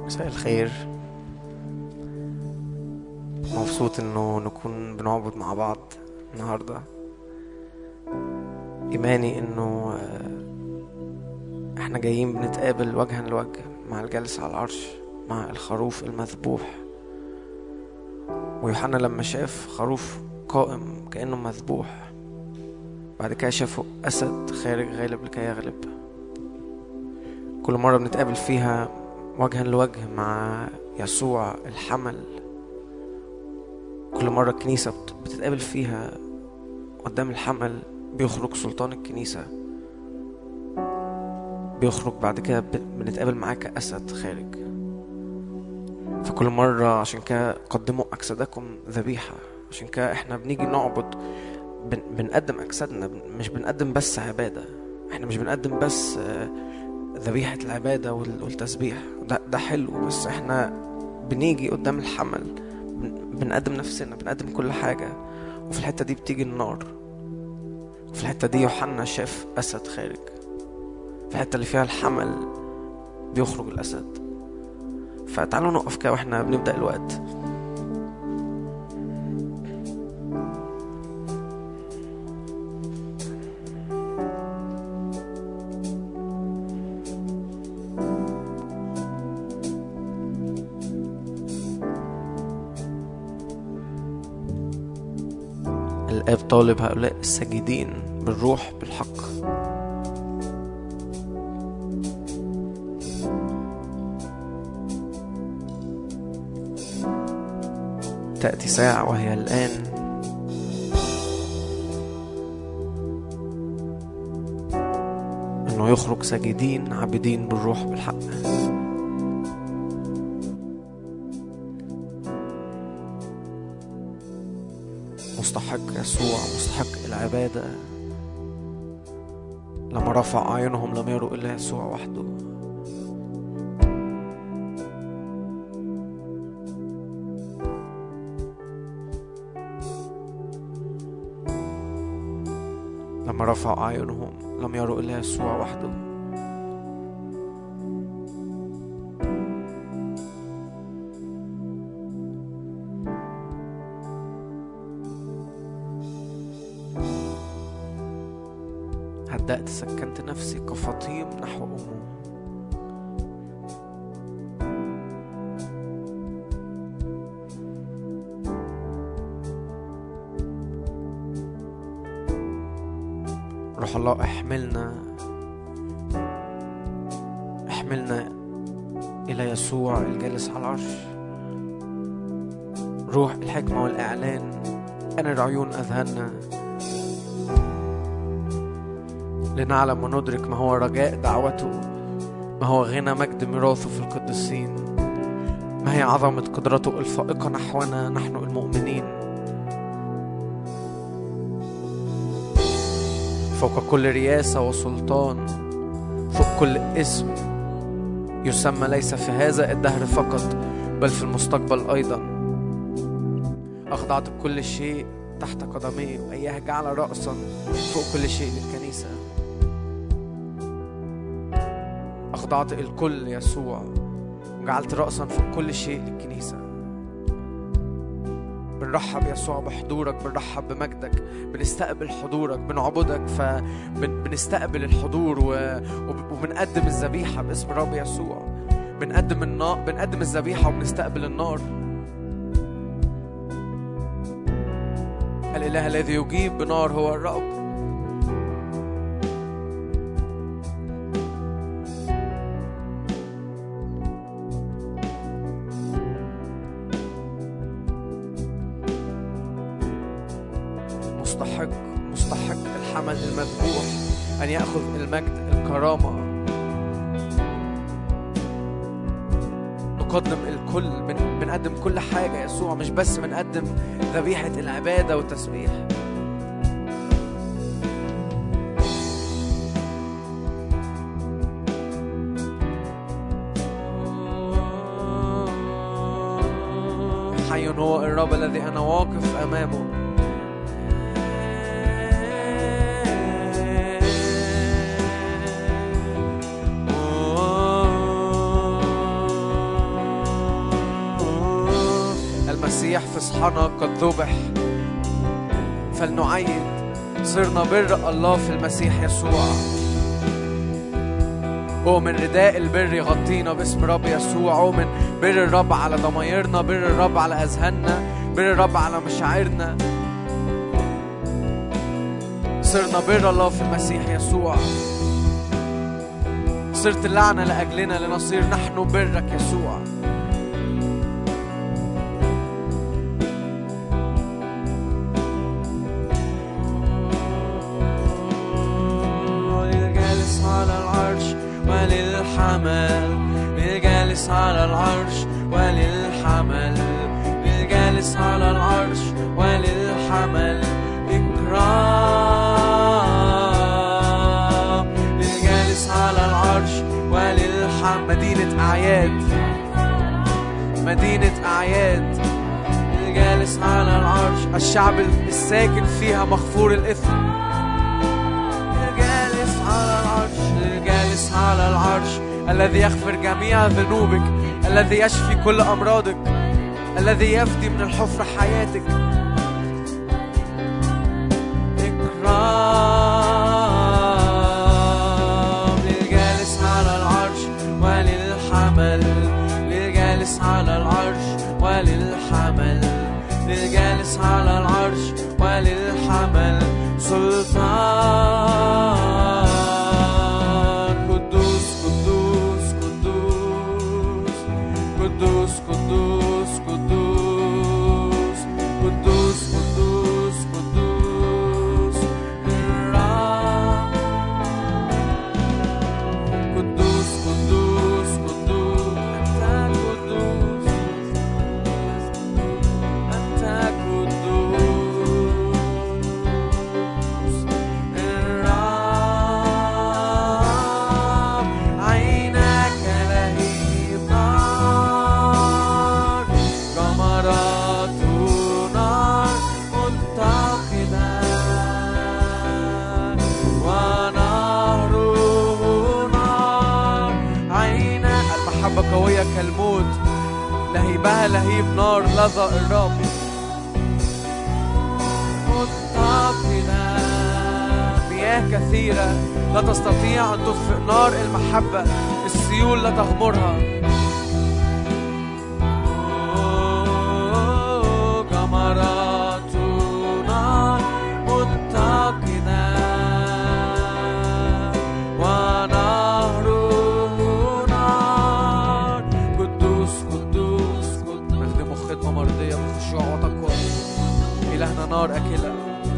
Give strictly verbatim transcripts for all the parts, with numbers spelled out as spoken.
مساء الخير. مبسوط انه نكون بنعبد مع بعض النهاردة. ايماني انه احنا جايين بنتقابل وجها لوجه مع الجالس على العرش، مع الخروف المذبوح. ويوحنا لما شاف خروف قائم كأنه مذبوح، بعد كده شافه أسد خارج غالب لكي يغلب. كل مرة بنتقابل فيها وجها لوجه مع يسوع الحمل. كل مرة الكنيسة بتتقابل فيها قدام الحمل، بيخرج سلطان الكنيسة، بيخرج بعد كده بنتقابل معاه كأسد خارج. فكل مرة عشان كده قدموا أجسادكم ذبيحة. عشان كده احنا بنيجي نعبد، بن بنقدم أجسادنا، مش بنقدم بس عبادة. احنا مش بنقدم بس ذبيحة العبادة والتسبيح، ده, ده حلو، بس احنا بنيجي قدام الحمل بنقدم نفسنا، بنقدم كل حاجة. وفي الحتة دي بتيجي النار. وفي الحتة دي يوحنا شاف أسد خارج. في الحتة اللي فيها الحمل بيخرج الأسد. فتعالوا نقف كده واحنا بنبدأ الوقت. الآب طالب هؤلاء الساجدين بالروح بالحق. تأتي ساعة وهي الآن أنه يخرج ساجدين عابدين بالروح بالحق. مستحق يسوع، مستحق العبادة. لما رفع أعينهم لم يروا إلا يسوع وحده. لما رفع أعينهم لم يروا إلا يسوع وحده. هدأت سكنت نفسي كفطيم نحو أمه. روح الله احملنا احملنا إلى يسوع الجالس على العرش. روح الحكمة والإعلان أنر عيون أذهاننا لنعلم وندرك ما هو رجاء دعوته، ما هو غنى مجد ميراثه في القديسين، ما هي عظمة قدرته الفائقة نحونا نحن المؤمنين. فوق كل رياسة وسلطان، فوق كل اسم يسمى، ليس في هذا الدهر فقط بل في المستقبل أيضا. أخضعت كل شيء تحت قدميه، وإياه جعل رأسا فوق كل شيء للكنيسة. أخضعت الكل يسوع وجعلت رأسا فوق كل شيء للكنيسة. بنرحب يسوع بحضورك، بنرحب بمجدك، بنستقبل حضورك، بنعبدك، فبنستقبل الحضور وبنقدم الذبيحة باسم الرب يسوع. بنقدم النار، بنقدم الذبيحة وبنستقبل النار. الإله الذي يجيب بنار هو الرب. مستحق مستحق الحمل المذبوح أن يأخذ المجد الكرامة. نقدم الكل، بنقدم كل حاجة يسوع، مش بس بنقدم ذبيحة العبادة والتسبيح. حي هو الرب الذي أنا واقف أمامه. فصحنا قد ذبح فلنعيد، صرنا بر الله في المسيح يسوع. أؤمن رداء البر يغطينا باسم رب يسوع. أؤمن بر الرب على ضمايرنا، بر الرب على أذهاننا، بر الرب على مشاعرنا. صرنا بر الله في المسيح يسوع. صرت اللعنة لأجلنا لنصير نحن برك يسوع. للجالس على العرش وللحمل، للجالس على العرش وللحمل، للجالس على العرش وللحمل إكرام. للجالس على العرش وللحمل. مدينة أعياد، مدينة أعياد. للجالس على العرش، الشعب الساكن فيها مغفور الإثم. للجالس على العرش، للجالس على العرش الذي يغفر جميع ذنوبك، الذي يشفي كل أمراضك، الذي يفدي من الحفرة حياتك. إكرام للجالس على العرش وللحمل، للجالس على العرش وللحمل، للجالس على العرش وللحمل سلطان. قدوس قدوس قدوس قدوس قدوس قدوس قدوس قدوس قدوس الرب. قدوس قدوس قدوس أنت قدوس، أنت قدوس الرب. عينك لهيب نار، جمرات نار متقدة، ونهره نار. عينك المحبة قوية كالموت، لهيبها لهيب نار لظى الرب. متقدة مياه كثيرة لا تستطيع أن تطفئ نار المحبة، السيول لا تغمرها. جمرات نار متقدة، ونهره نار. قدوس قدوس قدوس. نخدمه خدمة مرضية بخشوع وتقوى. إلهنا نار أكلة.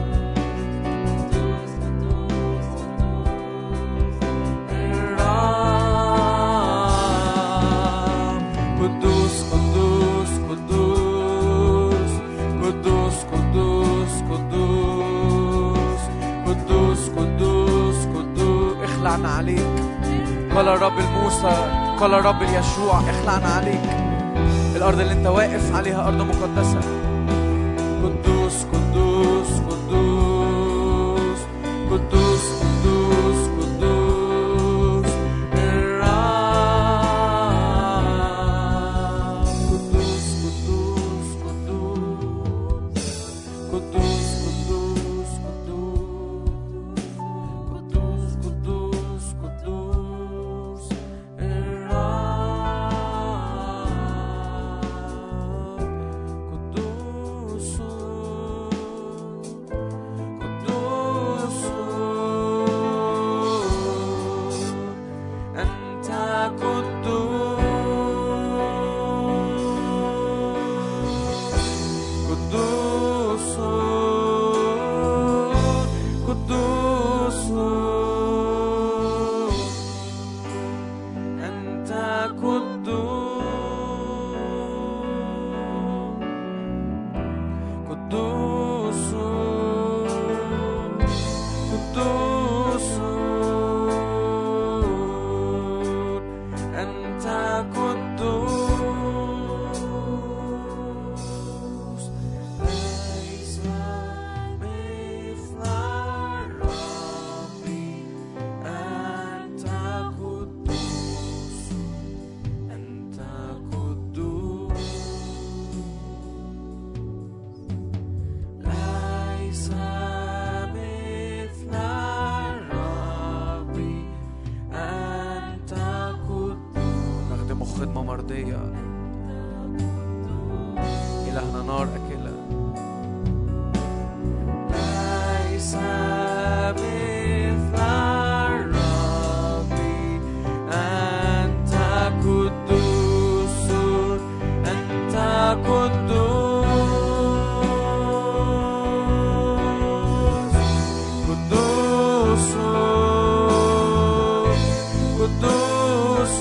قدوس قدوس قدوس قدوس قدوس قدوس قدوس قدوس قدوس. اخلعنا عليك، قال الرب لموسى، قال الرب ليشوع اخلعنا عليك. الأرض اللي انت واقف عليها أرض مقدسة. قدوس قدوس قدوس قدوس قدوس قدوس الرب. قدوس قدوس قدوس قدوس قدوس قدوس قدوس قدوس الرب. قدوس قدوس خدمة مرضية. إلهنا نار أكلة. ليس مثل الرب، أنت قدوس، أنت قدوس، قدوس، قدوس.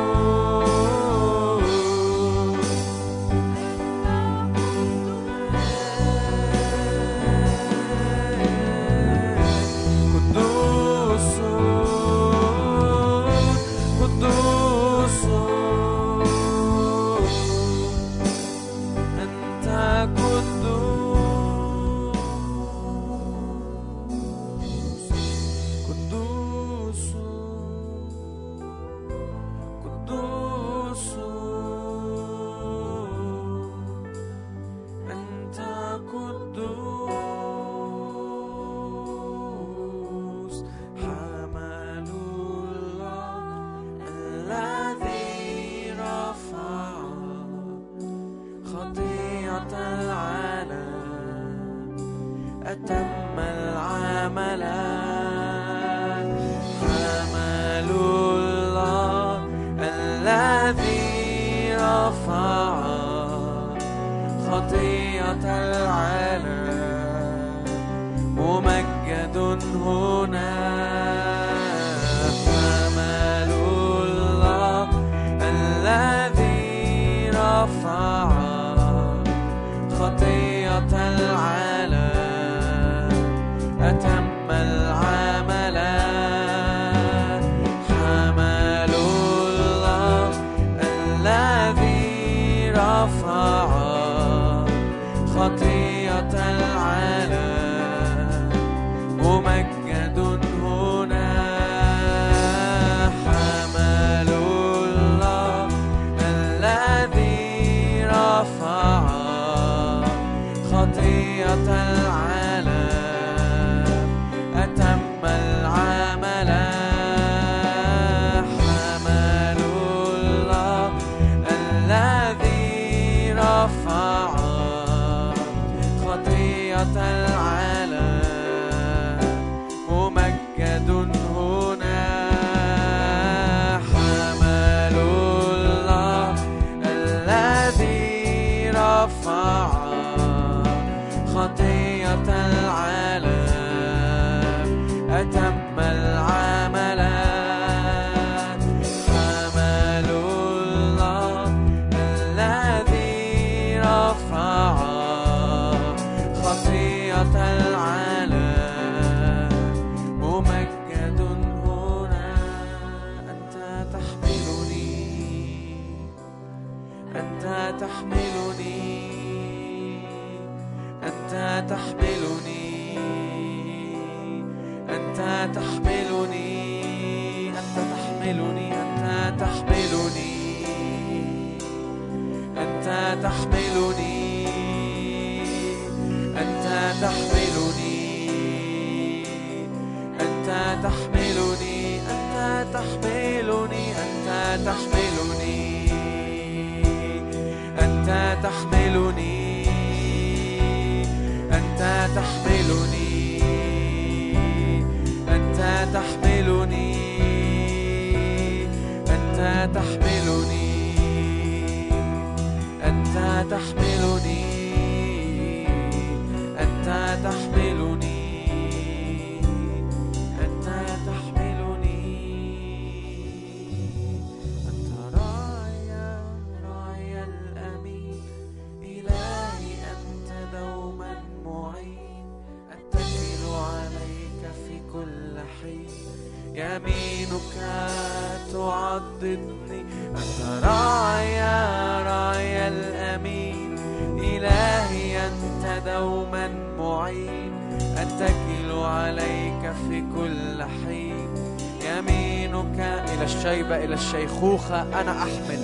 إلى الشيخوخة أنا أحمل.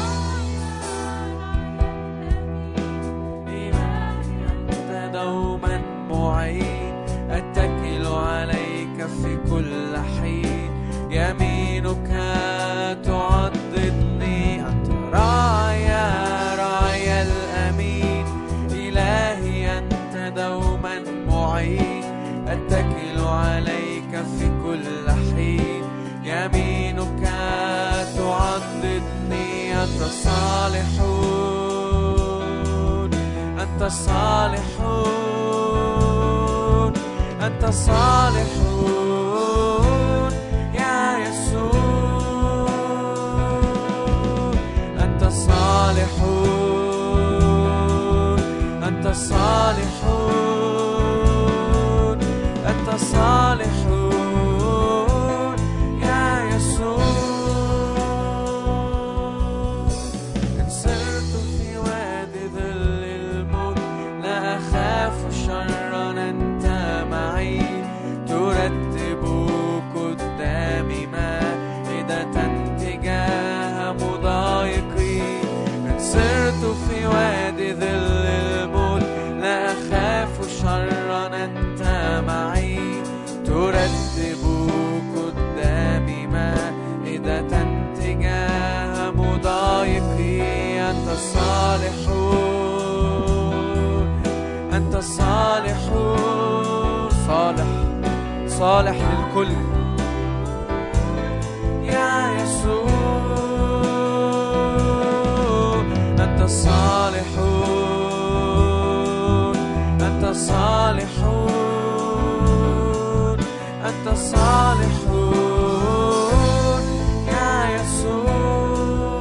أنت دوما معين، أتكل عليك في كل حين، يمينك تعضدني، أنت عينك تعضدني. أنت صالحون أنت صالحون أنت صالحون يا يسوع. أنت صالحون أنت صالحون أنت صالحون يا يسوع. إن سرت في وادي ظل الموت لا أخاف شرا، أنت معي ترتب قدامي مائدة تجاه مضايقي. إن سرت في وادي ظل الموت لا أخاف شرا، أنت معي ترتب قدامي مائدة تجاه مضايقي. أنت صالحون أنت صالحون صالح صالح للكل يا يسوع. أنت صالحون أنت صالحون أنت صالحون يا يسوع.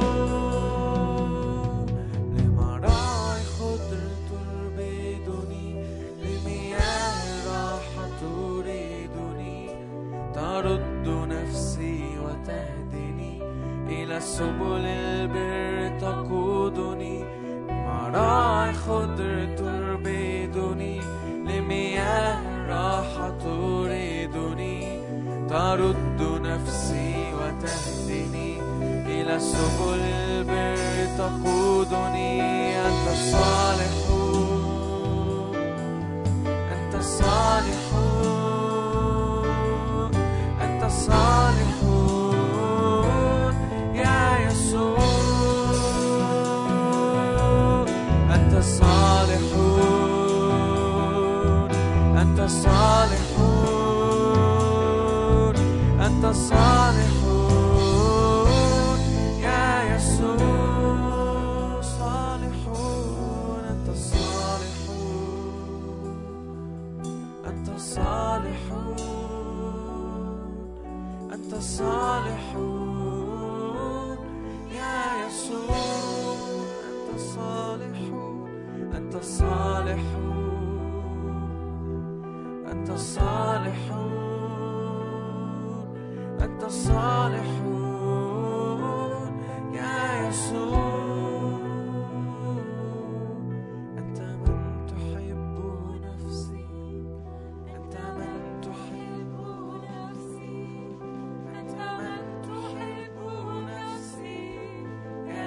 لمراعي خضر تربدني، لمياه الراحة تريدني. ترد نفسي وتهدني إلى سبل البر تقودني. مراعي خضر تربدني، لمياه الراحة تريدني. ترد نفسي وتهدني إلى سبل البر تقودني. أنت صالحون أنت صالحون أنت صالحون يا يسوع. أنت صالحون أنت صالحون أنت صالحون يا يسوع. صالحون أنت صالحون أنت صالحون أنت صالحون يا يسوع. أنت صالحون أنت صالحون أنت صالحون أنت صالحون يا يسوع. أنت من تحب نفسي أنت من تحب نفسي أنت من تحب نفسي يا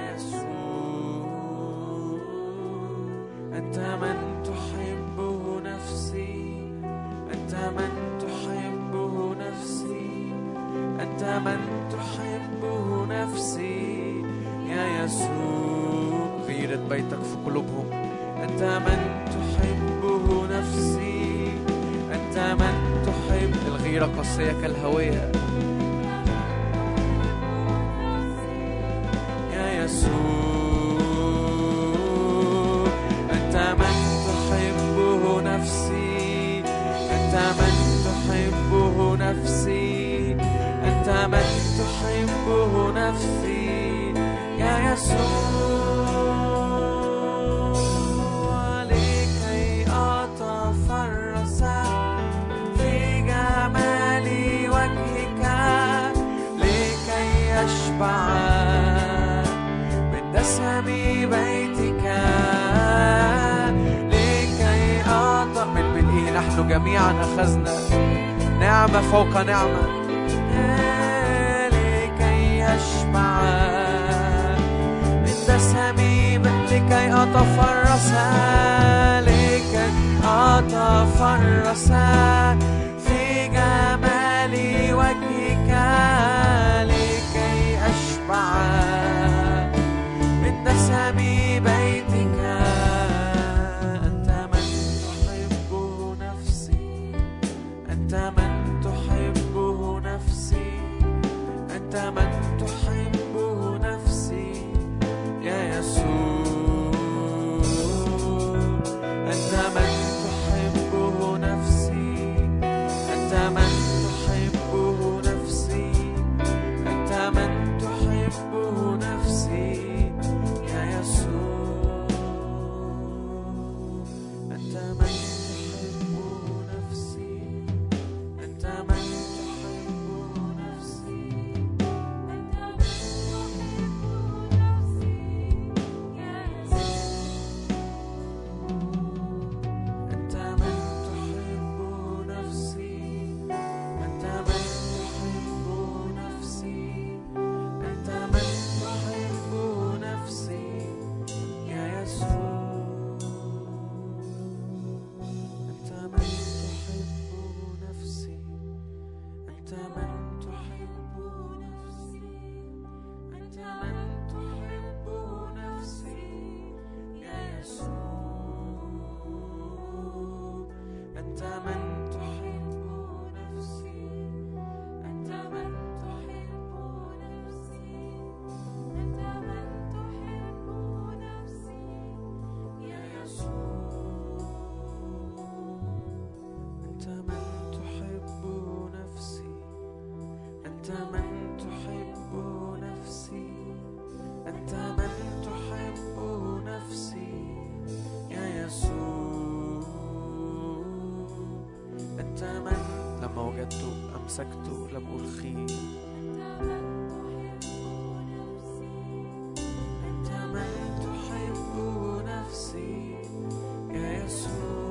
يسوع. أنت من تحب نفسي أنت من تحب نفسي أنت من تحب نفسي يا يسوع. غيرة بيتك في قلوبهم. أنت من تحب نفسي أنت من تحب. الغيرة قاسية كالهوية يا يسوع. أنت من تحب نفسي أنت من تحب نفسي أنت من تحب نفسي يا يسوع. لكي أتفرس في جمال وجهك، لكي أشبع من دسم بيتك، لكي أطأ من بدئه. نحن جميعا أخذنا نعمة فوق نعمة، لكي أشبع من دسمي، لكي أتفرس لكي أتفرس في جمال وجهك، لكي أشبع من دسمي بيتك. أنت من تحب نفسي أنت من تحب نفسي أنت من من تحبه نفسي يا يسوع، أنت من تحبه نفسي، أنت من تحبه نفسي، أنت من تحبه نفسي يا يسوع، أنت من تحبه نفسي، أنت من تحبه نفسي، أنت من تحبه نفسي، أنت من تحبه نفسي، أنت من تحبه نفسي يا يسوع، أنت من تحبه نفسي، أنت من تحبه نفسي، أنت من تحبه نفسي يا يسوع، أنت من تحبه نفسي، أنت من تحبه نفسي، أنت من تحبه نفسي يا يسوع، أنت من تحبه نفسي، أنت من تحبه نفسي، أنت من تحبه نفسي يا يسوع، أنت من لما وجدته أمسكته لم ألخيه، أنت من تحبه نفسي يا يسوع.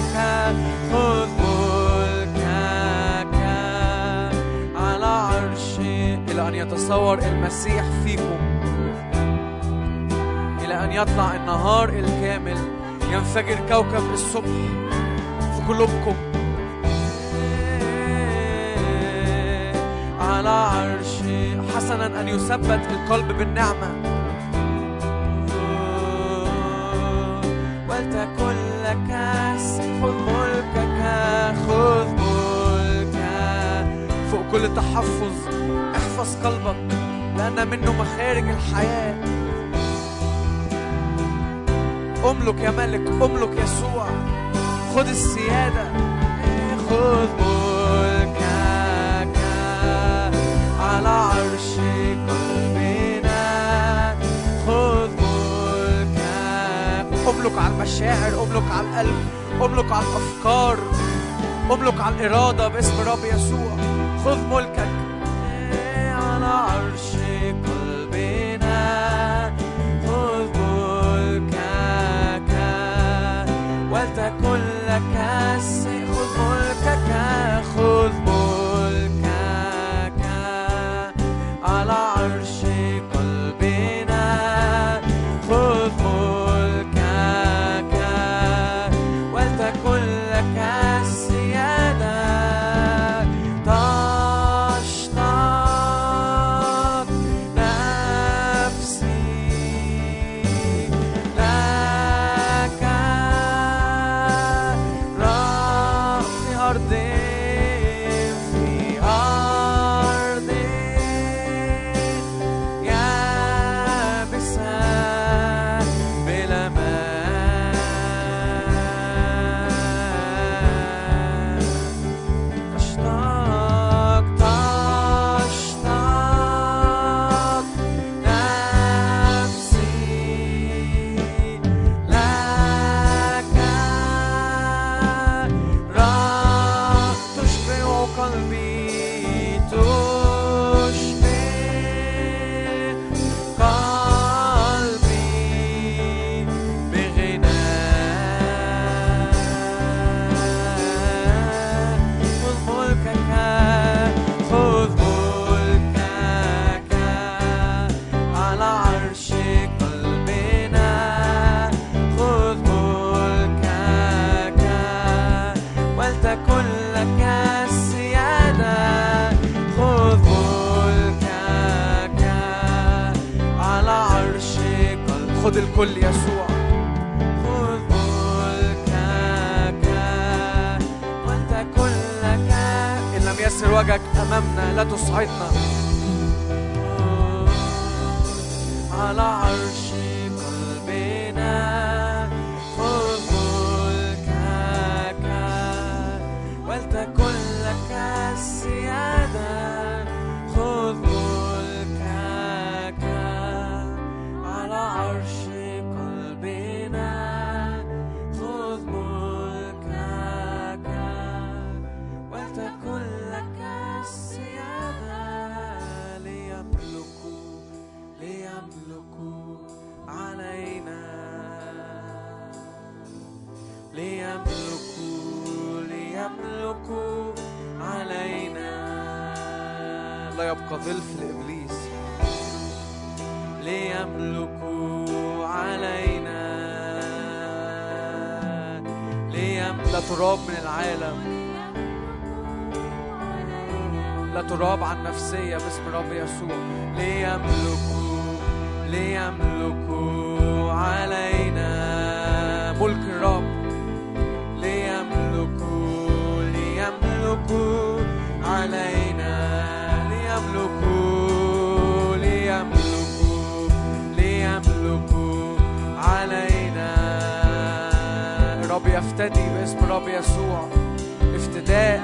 ملكك خذ ملكك على عرشي. إلى أن يتصور المسيح فيكم، إلى أن يطلع النهار الكامل، ينفجر كوكب الصبح في قلوبكم. على عرشي حسنا أن يثبت القلب بالنعمة. ولتكن لك خذ ملكك خذ ملكك. فوق كل تحفظ احفظ قلبك لأن منه مخارج الحياة. املك يا ملك، املك يسوع، خذ السيادة. خذ ملكك على عرش قلبنا خذ ملكك. املك على المشاعر، املك على القلب، املك على الأفكار، املك على الإرادة باسم رب يسوع. خذ ملكك على عرش قلبنا خذ ملكك ولتكن لك خذ ملكك خذ ملكك على عرش قلبنا خذ ملكك ولتكن لك السيادة. تشتاق نفسي لك رأى في أرض في أرض يابسة بلا ماء. تشتاق تشتاق نفسي لك رأى تشبع قلبي تشبع قلبي بغناء. خذ ملكك خذ ملكك على عرش قلبنا خذ ملكك ولتكن لك السيادة. خذ ملكك على عرش قلبنا. خذ الكل يسوع. خذ ملكك ولتكن لك. إن لم يسر وجهك أمامنا لا تصعدنا. على عرش قلبنا خذ ملكك ولتكن لك السيادة. خذ ملكك على عرش قلبنا خذ ملكك ولتكن لك السيادة. ليملكوا ليملكوا علينا ليملكوا ليملكوا علينا. لا يبقى ظلف لإبليس. ليملكوا علينا ليم لا تراب من العالم، لا تراب عن نفسية باسم رب يسوع. ليملكوا ليملكوا علينا ملك الرب. ليملكوا ليملكوا علينا ليملكوا ليملكوا ليملكوا علينا. الرب يفتدي باسم رب يسوع. افتداء.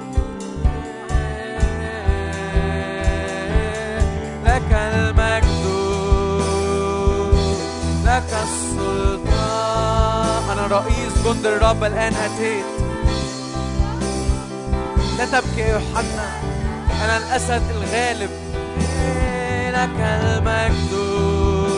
لك المجد لك السلطان. أنا رئيس جند الرب الآن أتيت. لا تبكي يا يوحنا، أنا الأسد الغالب. لك المجد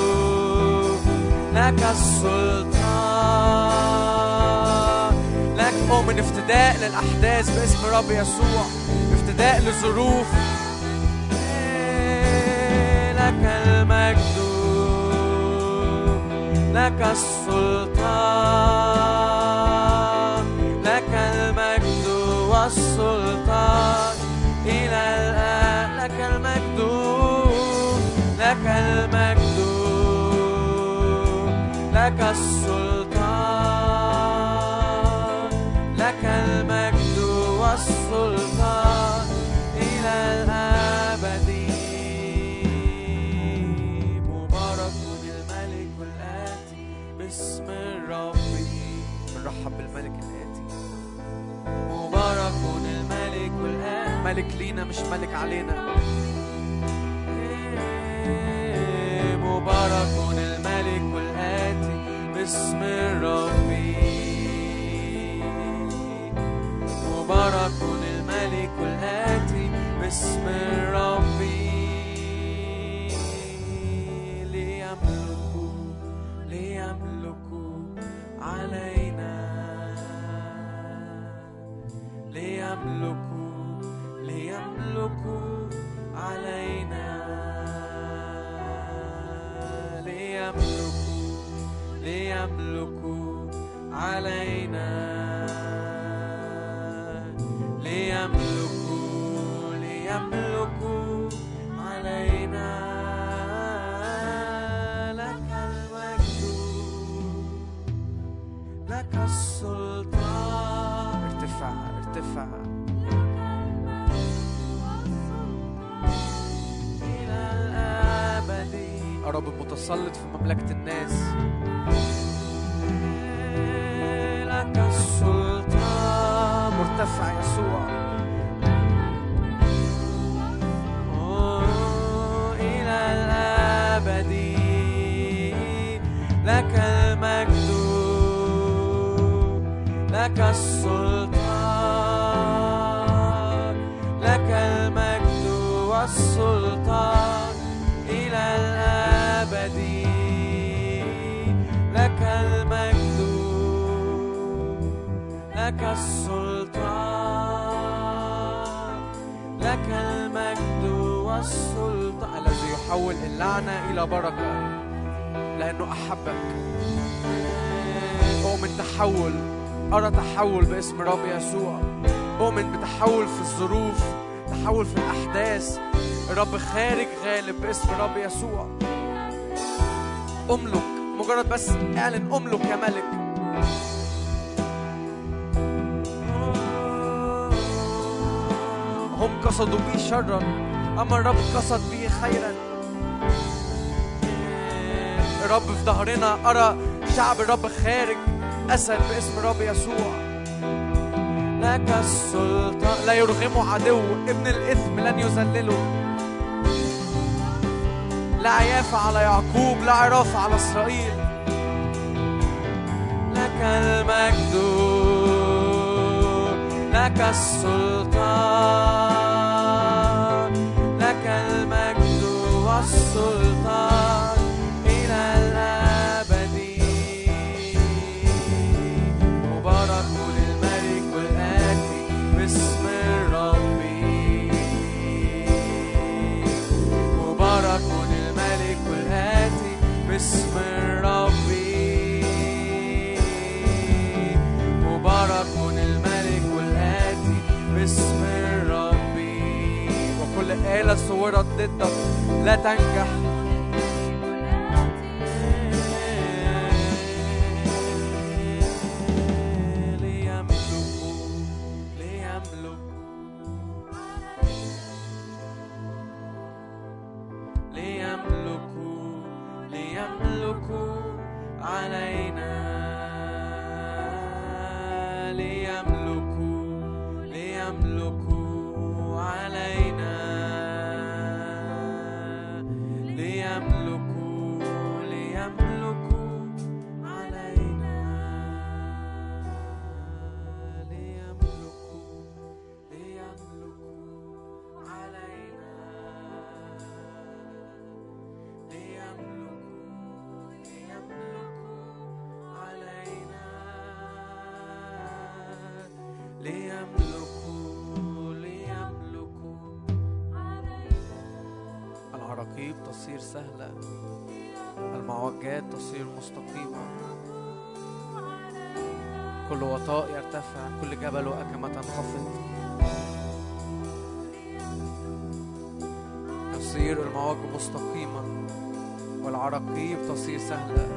لك السلطان لك أؤمن افتداء للأحداث باسم رب يسوع، افتداء للظروف. لك المجد، لك السلطان، لك المجد والسلطان إلى الآن. لك المجد، لك المجد، لك السلطان، لك المجد والسلطان إلى الأبد. مبارك الملك الآتي باسم الرب. بنرحب بالملك الآتي. مبارك الملك الآتي، ملك لينا مش ملك علينا. مبارك الملك الآتي باسم الرب. مبارك الملك الآتي باسم الرب. ليملك ليملك علينا، ليملك ليملك علينا، ليملك ليملك علينا، ليملك ليملك علينا. لك المجد، لك السلطان. ارتفع ارتفع إلى الأبد. رب متسلط في مملكة الناس. لك السلطان، مرتفع يسوع. إلى الأبد. لك المجد، لك السلطان، لك المجد والسلطان إلى الأبد. لك المجد، لك السلطان، لك المجد والسلطان. الذي يحول اللعنة إلى بركة لأنه أحبك. أؤمن تحول، أرى تحول باسم رب يسوع. أؤمن بتحول في الظروف، تحول في الأحداث. الرب خارج غالب باسم رب يسوع. أملك، مجرد بس اعلن أملك يا ملك. هم قصدوا بي شرا أما الرب قصد بي خيرا. الرب في ظهرنا، أرى شعب الرب خارج أسد باسم رب يسوع. لك السلطان، لا يرغمه عدو، ابن الإثم لن يذلله. لا عيافة على يعقوب، لا عرافة على إسرائيل. لك المجد، لك السلطان، لك المجد والسلطان إلى الأبد. مبارك للملك الآتي باسم الرب. مبارك للملك الآتي باسم الرب. مبارك الملك الآتي باسم الرب. وكل آلة صورت ضدك لا تنجح. ليملكوا ليملكوا العراقيب تصير سهلة، المعوجات تصير مستقيمة، كل وطاء يرتفع، كل جبل وأكمة تنخفض. يصير المعوج مستقيما والعراقيب تصير سهلة.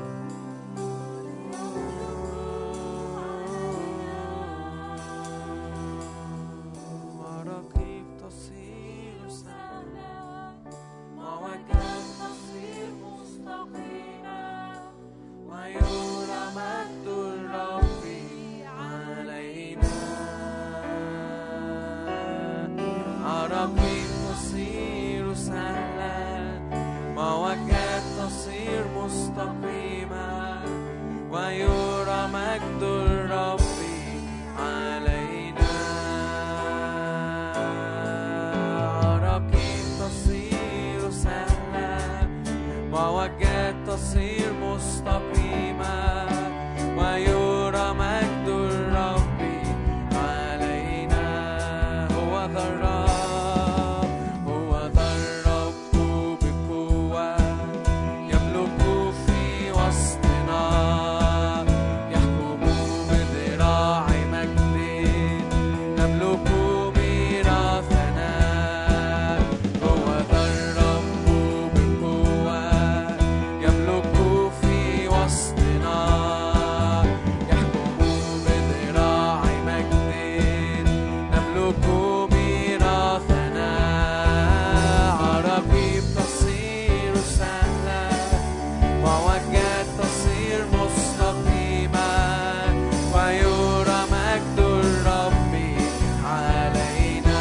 عراقيب تصير سهلة، معوجات تصير مستقيمة، ويرى مجد الرب علينا. عراقيب تصير سهلة، معوجات تصير مستقيمة، ويرى مجد الرب علينا. عراقيب تصير سهلة، معوجات تصير مستقيمة، ويرى مجد الرب علينا. هو ذا الرب، هو ذا الرب بقوة، يملك في وسطنا، يحكم بذراع مجد، نملك ميراثنا. هو ذا الرب بقوة، يملك في وسطنا، يحكم بذراع مجد، نملك ميراثنا. عراقيب تصير سهلة، معوجات تصير مستقيمة، ويرى مجد الرب علينا.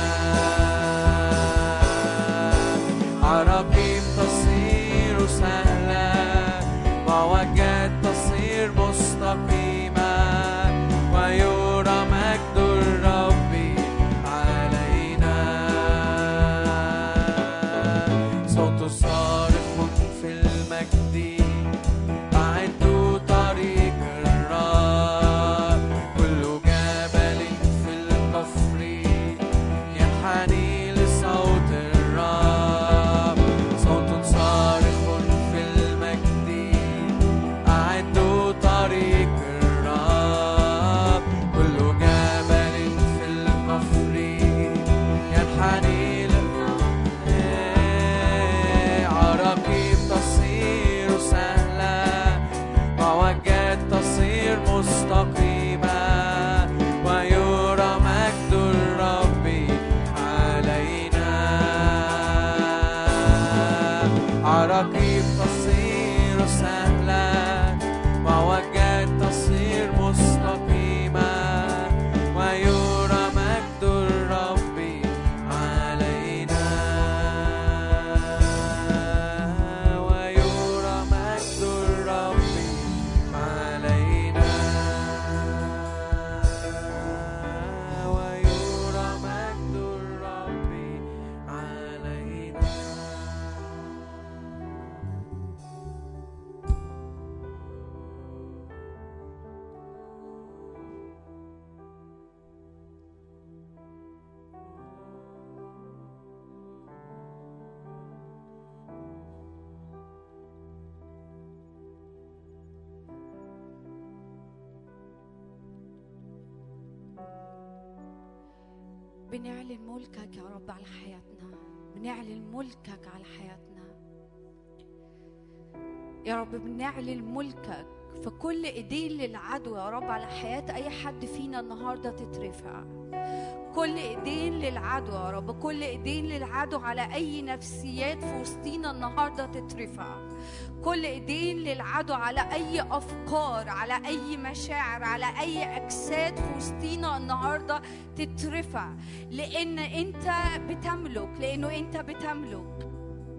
عراقيب تصير سهلة، معوجات تصير مستقيمة، ويرى مجد الرب علينا. صوت صارخ في المجد، أعدوا طريق الرب، كل جبل في القفر ينحني لصوت الرب. صوت صارخ في المجد، أعدوا طريق الرب، كل جبل في القفر ينحني لصوت. عراقيب تصير سهلة، معوجات تصير مستقيمة، ويرى مجد الرب علينا. عراقيب تصير سهلة، معوجات تصير مستقيمة، ويرى مجد الرب علينا. ويرى مجد الرب علينا. ويرى مجد الرب علينا. بنعلن ملكك يا رب على حياتنا، بنعلن ملكك على حياتنا يا رب، بنعلن ملكك في كل ايدين للعدو يا رب على حياة اي حد فينا النهارده تترفع. كل ايدين للعدو يا رب، كل ايدين للعدو على اي نفسيات في وسطينا النهارده تترفع. كل ايدين للعدو على اي افكار، على اي مشاعر، على اي اجساد في وسطينا النهارده تترفع، لان انت بتملك، لانه انت بتملك.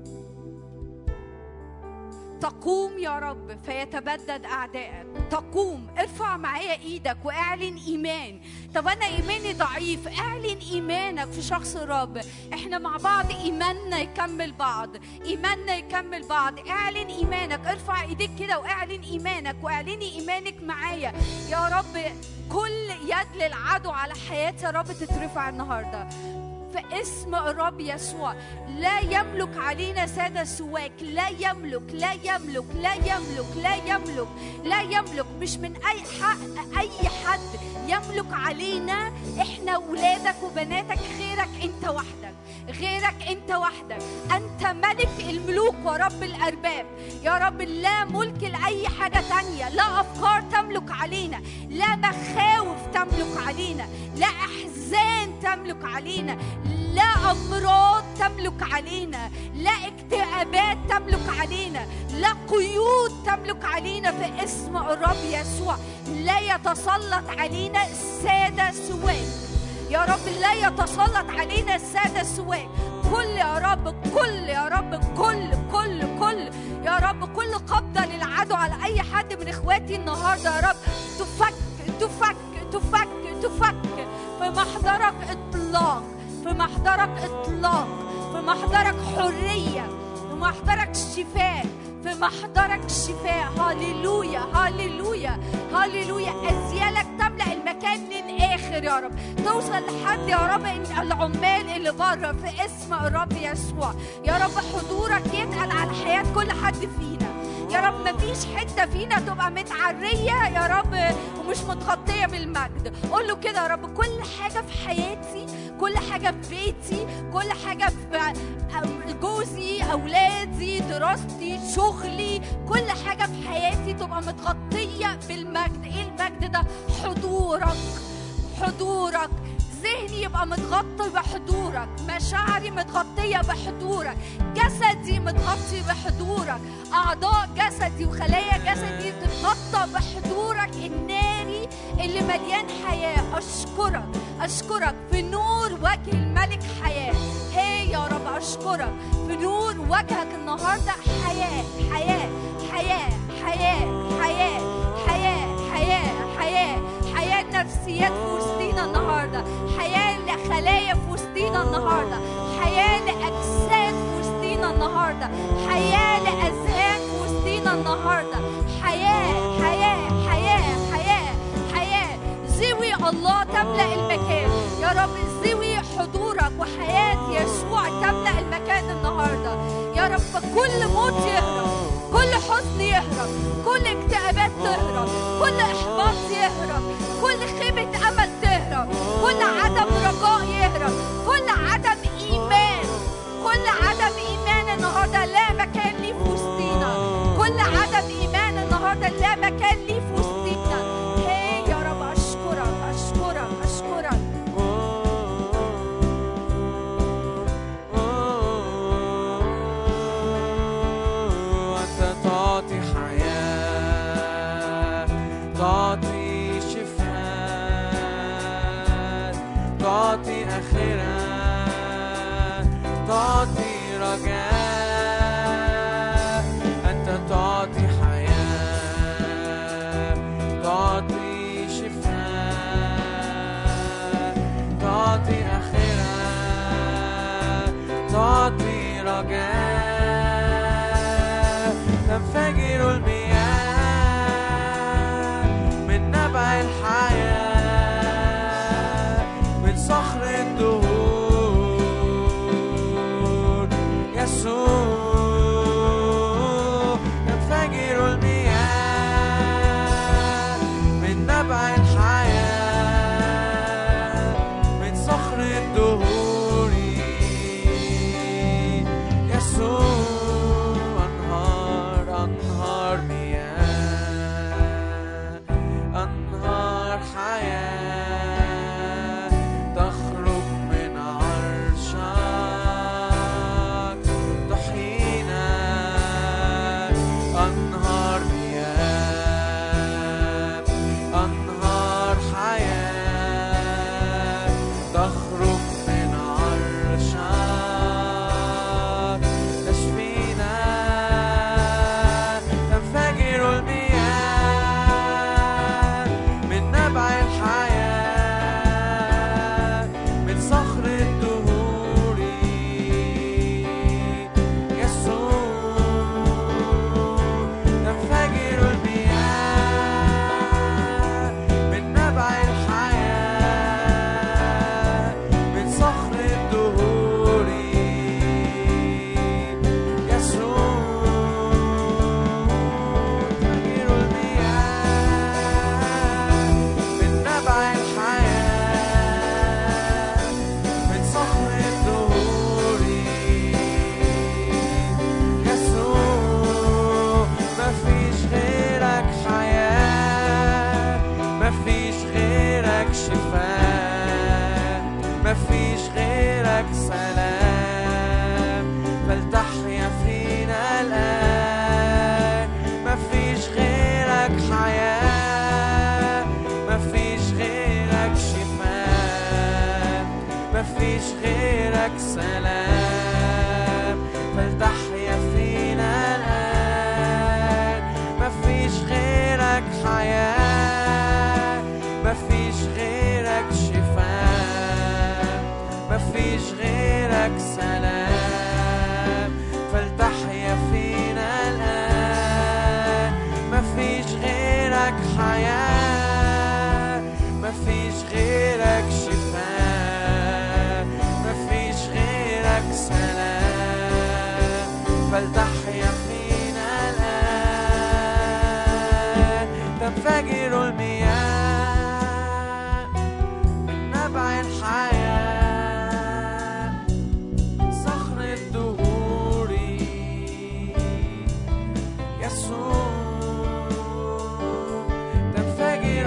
تقوم يا رب فيتبدد أعدائك. تقوم، ارفع معايا ايدك واعلن ايمان. طب انا ايماني ضعيف، اعلن ايمانك في شخص الرب. احنا مع بعض، ايماننا يكمل بعض، ايماننا يكمل بعض. اعلن ايمانك، ارفع ايديك كده واعلن ايمانك، واعلني ايمانك معايا. يا رب كل يد للعدو على حياتي يا رب تترفع النهارده في اسم الرب يسوع. لا يملك علينا سادة سواك، لا يملك لا يملك لا يملك لا يملك لا يملك مش من أي حق أي حد يملك علينا. إحنا ولادك وبناتك، غيرك أنت وحدك، غيرك أنت وحدك. أنت ملك الملوك ورب الأرباب يا رب. لا ملك لأي حاجة تانية، لا أفكار تملك علينا، لا مخاوف تملك علينا، لا أحزان تملك علينا، لا أمراض تملك علينا، لا اكتئابات تملك علينا، لا قيود تملك علينا في اسم الرب يسوع. لا يتسلط علينا السادة سواك يا رب، لا يتسلط علينا السادة سواك. كل يا رب كل يا رب كل كل كل يا رب كل قبضة للعدو على أي حد من إخواتي النهاردة يا رب تفك تفك تفك تفك في محضرك إطلاق، في محضرك إطلاق، في محضرك حرية، في محضرك شفاء، في محضرك شفاء. هاليلويا هاليلويا هاليلويا. أزيالك تملأ المكان للآخر يا رب، توصل لحد يا رب العمال اللي بره في اسم الرب يسوع. يا رب حضورك يتقل على حياة كل حد فينا يا رب. مفيش حتة فينا تبقى متعرية يا رب ومش متغطية بالمجد. قول له كده يا رب، كل حاجة في حياتي، كل حاجة في بيتي، كل حاجة في جوزي، أولادي، دراستي، شغلي، كل حاجة في حياتي تبقى متغطية بالمجد. إيه المجد ده؟ حضورك حضورك. ذهني يبقى متغطي بحضورك، مشاعري متغطية بحضورك، جسدي متغطي بحضورك، أعضاء جسدي وخلايا جسدي تتغطى بحضورك الناري اللي مليان حياة. أشكرك أشكرك في نور وجه الملك حياة. هي يا رب أشكرك في نور وجهك النهاردة حياة حياة حياة حياة حياة حياة حياة حياة حياة نفسيات في وسطينا النهاردة، حياة لخلايا في وسطينا النهاردة، حياة لأجساد في وسطينا النهاردة، حياة لأذهان في وسطينا النهاردة، حياة حياة حياة حياة حياة. زوي الله تملأ المكان يا رب، زوي حضورك وحياة يسوع تملأ المكان النهاردة يا رب. كل موت يهرب، كل حزن يهرب، كل اكتئابات تهرب، كل إحباط يهرب، كل خيبة أمل تهرب، كل عدم رجاء يهرب، كل عدم إيمان، كل عدم إيمان النهاردة لا مكان لي في وسطينا، كل عدم إيمان النهاردة لا مكان لي في وسطينا. هي يا رب أشكرك أشكرك أشكرك. تعطي شفاء، تعطي آخرة، تعطي رجاء. أنت تعطي حياة، تعطي شفاء، تعطي آخرة، تعطي رجاء. تنفجر المياه الحياة من صخر الدهور يسوع. تنفجر المياه من نبع الحياة من صخر الدهور يسوع. أنهار أنهار مياه، أنهار مفيش غيرك سلام فلتحيا فينا الآن مفيش غيرك حياة مفيش غيرك شفاء مفيش غيرك سلام فلتحيا فينا الآن مفيش غيرك حياة مفيش غيرك شفاء مفيش غيرك سلام فلتحيا فينا الآن تنفجر المياه من نبع الحياة صخر الدهور يسوع تنفجر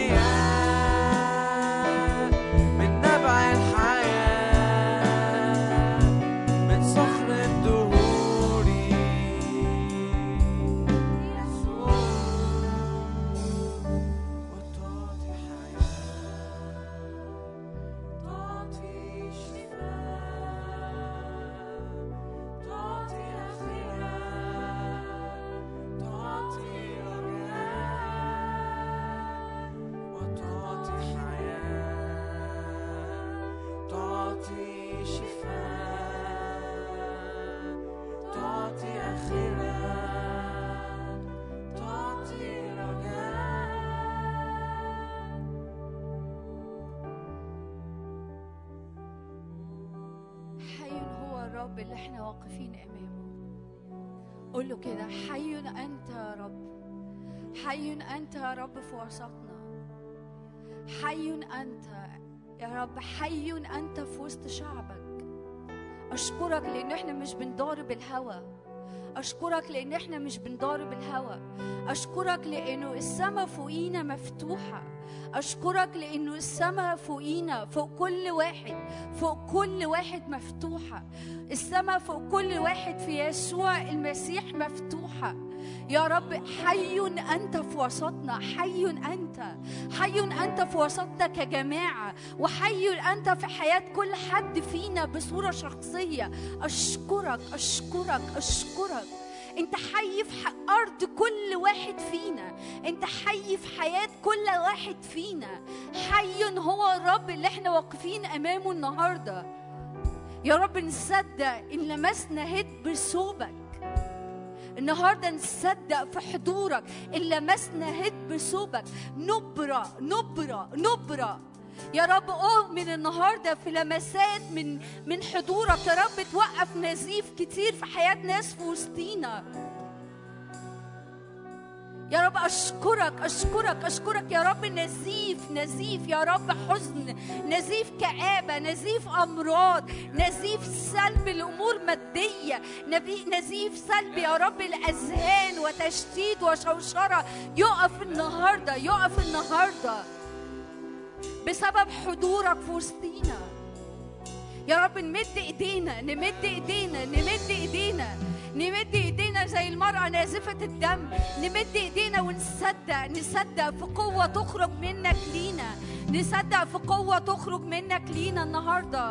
المياه من نبع الحياة من صخر الدهور يسوع وتعطي حياة تعطي شفاء تعطي أخيرا تعطي رجاء وتعطي حياة تعطي شفاء تعطي أخيرا تعطي رجاء حي هو الرب اللي احنا واقفين امامه. قول له كده: حي انت يا رب، حي انت يا رب في وسطنا، حي انت يا رب، حي انت في وسط شعبك. اشكرك لان احنا مش بنضارب الهوى، اشكرك لان احنا مش بنضارب الهوى، اشكرك لانه السماء فوقينا مفتوحه، اشكرك لانه السماء فوقينا، فوق كل واحد، فوق كل واحد مفتوحه. السماء فوق كل واحد في يسوع المسيح مفتوحه. يا رب حي أنت في وسطنا، حي أنت، حي أنت في وسطنا كجماعة، وحي أنت في حياة كل حد فينا بصورة شخصية. أشكرك أشكرك أشكرك. أنت حي في أرض كل واحد فينا، أنت حي في حياة كل واحد فينا. حي هو الرب اللي احنا واقفين أمامه النهاردة. يا رب نصدق إن لمسنا هد بثوبك النهارده، نصدق في حضورك إن لمسنا هد بثوبك. نبرة نبرة نبرة يا رب. أؤمن النهارده في لمسات من من حضورك يا رب توقف نزيف كتير في حياة ناس في وسطينا. يا رب أشكرك أشكرك أشكرك يا رب. نزيف نزيف يا رب، حزن، نزيف كآبة، نزيف أمراض، نزيف سلب الأمور مادية، نزيف سلب يا رب الأذهان وتشتيت وشوشرة، يقف النهاردة، يقف النهاردة بسبب حضورك في وسطينا. يا رب نمد إيدينا نمد إيدينا نمد إيدينا نمد ايدينا زي المرأة نازفة الدم، نمد ايدينا ونصدق، نصدق في قوة تخرج منك لينا، نصدق في قوة تخرج منك لينا النهاردة.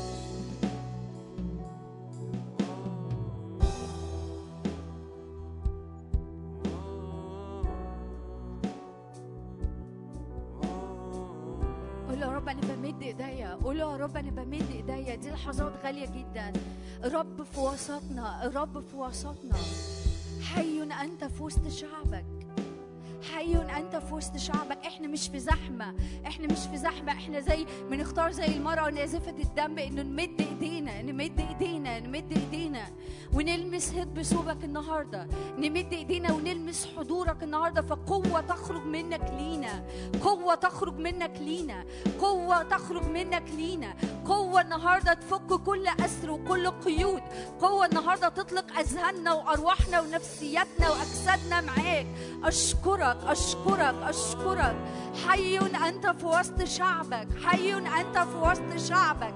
قول له يا رب أنا بمد إيديا، قول له يا رب أنا بمد إيديا. دي لحظات غالية جدا. الرب في وسطنا، الرب في وسطنا. حي أنت في وسط شعبك، حي أنت في وسط شعبك. إحنا مش في زحمة، إحنا مش في زحمة، إحنا زي بنختار زي المرأة نازفة الدم إنه نمد إيدينا نمد إيدينا نمد إيدينا ونلمس هد بثوبك النهاردة، نمد إيدينا ونلمس حضورك النهاردة. فقوة تخرج منك لينا، قوة تخرج منك لينا، قوة تخرج منك لينا، قوة النهاردة تفك كل أسر وكل قيود، قوة النهاردة تطلق أذهاننا وأرواحنا ونفسياتنا وأجسادنا معاك. أشكرك أشكرك أشكرك. حي أنت في وسط شعبك، حي أنت في وسط شعبك.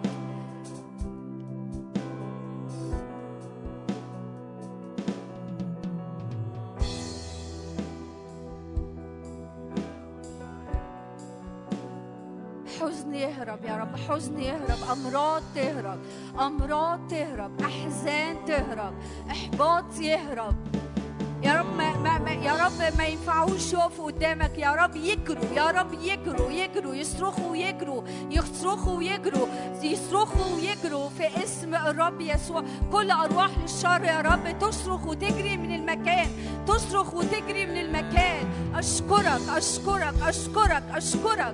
حزن يهرب يا رب، حزن يهرب، أمراض تهرب، أمراض تهرب، أحزان تهرب، إحباط يهرب يا رب. ما ما ما يا رب ما ينفعوش يقفوا قدامك يا رب، يجروا يا رب، يجروا يجروا يصرخوا ويجروا، يصرخوا ويجروا، يصرخوا ويجروا في اسم الرب يسوع. كل أرواح للشر يا رب تصرخ وتجري من المكان، تصرخ وتجري من المكان. أشكرك أشكرك أشكرك أشكرك.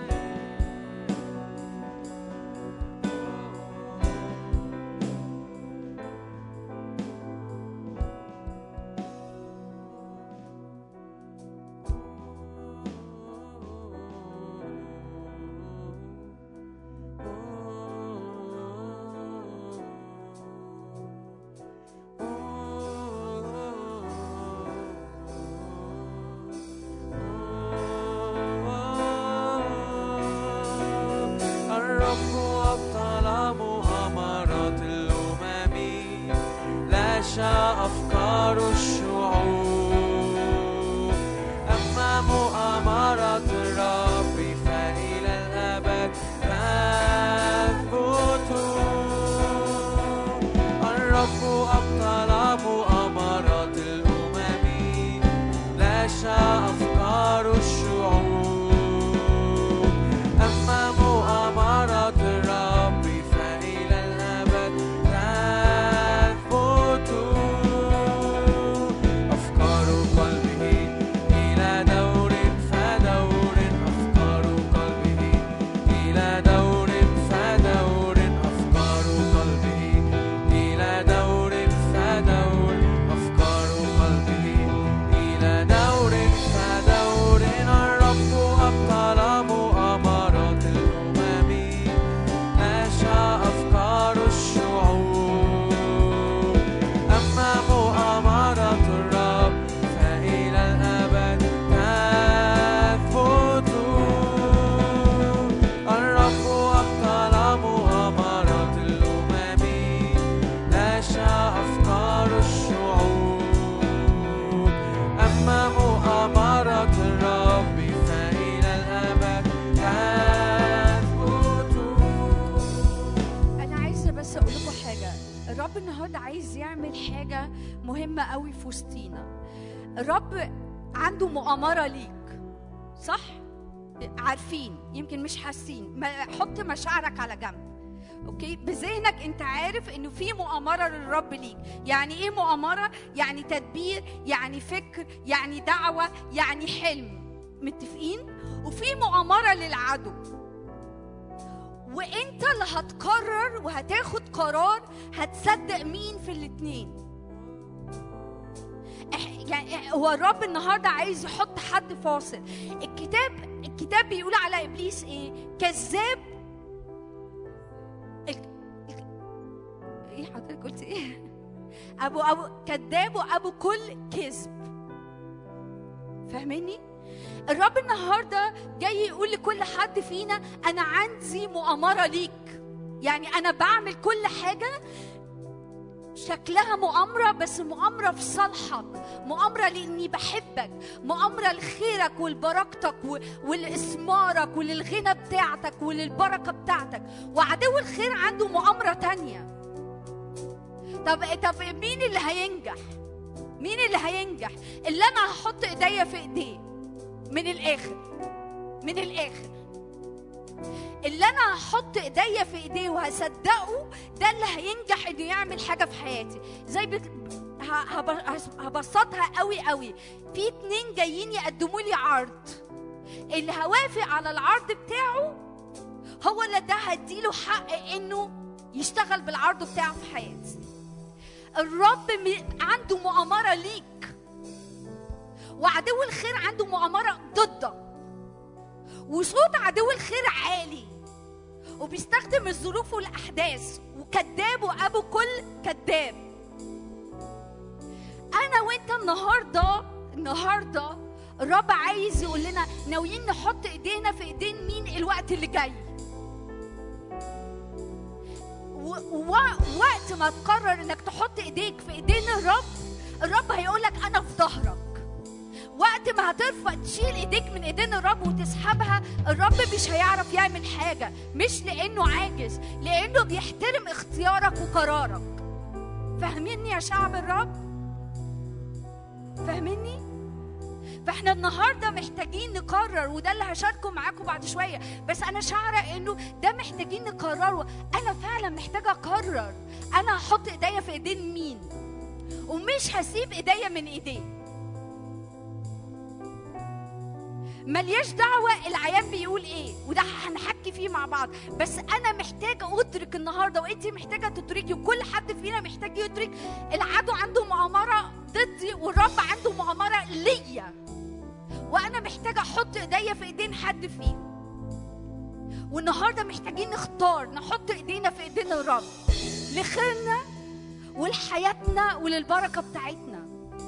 الرب عنده مؤامرة ليك، صح؟ عارفين يمكن مش حاسين. حط مشاعرك على جنب، اوكي؟ بذهنك انت عارف انه في مؤامرة للرب ليك. يعني ايه مؤامرة؟ يعني تدبير، يعني فكر، يعني دعوة، يعني حلم. متفقين؟ وفي مؤامرة للعدو، وانت اللي هتقرر وهتاخد قرار هتصدق مين في الاتنين. يعني هو الرب النهارده عايز يحط حد فاصل. الكتاب الكتاب بيقول على ابليس ايه؟ كذاب. ايه حضرتك قلت ايه؟ ابو ابو كذاب وابو كل كذب. فاهميني؟ الرب النهارده جاي يقول لكل حد فينا انا عندي مؤامره ليك. يعني انا بعمل كل حاجه شكلها مؤامرة، بس مؤامرة في صالحك، مؤامرة لأني بحبك، مؤامرة لخيرك ولبركتك ولإثمارك وللغنى بتاعتك وللبركة بتاعتك. وعدو الخير عنده مؤامرة تانية. طب طب مين اللي هينجح؟ مين اللي هينجح؟ اللي أنا هحط إيديا في إيديه. من الآخر من الآخر اللي انا هحط ايديا في ايديه وهصدقه ده اللي هينجح انه يعمل حاجه في حياتي. زي بت... هبسطها قوي قوي. في اتنين جايين يقدموا لي عرض، اللي هوافق على العرض بتاعه هو اللي ده هديله حق انه يشتغل بالعرض بتاعه في حياتي. الرب عنده مؤامره ليك، وعدو الخير عنده مؤامره ضدك، وصوت عدو الخير عالي وبيستخدم الظروف والأحداث، وكذاب وأبو كل كذاب. أنا وإنت النهاردة النهاردة الرب عايز يقول لنا ناويين نحط إيدينا في إيدين مين الوقت اللي جاي. ووقت ما تقرر إنك تحط إيديك في إيدين الرب، الرب هيقولك أنا في ظهرك. وقت وقت ما هترفع تشيل ايديك من ايدين الرب وتسحبها، الرب مش هيعرف يعمل حاجة، مش لانه عاجز، لانه بيحترم اختيارك وقرارك. فاهميني يا شعب الرب؟ فاهميني؟ فاحنا النهارده محتاجين نقرر، وده اللي هشاركه معاكم بعد شويه، بس انا شعره انه ده محتاجين نقرره. انا فعلا محتاجه اقرر انا هحط ايديا في ايدين مين، ومش هسيب ايديا من ايديه. ملياش دعوه العيان بيقول ايه، وده هنحكي فيه مع بعض، بس انا محتاجه ادرك النهارده، وانت محتاجه تدركي، وكل حد فينا محتاج يدرك العدو عنده مؤامره ضدي، والرب عنده مؤامره ليا، وانا محتاجه احط ايديا في ايدين حد فيهم. والنهارده محتاجين نختار نحط ايدينا في ايدين الرب لخيرنا ولحياتنا وللبركه بتاعتنا.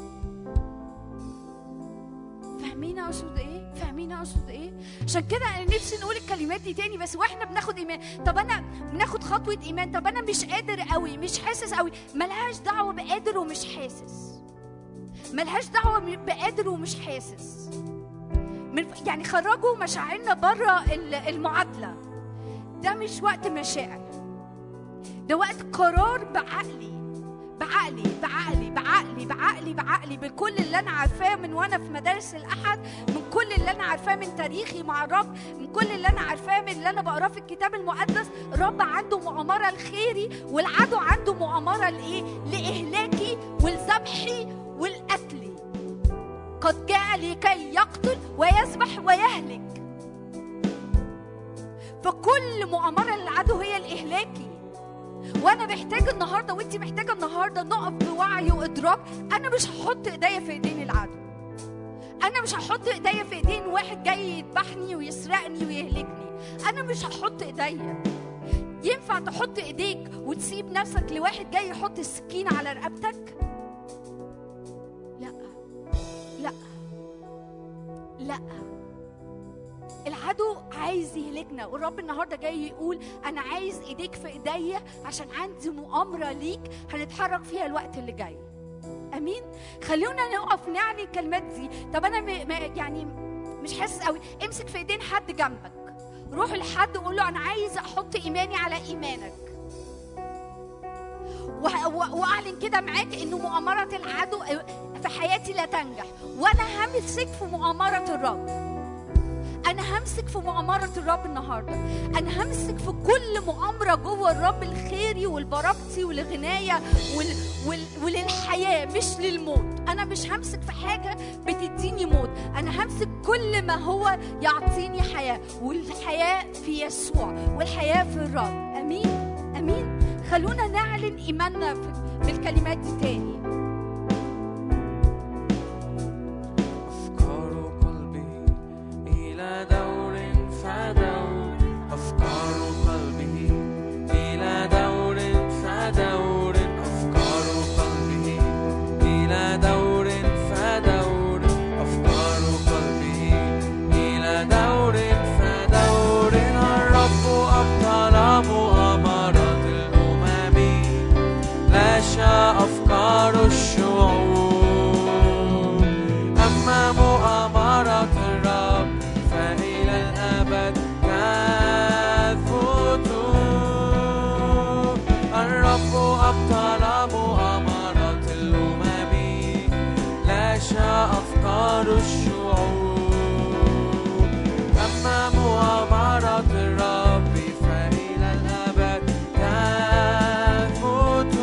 فاهمين اقصد ايه؟ فاهمين اقصد ايه؟ عشان كده انا نفسي نقول الكلمات دي تاني، بس واحنا بناخد ايمان. طب انا بناخد خطوه ايمان، طب انا مش قادر قوي، مش حاسس قوي. ملهاش دعوه بقادر ومش حاسس، ملهاش دعوه بقادر ومش حاسس. من يعني خرجوا مشاعرنا بره المعادله. ده مش وقت مشاعر، ده وقت قرار بعقلي بعقلي بعقلي بعقلي بعقلي بعقلي بكل اللي انا عارفاه من وانا في مدارس الاحد، من كل اللي انا عارفاه من تاريخي مع الرب، من كل اللي انا عارفاه من اللي انا بقراه في الكتاب المقدس. الرب عنده مؤامره لخيري، والعدو عنده مؤامره لايه؟ لاهلاكي والذبحي والقتل. قد جاء لكي يقتل ويذبح ويهلك. فكل مؤامره للعدو هي الاهلاكي. وانا محتاج النهارده، وانتي محتاجه النهارده، نقف بوعي وادراك. انا مش هحط ايديا في ايدين العدو، انا مش هحط ايديا في ايدين واحد جاي يذبحني ويسرقني ويهلكني. انا مش هحط ايديا. ينفع تحط ايديك وتسيب نفسك لواحد جاي يحط السكين على رقبتك؟ لا لا لا. العدو عايز يهلكنا، والرب النهارده جاي يقول انا عايز ايديك في ايديا، عشان عندي مؤامره ليك هنتحرك فيها الوقت اللي جاي. امين. خلونا نقف نعني الكلمات دي. طب انا م... يعني مش حاسس قوي. امسك في ايدين حد جنبك، روح لحد وقول له انا عايز احط ايماني على ايمانك، واعلن كده معاك انه مؤامره العدو في حياتي لا تنجح، وانا همسك في مؤامره الرب. أنا همسك في مؤامرة الرب النهاردة. أنا همسك في كل مؤامرة جوه الرب الخيري والبركتي والغناية وال... وال... وللحياة مش للموت. أنا مش همسك في حاجة بتديني موت، أنا همسك كل ما هو يعطيني حياة، والحياة في يسوع والحياة في الرب. أمين أمين. خلونا نعلن إيماننا في... بالكلمات دي تاني. دور فدور أفكار قلبه، إلى دور فدور أفكار قلبه، إلى دور فدور أفكار قلبه، إلى دور فدور. الرب أبطل مؤامرات الأمم، لاشى أفكار الشعوب. أما مؤامرة الرب فإلى الأبد تثبت. الرب أبطل مؤامرات الأمم، لاشى أفكار الشعوب. أما مؤامرة الرب فإلى الأبد تثبت.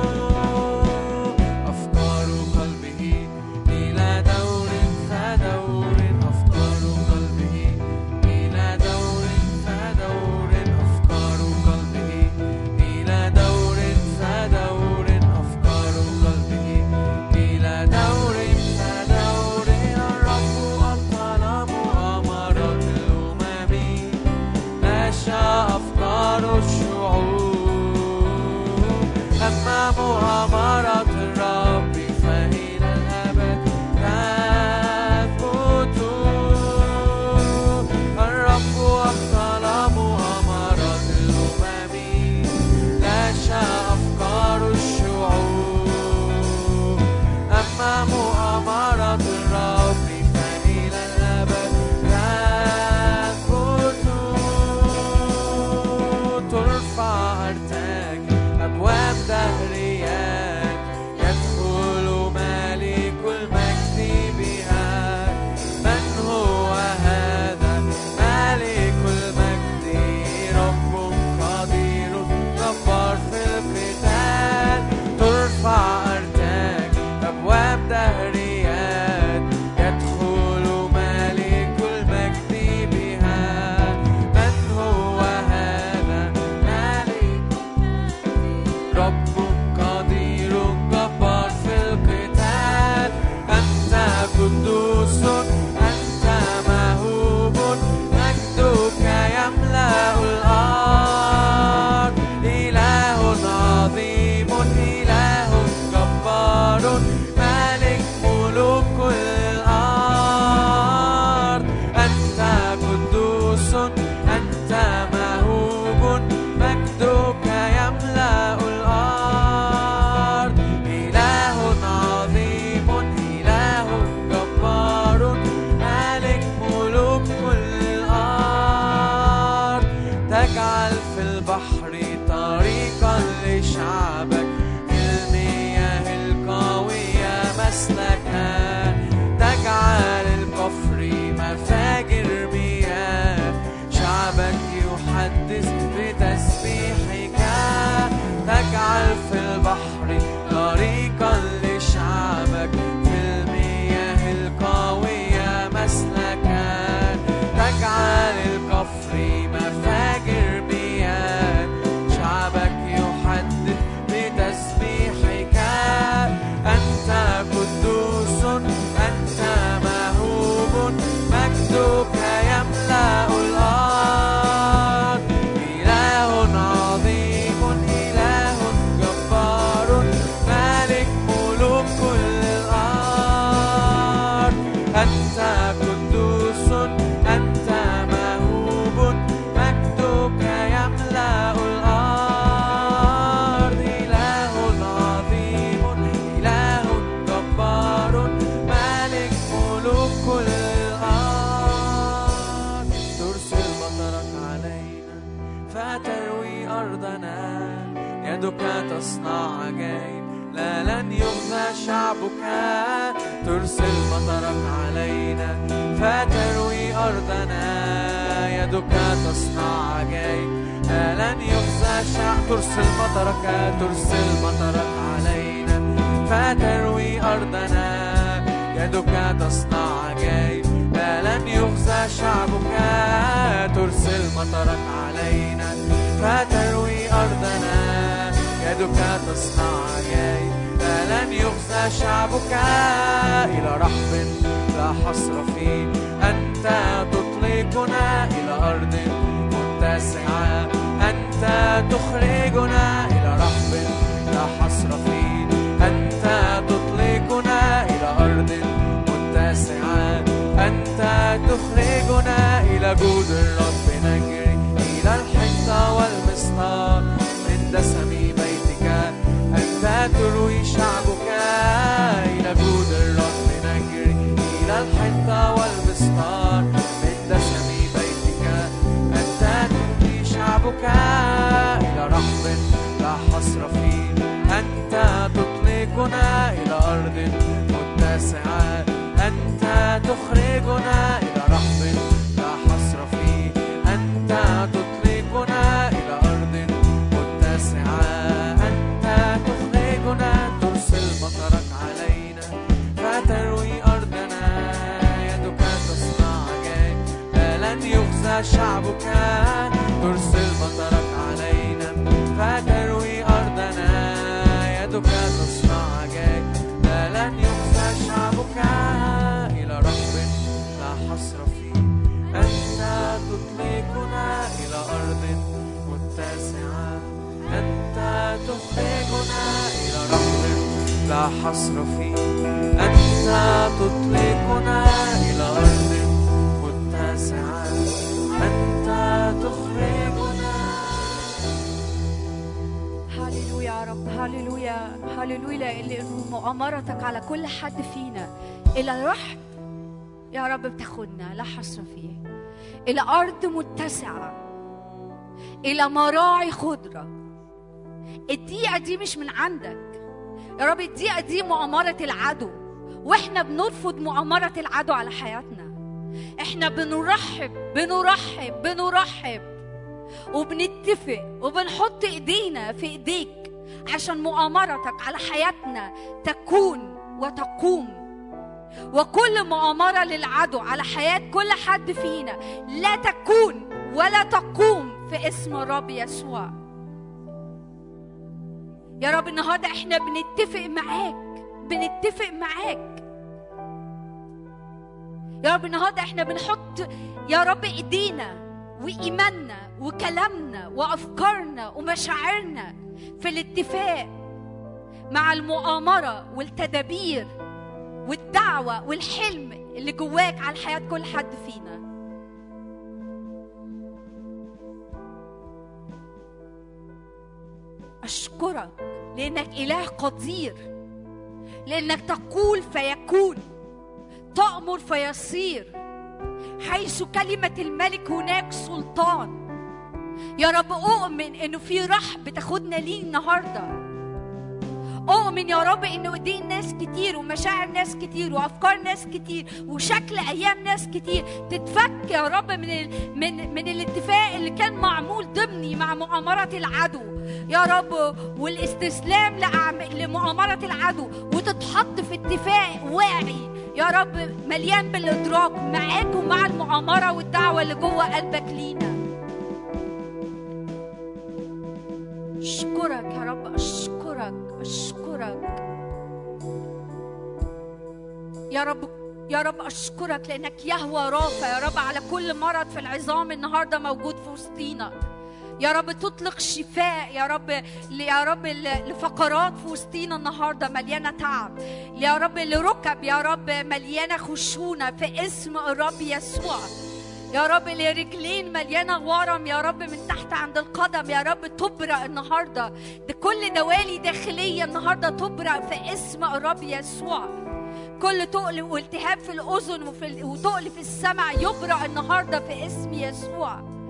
أفكار قلبه إلى دور فدور أفكار قلبه، إلى دور فدور أفكار قلبه، إلى دور فدور أفكار قلبه، إلى دور فدور. الرب أنت قدوس أنت مهوب مجدك يملأ الأرض إله عظيم إله جبار مالك ملوك كل الأرض ترسل مطرك علينا فتروي أرضنا يدك تصنع عجائب لا لن يخزى شعبك ترسل مطرك علينا فتروي أرضنا يدك تصنع عجائب لا لن يخزى شعب ترسل مطرك ترسل مطرك علينا فتروي أرضنا يدك تصنع عجائب لا لن يخزى شعبك ترسل مطرك علينا فتروي أرضنا يدك تصنع عجائب لا لن يخزى شعبك إلى رحب لا حصر فيه أنت تطلقنا إلى أرض متسعة أنت تخرجنا إلى رحب لا حصر فيه أنت تطلقنا إلى أرض متسعة أنت تخرجنا إلى جود الرب نجري إلى الحنطة والمسطار من دسم بيتك أنت تروي شعبك إلى جود الرب نجري إلى الحنطة والمسطار من دسم بيتك أنت تروي شعبك إلى رحب لا حصر فيه أنت تطلقنا إلى أرض متسعة أنت تخرجنا إلى رحب لا حصر فيه أنت تطلقنا إلى أرض متسعة أنت تخرجنا ترسل مطرك علينا فتروي أرضنا يدك تصنع عجائب لا لن يخزى شعبك ترسل مطرك علينا فتروي أرضنا يدك تصنع عجائب لا لن يخزى شعبك إلى رحب لا حصر فيه أنت تطلقنا إلى أرض متسعة أنت تخرجنا إلى رحب لا حصر فيه أنت تطلقنا إلى أرض متسعة أنت تخرجنا. هللويا يا رب، هللويا هللويا، لأن مؤامرتك على كل حد فينا إلى رحب يا رب بتاخدنا لا حصر فيه، إلى أرض متسعة، إلى مراعي خضرة. الدقيقة دي مش من عندك يا رب، الدقيقة دي مؤامرة العدو، وإحنا بنرفض مؤامرة العدو على حياتنا. إحنا بنرحب بنرحب بنرحب وبنتفق وبنحط إيدينا في إيديك عشان مؤامرتك على حياتنا تكون وتقوم. وكل مؤامرة للعدو على حياة كل حد فينا لا تكون ولا تقوم في اسم الرب يسوع. يا رب النهاردة احنا بنتفق معاك بنتفق معاك يا رب النهاردة احنا بنحط يا رب ايدينا وإيماننا وكلامنا وأفكارنا ومشاعرنا في الاتفاق مع المؤامرة والتدابير والدعوة والحلم اللي جواك على حياة كل حد فينا. أشكرك لأنك إله قدير، لأنك تقول فيكون، تأمر فيصير، حيث كلمة الملك هناك سلطان. يا رب أؤمن إنه في رحب تاخدنا ليه النهاردة. أؤمن يا رب إنه إيدين ناس كتير ومشاعر ناس كتير وأفكار ناس كتير وشكل أيام ناس كتير تتفك يا رب من ال... من من الاتفاق اللي كان معمول ضمني مع مؤامرة العدو يا رب، والاستسلام لأعم... لمؤامرة العدو، وتتحط في اتفاق واعي يا رب مليان بالإدراك معاك ومع المؤامرة والدعوة اللي جوه قلبك لينا. أشكرك يا رب، أشكرك أشكرك يا رب يا رب أشكرك لأنك يهوى رافع يا رب على كل مرض في العظام النهاردة موجود في وسطينا. يا رب تطلق شفاء يا رب، يا رب لفقرات في وسطينا النهارده مليانه تعب، يا رب لركب يا رب مليانه خشونه في اسم الرب يسوع، يا رب لرجلين مليانه ورم يا رب من تحت عند القدم يا رب تبرأ النهارده، ده كل دوالي داخليه النهارده تبرأ في اسم الرب يسوع، كل تقل والتهاب في الاذن وفي وتقل في السمع يبرأ النهارده في اسم يسوع.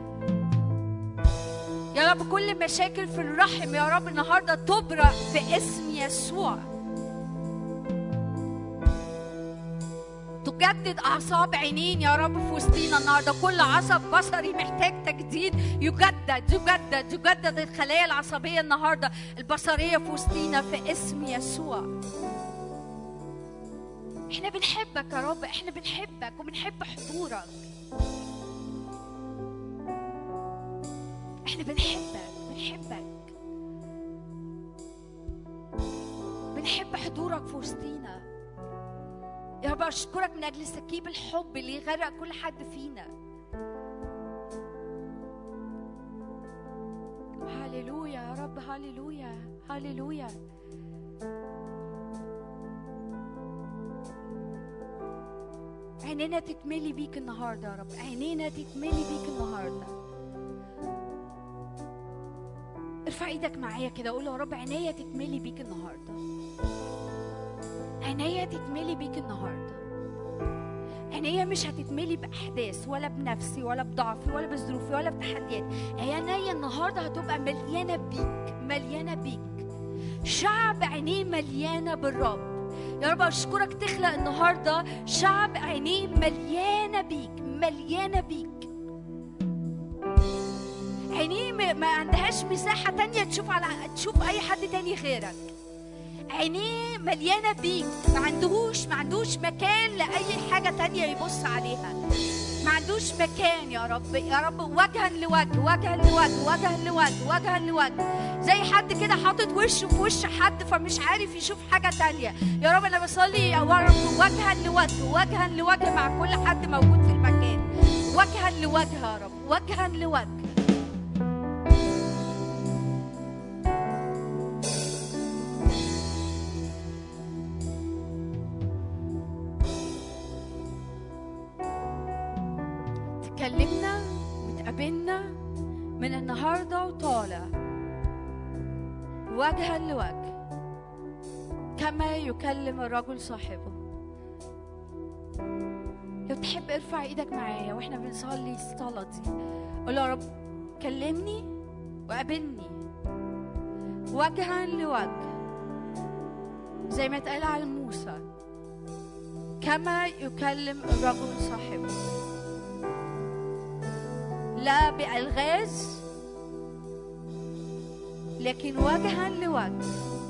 يا رب كل مشاكل في الرحم يا رب النهارده تبرأ في اسم يسوع. تجدد أعصاب عينين يا رب في وسطينا النهارده، كل عصب بصري محتاج تجديد يجدد يجدد يجدد الخلايا العصبية النهارده البصرية في وسطينا في اسم يسوع. احنا بنحبك يا رب، احنا بنحبك وبنحب حضورك، احنا بنحبك بنحبك بنحب حضورك في وسطينا يا رب. اشكرك من اجل سكيب الحب اللي يغرق كل حد فينا. هاليلويا يا رب، هاليلويا هاليلويا. عينينا تتملي بيك النهارده يا رب، عينينا تتملي بيك النهارده. ارفع ايدك معايا كده وقول يا رب عينيا تتملي بيك النهارده، عينيا تتملي بيك النهارده. عينيا مش هتتملي باحداث ولا بنفسي ولا بضعفي ولا بظروفي ولا بتحدياتي، عينيا النهارده هتبقى مليانه بيك، مليانه بيك. شعب عينيه مليانه بالرب يا رب. اشكرك تخلق النهارده شعب عينيه مليانه بيك، مليانه بيك. عينيه ما عندهاش مساحه تانية تشوف على تشوف اي حد تاني غيرك. عينيه مليانه بيك، ما عندهوش ما عندوش مكان لاي حاجه تانية يبص عليها، ما عندوش مكان يا رب. يا رب وجها لوجه، وجها لوجه، وجها لوجه، وجها لوجه، زي حد كده حاطط وشه في وش حد فمش عارف يشوف حاجه تانية. يا رب انا بصلي يا رب وجها لوجه، وجها لوجه مع كل حد موجود في المكان، وجها لوجه يا رب، وجها لوجه. تكلمنا وتقابلنا من النهارده وطالع وجها لوجه كما يكلم الرجل صاحبه. لو تحب ارفع ايدك معايا واحنا بنصلي الصلاه دي، قول يا رب كلمني وقابلني وجها لوجه زي ما اتقال على موسى، كما يكلم الرجل صاحبه، لا بألغاز لكن وجها لوجه.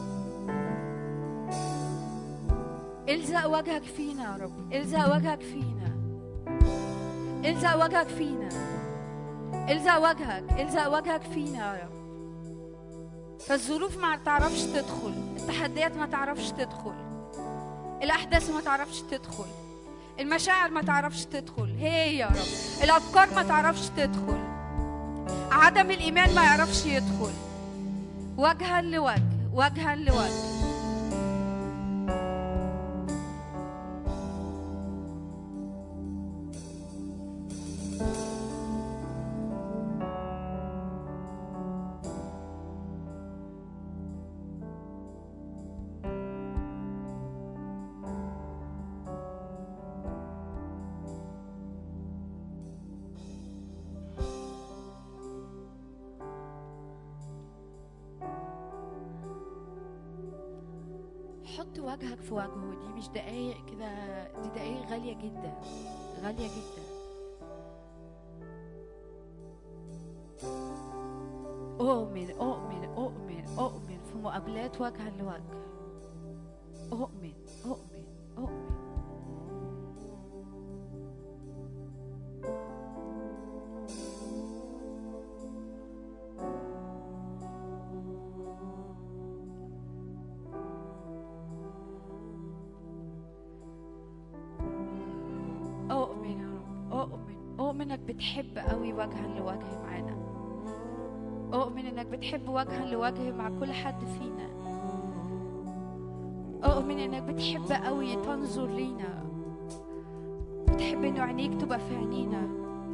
الزق وجهك فينا يا رب، الزق وجهك فينا، الزق وجهك فينا، الزق وجهك، الزق وجهك فينا يا رب. فالظروف ما تعرفش تدخل، التحديات ما تعرفش تدخل، الأحداث ما تعرفش تدخل، المشاعر ما تعرفش تدخل، هي يا رب الأفكار ما تعرفش تدخل، عدم الإيمان ما يعرفش يدخل. وجها لوجه، وجها لوجه. حط وجهك في وجهه، دي مش دقايق كده، دي دقايق غالية جدا، غالية جدا. أؤمن أؤمن أؤمن أؤمن في مقابلات وجها لوجه. أؤمن أؤمن أؤمن. أؤمن يا رب، أؤمن أؤمنك بتحب قوي وجها لوجه معانا. أؤمن إنك بتحب وجها لوجه مع كل حد فينا. أؤمن إنك بتحب قوي تنظر لينا، بتحب إنه عينيك تبقى في عينينا.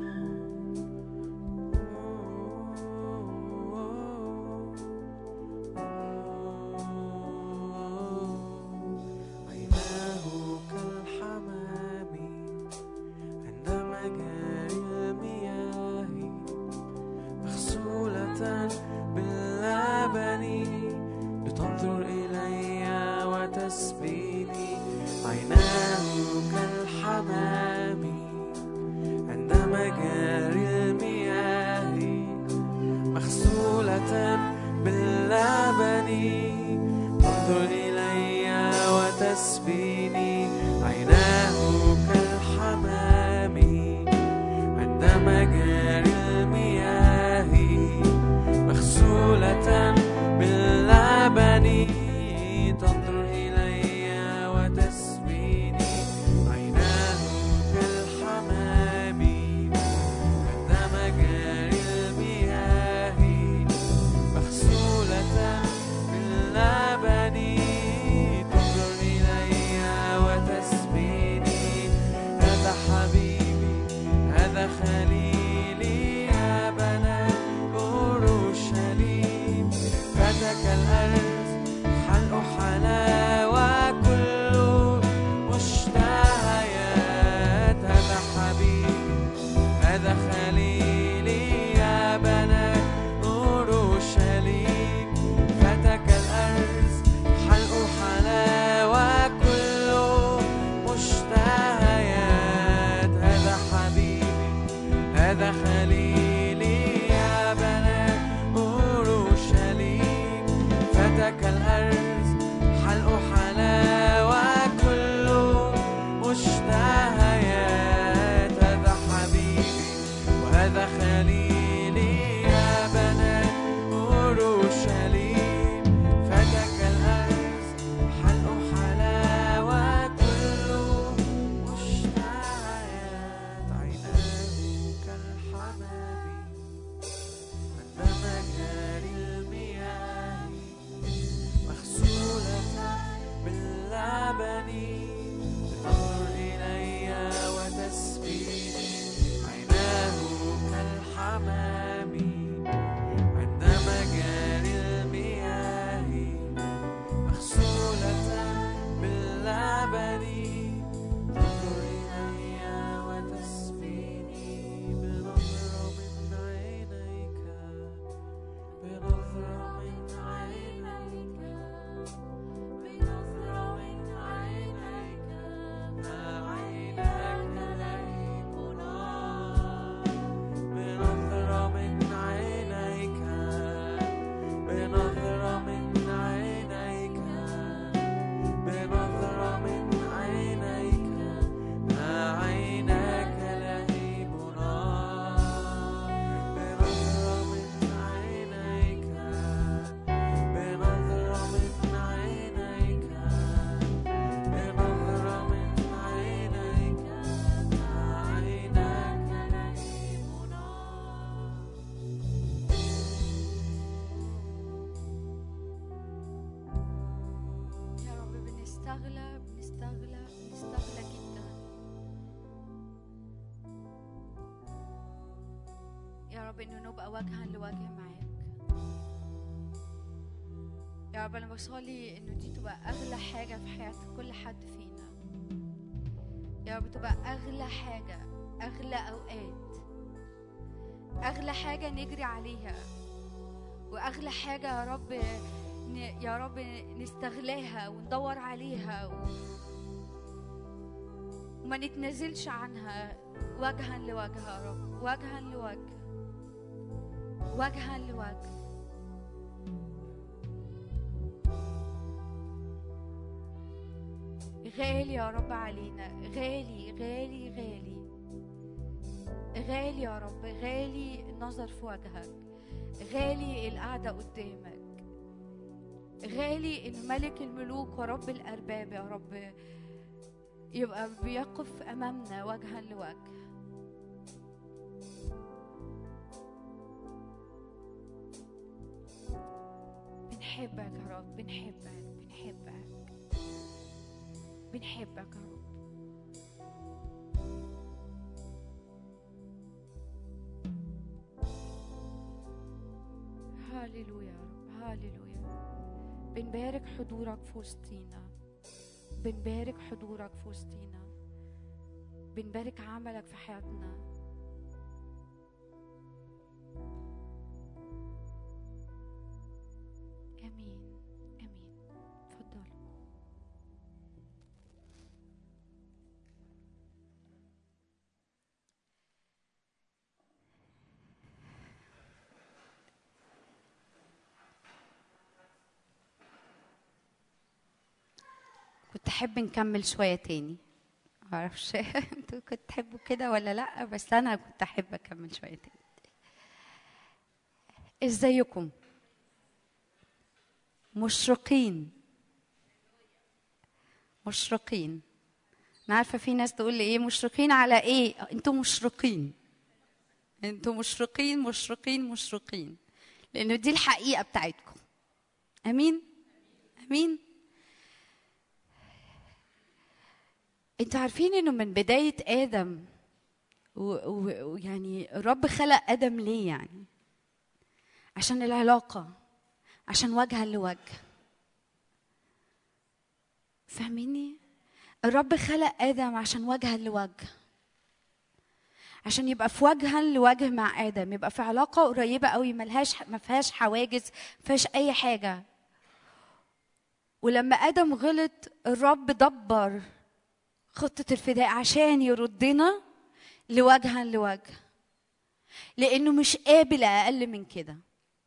إنه نبقى وجها لوجه معاك يا رب. أنا بصلي إنه دي تبقى أغلى حاجة في حياة كل حد فينا يا رب، تبقى أغلى حاجة، أغلى أوقات، أغلى حاجة نجري عليها، وأغلى حاجة يا رب يا رب نستغلاها وندور عليها وما نتنازلش عنها، وجها لوجه يا رب، وجها لوجه، وجها لوجه. غالي يا رب علينا، غالي غالي غالي غالي يا رب، غالي النظر في وجهك، غالي القعدة قدامك، غالي إن ملك الملوك ورب الأرباب يا رب يبقى بيقف أمامنا وجها لوجه. بنحبك يا رب، بنحبك بنحبك بنحبك يا رب. هاليلويا يا رب، هاليلويا. بنبارك حضورك في وسطينا، بنبارك حضورك في وسطينا، بنبارك عملك في حياتنا. امين امين. اتفضل. كنت احب نكمل شويه تاني، معرفش انتوا كنتوا تحبوا كده ولا لا، بس انا كنت احب اكمل شويه تاني. ازيكم؟ مشرقين مشرقين. انا عارفه في ناس تقول لي ايه مشرقين على ايه؟ انتوا مشرقين، انتوا مشرقين مشرقين مشرقين، لانه دي الحقيقه بتاعتكم. امين امين. انتوا عارفين انه من بدايه ادم ويعني الرب خلق ادم ليه؟ يعني عشان العلاقه، عشان وجها لوجه. فاهميني؟ الرب خلق ادم عشان وجها لوجه، عشان يبقى في وجها لوجه مع ادم، يبقى في علاقه قريبه قوي، ملهاش ما فيهاش حواجز، ما فيهاش اي حاجه. ولما ادم غلط الرب دبر خطه الفداء عشان يردنا لوجها لوجه، لانه مش قابل اقل من كده.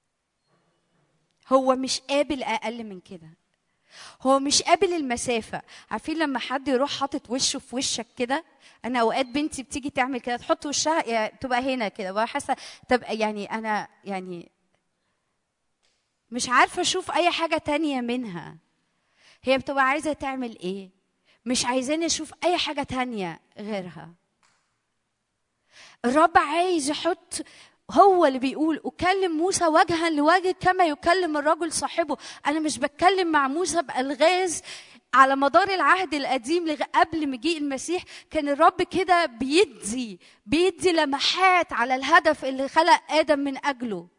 هو مش قابل اقل من كده، هو مش قابل المسافه. عارفين لما حد يروح حاطط وشه في وشك كده؟ انا اوقات بنتي بتيجي تعمل كده، تحط وشها يعني تبقى هنا كده، بقى حاسه طب يعني انا يعني مش عارفه اشوف اي حاجه تانية منها. هي بتبقى عايزه تعمل ايه؟ مش عايزاني اشوف اي حاجه تانية غيرها. الرب عايز يحط، هو اللي بيقول أكلم موسى وجها لوجه كما يكلم الرجل صاحبه. أنا مش بتكلم مع موسى بألغاز. على مدار العهد القديم قبل مجيء المسيح كان الرب كده بيدي بيدي لمحات على الهدف اللي خلق آدم من أجله.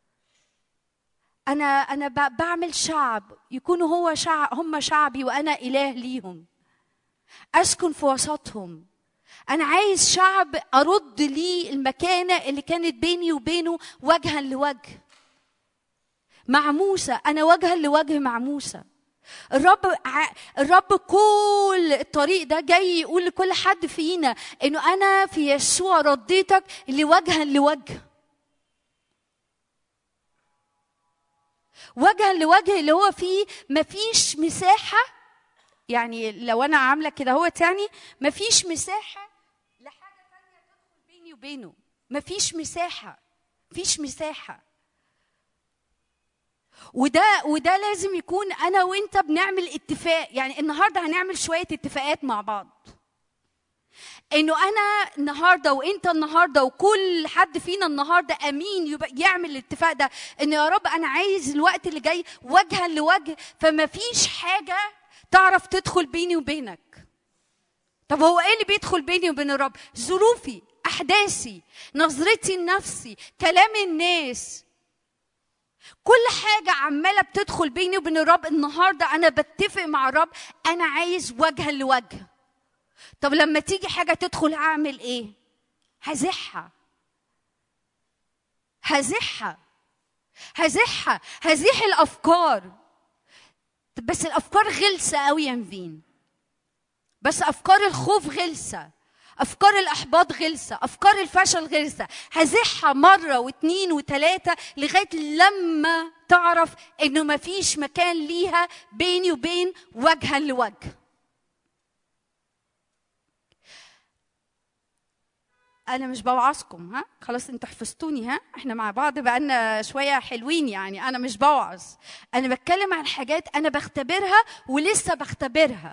أنا أنا بعمل شعب يكونوا هو شعب، هم شعبي وأنا إله ليهم، أسكن في وسطهم. أنا عايز شعب أرد ليه المكانة اللي كانت بيني وبينه وجها لوجه. مع موسى أنا وجها لوجه مع موسى. الرب الرب كل الطريق ده جاي يقول لكل حد فينا إنه أنا في يسوع رديتك لوجها لوجه. وجها لوجه اللي هو فيه مفيش مساحة، يعني لو أنا عاملة كده هو تاني مفيش مساحة لحاجة تانية تدخل بيني وبينه. مفيش مساحة، مفيش مساحة. وده وده لازم يكون أنا وإنت بنعمل اتفاق. يعني النهاردة هنعمل شوية اتفاقات مع بعض، إنه أنا النهاردة وإنت النهاردة وكل حد فينا النهاردة أمين يبقى يعمل الاتفاق ده، إنه يا رب أنا عايز الوقت اللي جاي وجها لوجه، فما فيش حاجة تعرف تدخل بيني وبينك. طب هو ايه اللي بيدخل بيني وبين الرب؟ ظروفي، احداثي، نظرتي لنفسي، كلام الناس، كل حاجة عمالة بتدخل بيني وبين الرب. النهاردة انا بتفق مع الرب انا عايز وجها لوجه. طب لما تيجي حاجة تدخل هعمل ايه؟ هزحها هزحها هزحها هزيح الافكار. بس الافكار غلسه قوي يا نفين، بس افكار الخوف غلسه، افكار الاحباط غلسه، افكار الفشل غلسه. هزحها مره واثنين وثلاثه لغايه لما تعرف انه ما فيش مكان ليها بيني وبين وجها لوجه. انا مش بوعظكم، ها خلاص انتوا حفظتوني، ها احنا مع بعض بقالنا شويه حلوين. يعني انا مش بوعظ، انا بتكلم عن حاجات انا بختبرها ولسه بختبرها.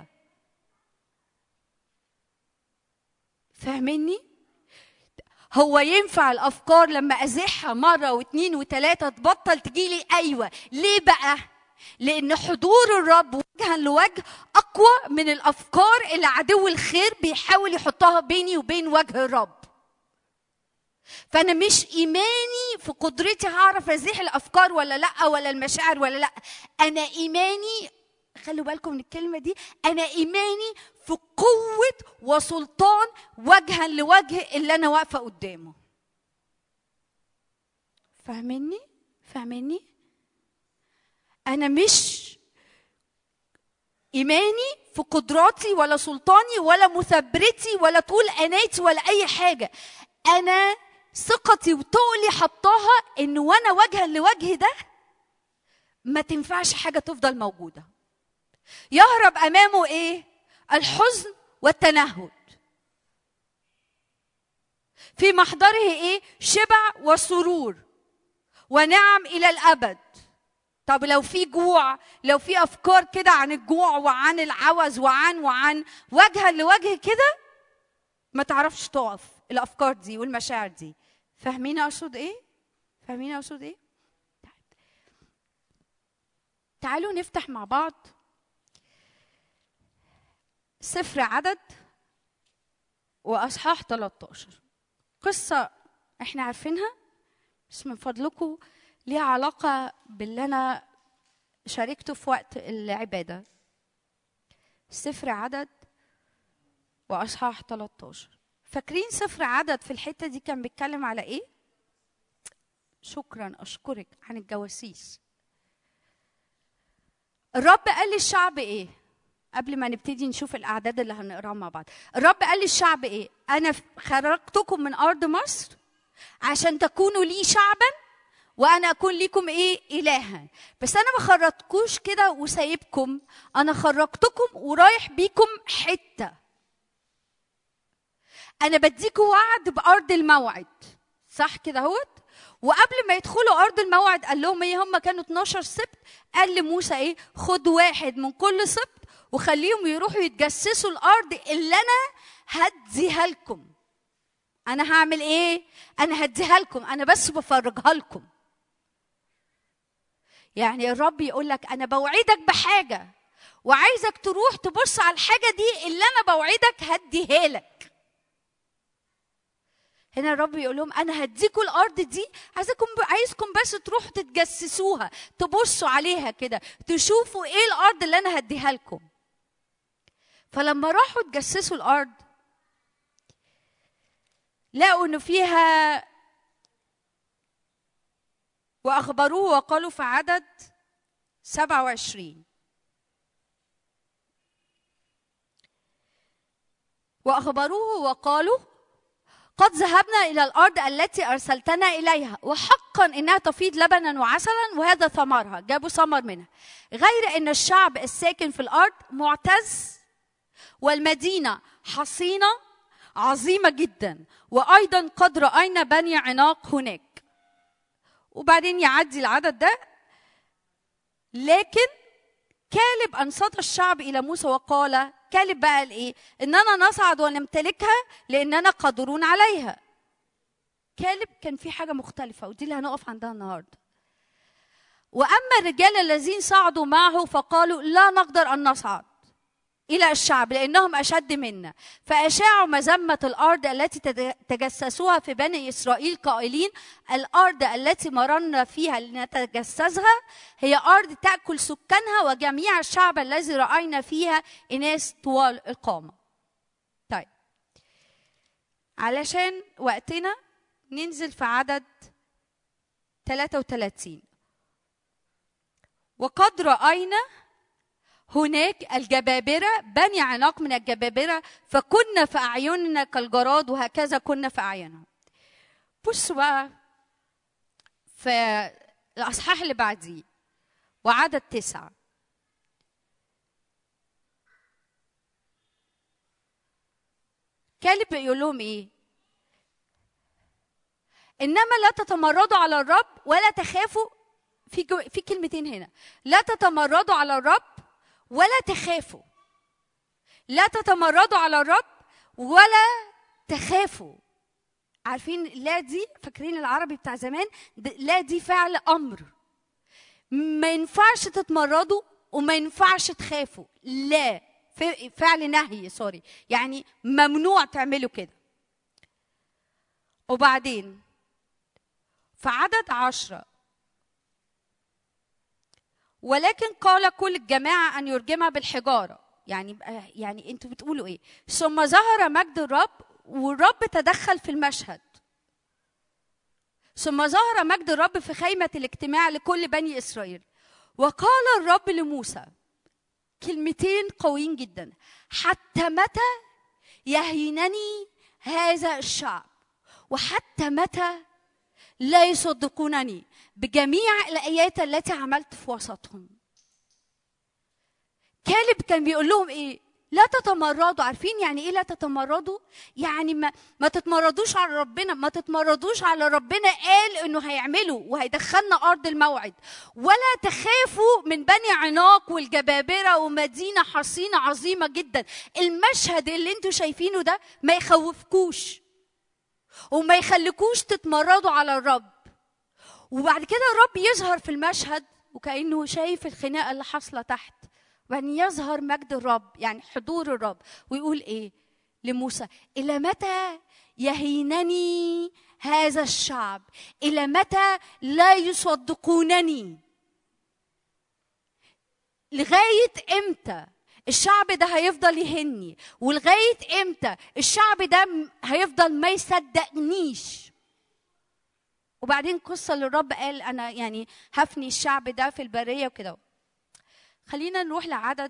فاهميني؟ هو ينفع الافكار لما ازحها مره واثنين وثلاثه تبطل تجيلي؟ ايوه. ليه بقى؟ لأن حضور الرب وجها لوجه أقوى من الأفكار اللي عدو الخير بيحاول يحطها بيني وبين وجه الرب. فأنا مش إيماني في قدرتي هعرف أزيح الأفكار ولا لأ، ولا المشاعر ولا لأ. أنا إيماني، خلوا بالكم من الكلمة دي، أنا إيماني في قوة وسلطان وجها لوجه اللي أنا واقفة قدامه. فاهميني؟ فاهميني؟ أنا مش إيماني في قدراتي ولا سلطاني ولا مثبرتي ولا طول أناتي ولا أي حاجة. أنا ثقتي وتقلي حطاها إن وأنا وجها لوجه ده ما تنفعش حاجة تفضل موجودة. يهرب أمامه إيه؟ الحزن والتنهد. في محضره إيه؟ شبع وسرور ونعم إلى الأبد. طب لو في جوع، لو في أفكار كده عن الجوع وعن العوز وعن وعن وجها لوجه كده، ما تعرفش تقف الأفكار دي والمشاعر دي. فاهمين أقصد إيه؟ فاهمين أقصد إيه؟ تعالوا نفتح مع بعض سفر عدد وأصحاح ثلاثة عشر. قصة احنا عارفينها بس من فضلكم ليها علاقة باللي أنا شاركته في وقت العبادة. سفر عدد وأصحاح ثلاثة عشر. فاكرين سفر عدد في الحتة دي كان بيتكلم على إيه؟ شكرا أشكرك. عن الجواسيس. الرب قال للشعب إيه؟ قبل ما نبتدي نشوف الأعداد اللي هنقراها مع بعض. الرب قال للشعب إيه؟ أنا خرجتكم من أرض مصر عشان تكونوا لي شعبا وأنا أكون لكم إيه؟ إلها. بس أنا ما خرجتكوش كده وسايبكم، أنا خرجتكم ورايح بيكم حتة. أنا بديكوا وعد بأرض الموعد، صح كده هوت؟ وقبل ما يدخلوا أرض الموعد قال لهم إيه؟ هم كانوا اتناشر سبت. قال لموسى إيه؟ خد واحد من كل سبت وخليهم يروحوا يتجسسوا الأرض اللي أنا هديها لكم. أنا هعمل إيه؟ أنا هديها لكم، أنا بس بفرجها لكم. يعني الرب يقول لك أنا بوعدك بحاجة وعايزك تروح تبص على الحاجة دي اللي أنا بوعدك هديها لك. هنا الرب يقول لهم أنا هديكوا الأرض دي، عايزكم عايزكم بس تروحوا تتجسسوها، تبصوا عليها كده، تشوفوا إيه الأرض اللي أنا هديها لكم. فلما راحوا تجسسوا الأرض لقوا إنه فيها، وأخبروه وقالوا في عدد سبعة وعشرين، وأخبروه وقالوا قد ذهبنا إلى الأرض التي أرسلتنا إليها وحقا إنها تفيض لبنا وعسلا وهذا ثمرها. جابوا ثمر منها، غير أن الشعب الساكن في الأرض معتز والمدينة حصينة عظيمة جدا، وأيضا قد رأينا بني عناق هناك. وبعدين يعدي العدد ده، لكن كالب أنصت الشعب إلى موسى وقال، كالب بقى الإيه؟ إننا نصعد ونمتلكها لأننا قادرون عليها. كالب كان في حاجة مختلفة ودي اللي هنقف عندها النهاردة. وأما الرجال الذين صعدوا معه فقالوا لا نقدر أن نصعد إلى الشعب لأنهم أشد منا، فأشاعوا مذمة الأرض التي تجسسوها في بني إسرائيل قائلين الأرض التي مررنا فيها لنتجسسها هي أرض تأكل سكانها وجميع الشعب الذي رأينا فيها إناس طوال القامة. طيب علشان وقتنا ننزل في عدد ثلاثة وثلاثين. وقد رأينا هناك الجبابرة بني عناق من الجبابرة فكنا في أعيننا كالجراد وهكذا كنا في أعينهم. بصوا بقى في الأصحاح اللي بعديه وعدد تسعة. كالب يقول لهم إيه؟ إنما لا تتمردوا على الرب ولا تخافوا. في في كلمتين هنا، لا تتمردوا على الرب ولا تخافوا. لا تتمردوا على الرب ولا تخافوا. عارفين لا دي؟ فاكرين العربي بتاع زمان؟ لا دي فعل أمر. ما ينفعش تتمردوا وما ينفعش تخافوا، لا، فعل نهي سوري، يعني ممنوع تعملوا كده. وبعدين في عدد عشرة، ولكن قال كل الجماعة أن يرجمها بالحجارة. يعني يعني انتوا بتقولوا ايه؟ ثم ظهر مجد الرب والرب تدخل في المشهد. ثم ظهر مجد الرب في خيمة الاجتماع لكل بني إسرائيل، وقال الرب لموسى كلمتين قويين جدا: حتى متى يهينني هذا الشعب، وحتى متى لا يصدقونني بجميع الآيات التي عملت في وسطهم. كالب كان بيقول لهم ايه؟ لا تتمردوا. عارفين يعني ايه لا تتمردوا؟ يعني ما, ما تتمردوش على ربنا، ما تتمردوش على ربنا قال انه هيعمله وهيدخلنا ارض الموعد، ولا تخافوا من بني عناق والجبابرة ومدينة حصينة عظيمة جدا. المشهد اللي انتوا شايفينه ده ما يخوفكوش وما يخليكوش تتمردوا على الرب. وبعد كده الرب يظهر في المشهد وكأنه شايف الخناقة اللي حاصلة تحت، وبعدين يظهر مجد الرب، يعني حضور الرب، ويقول ايه لموسى؟ إلى متى يهينني هذا الشعب؟ إلى متى لا يصدقونني؟ لغاية امتى الشعب ده هيفضل يهني؟ ولغاية امتى الشعب ده هيفضل ما يصدقنيش؟ وبعدين قصة للرب قال أنا يعني هفني الشعب ده في البرية وكده. خلينا نروح لعدد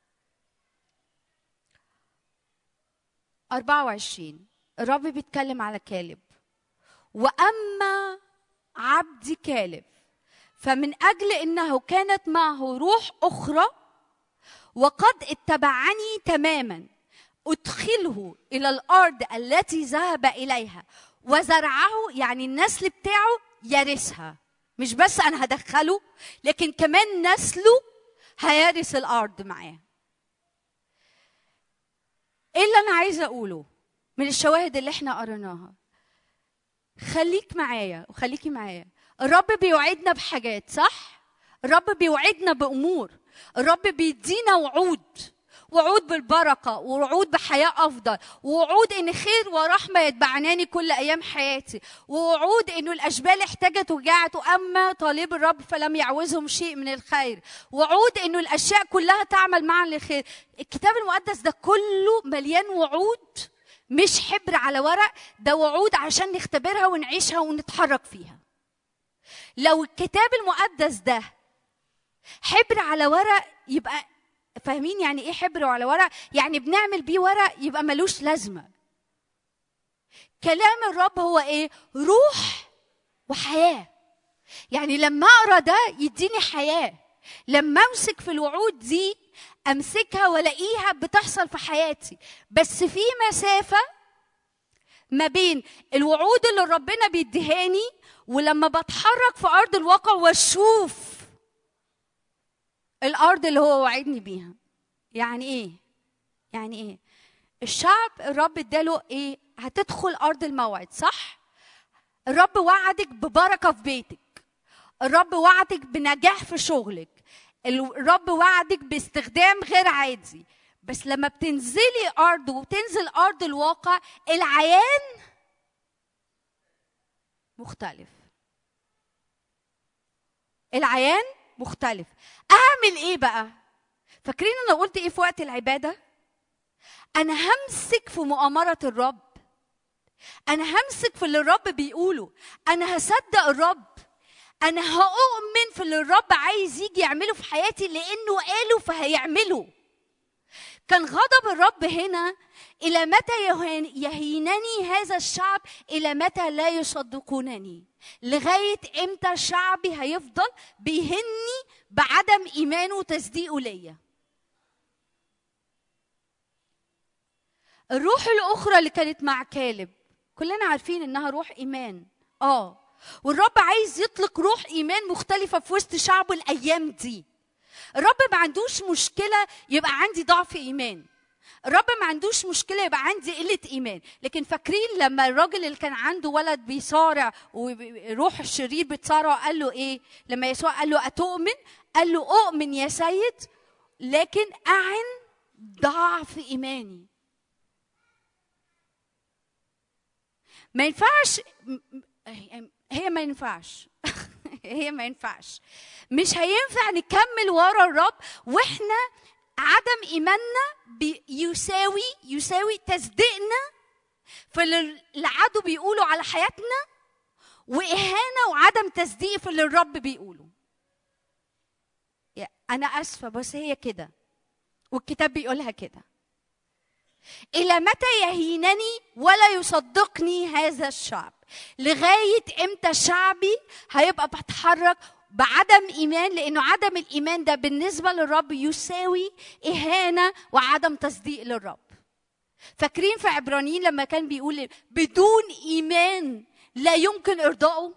أربعة وعشرين. الرب بيتكلم على كالب: وأما عبدي كالب فمن أجل إنه كانت معه روح أخرى وقد اتبعني تماما أدخله إلى الأرض التي ذهب إليها وزرعه، يعني النسل بتاعه يرثها. مش بس أنا هدخله، لكن كمان نسله هيرث الأرض معاه. إيه اللي أنا عايزة أقوله من الشواهد اللي إحنا قريناها؟ خليك معايا وخليكي معايا. الرب بيوعدنا بحاجات، صح؟ الرب بيوعدنا بأمور، الرب بيدينا وعود، وعود بالبركة، ووعود بحياة أفضل، ووعود إن خير ورحمة يتبعناني كل أيام حياتي، ووعود إنه الأشبال احتاجت وجاعت وأما طالب الرب فلم يعوزهم شيء من الخير، وعود إنه الأشياء كلها تعمل معا للخير. الكتاب المقدس ده كله مليان وعود، مش حبر على ورق، ده وعود عشان نختبرها ونعيشها ونتحرك فيها. لو الكتاب المقدس ده حبر على ورق، يبقى فاهمين يعني ايه حبر على ورق؟ يعني بنعمل بيه ورق يبقى ملوش لازمه. كلام الرب هو ايه؟ روح وحياه. يعني لما اقرا ده يديني حياه، لما امسك في الوعود دي امسكها والاقيها بتحصل في حياتي. بس في مسافه ما بين الوعود اللي ربنا بيديهاني ولما بتحرك في ارض الواقع واشوف الارض اللي هو وعدني بيها. يعني ايه؟ يعني ايه؟ الشعب الرب اداله ايه؟ هتدخل ارض الموعد، صح؟ الرب وعدك ببركه في بيتك، الرب وعدك بنجاح في شغلك، الرب وعدك باستخدام غير عادي. بس لما بتنزلي ارض وتنزل ارض الواقع العيان مختلف. العيان مختلف. اعمل ايه بقى؟ فاكرين انا قلت ايه في وقت العباده؟ انا همسك في مؤامره الرب، انا همسك في اللي الرب بيقوله، انا هصدق الرب، انا هؤمن في اللي الرب عايز يجي يعمله في حياتي لانه قاله فهيعمله. كان غضب الرب هنا: الى متى يهينني هذا الشعب؟ الى متى لا يصدقونني؟ لغايه امتى شعبي هيفضل بيهني بعدم ايمانه وتصديقه ليا؟ الروح الاخرى اللي كانت مع كالب كلنا عارفين انها روح ايمان، اه والرب عايز يطلق روح ايمان مختلفه في وسط شعبه الايام دي. الرب ما عندوش مشكله يبقى عندي ضعف ايمان، الرب ما عندوش مشكله يبقى عندي قله ايمان، لكن فاكرين لما الراجل اللي كان عنده ولد بيصارع وروح الشرير بتصارع قال له ايه؟ لما يسوع قال له اتؤمن؟ قال له اؤمن يا سيد لكن اعن ضعف ايماني. ما ينفعش، هي ما ينفعش هي ما ينفعش مش هينفع نكمل ورا الرب واحنا عدم ايماننا بيساوي يساوي تصديقنا في اللي العدو بيقولوا على حياتنا، واهانه وعدم تصديق في اللي الرب بيقوله. انا اسفه بس هي كده، والكتاب بيقولها كده. الى متى يهينني ولا يصدقني هذا الشعب؟ لغايه امتى شعبي هيبقى بتحرك بعدم ايمان؟ لانه عدم الايمان ده بالنسبه للرب يساوي اهانه وعدم تصديق للرب. فاكرين في عبرانيين لما كان بيقول بدون ايمان لا يمكن ارضائه؟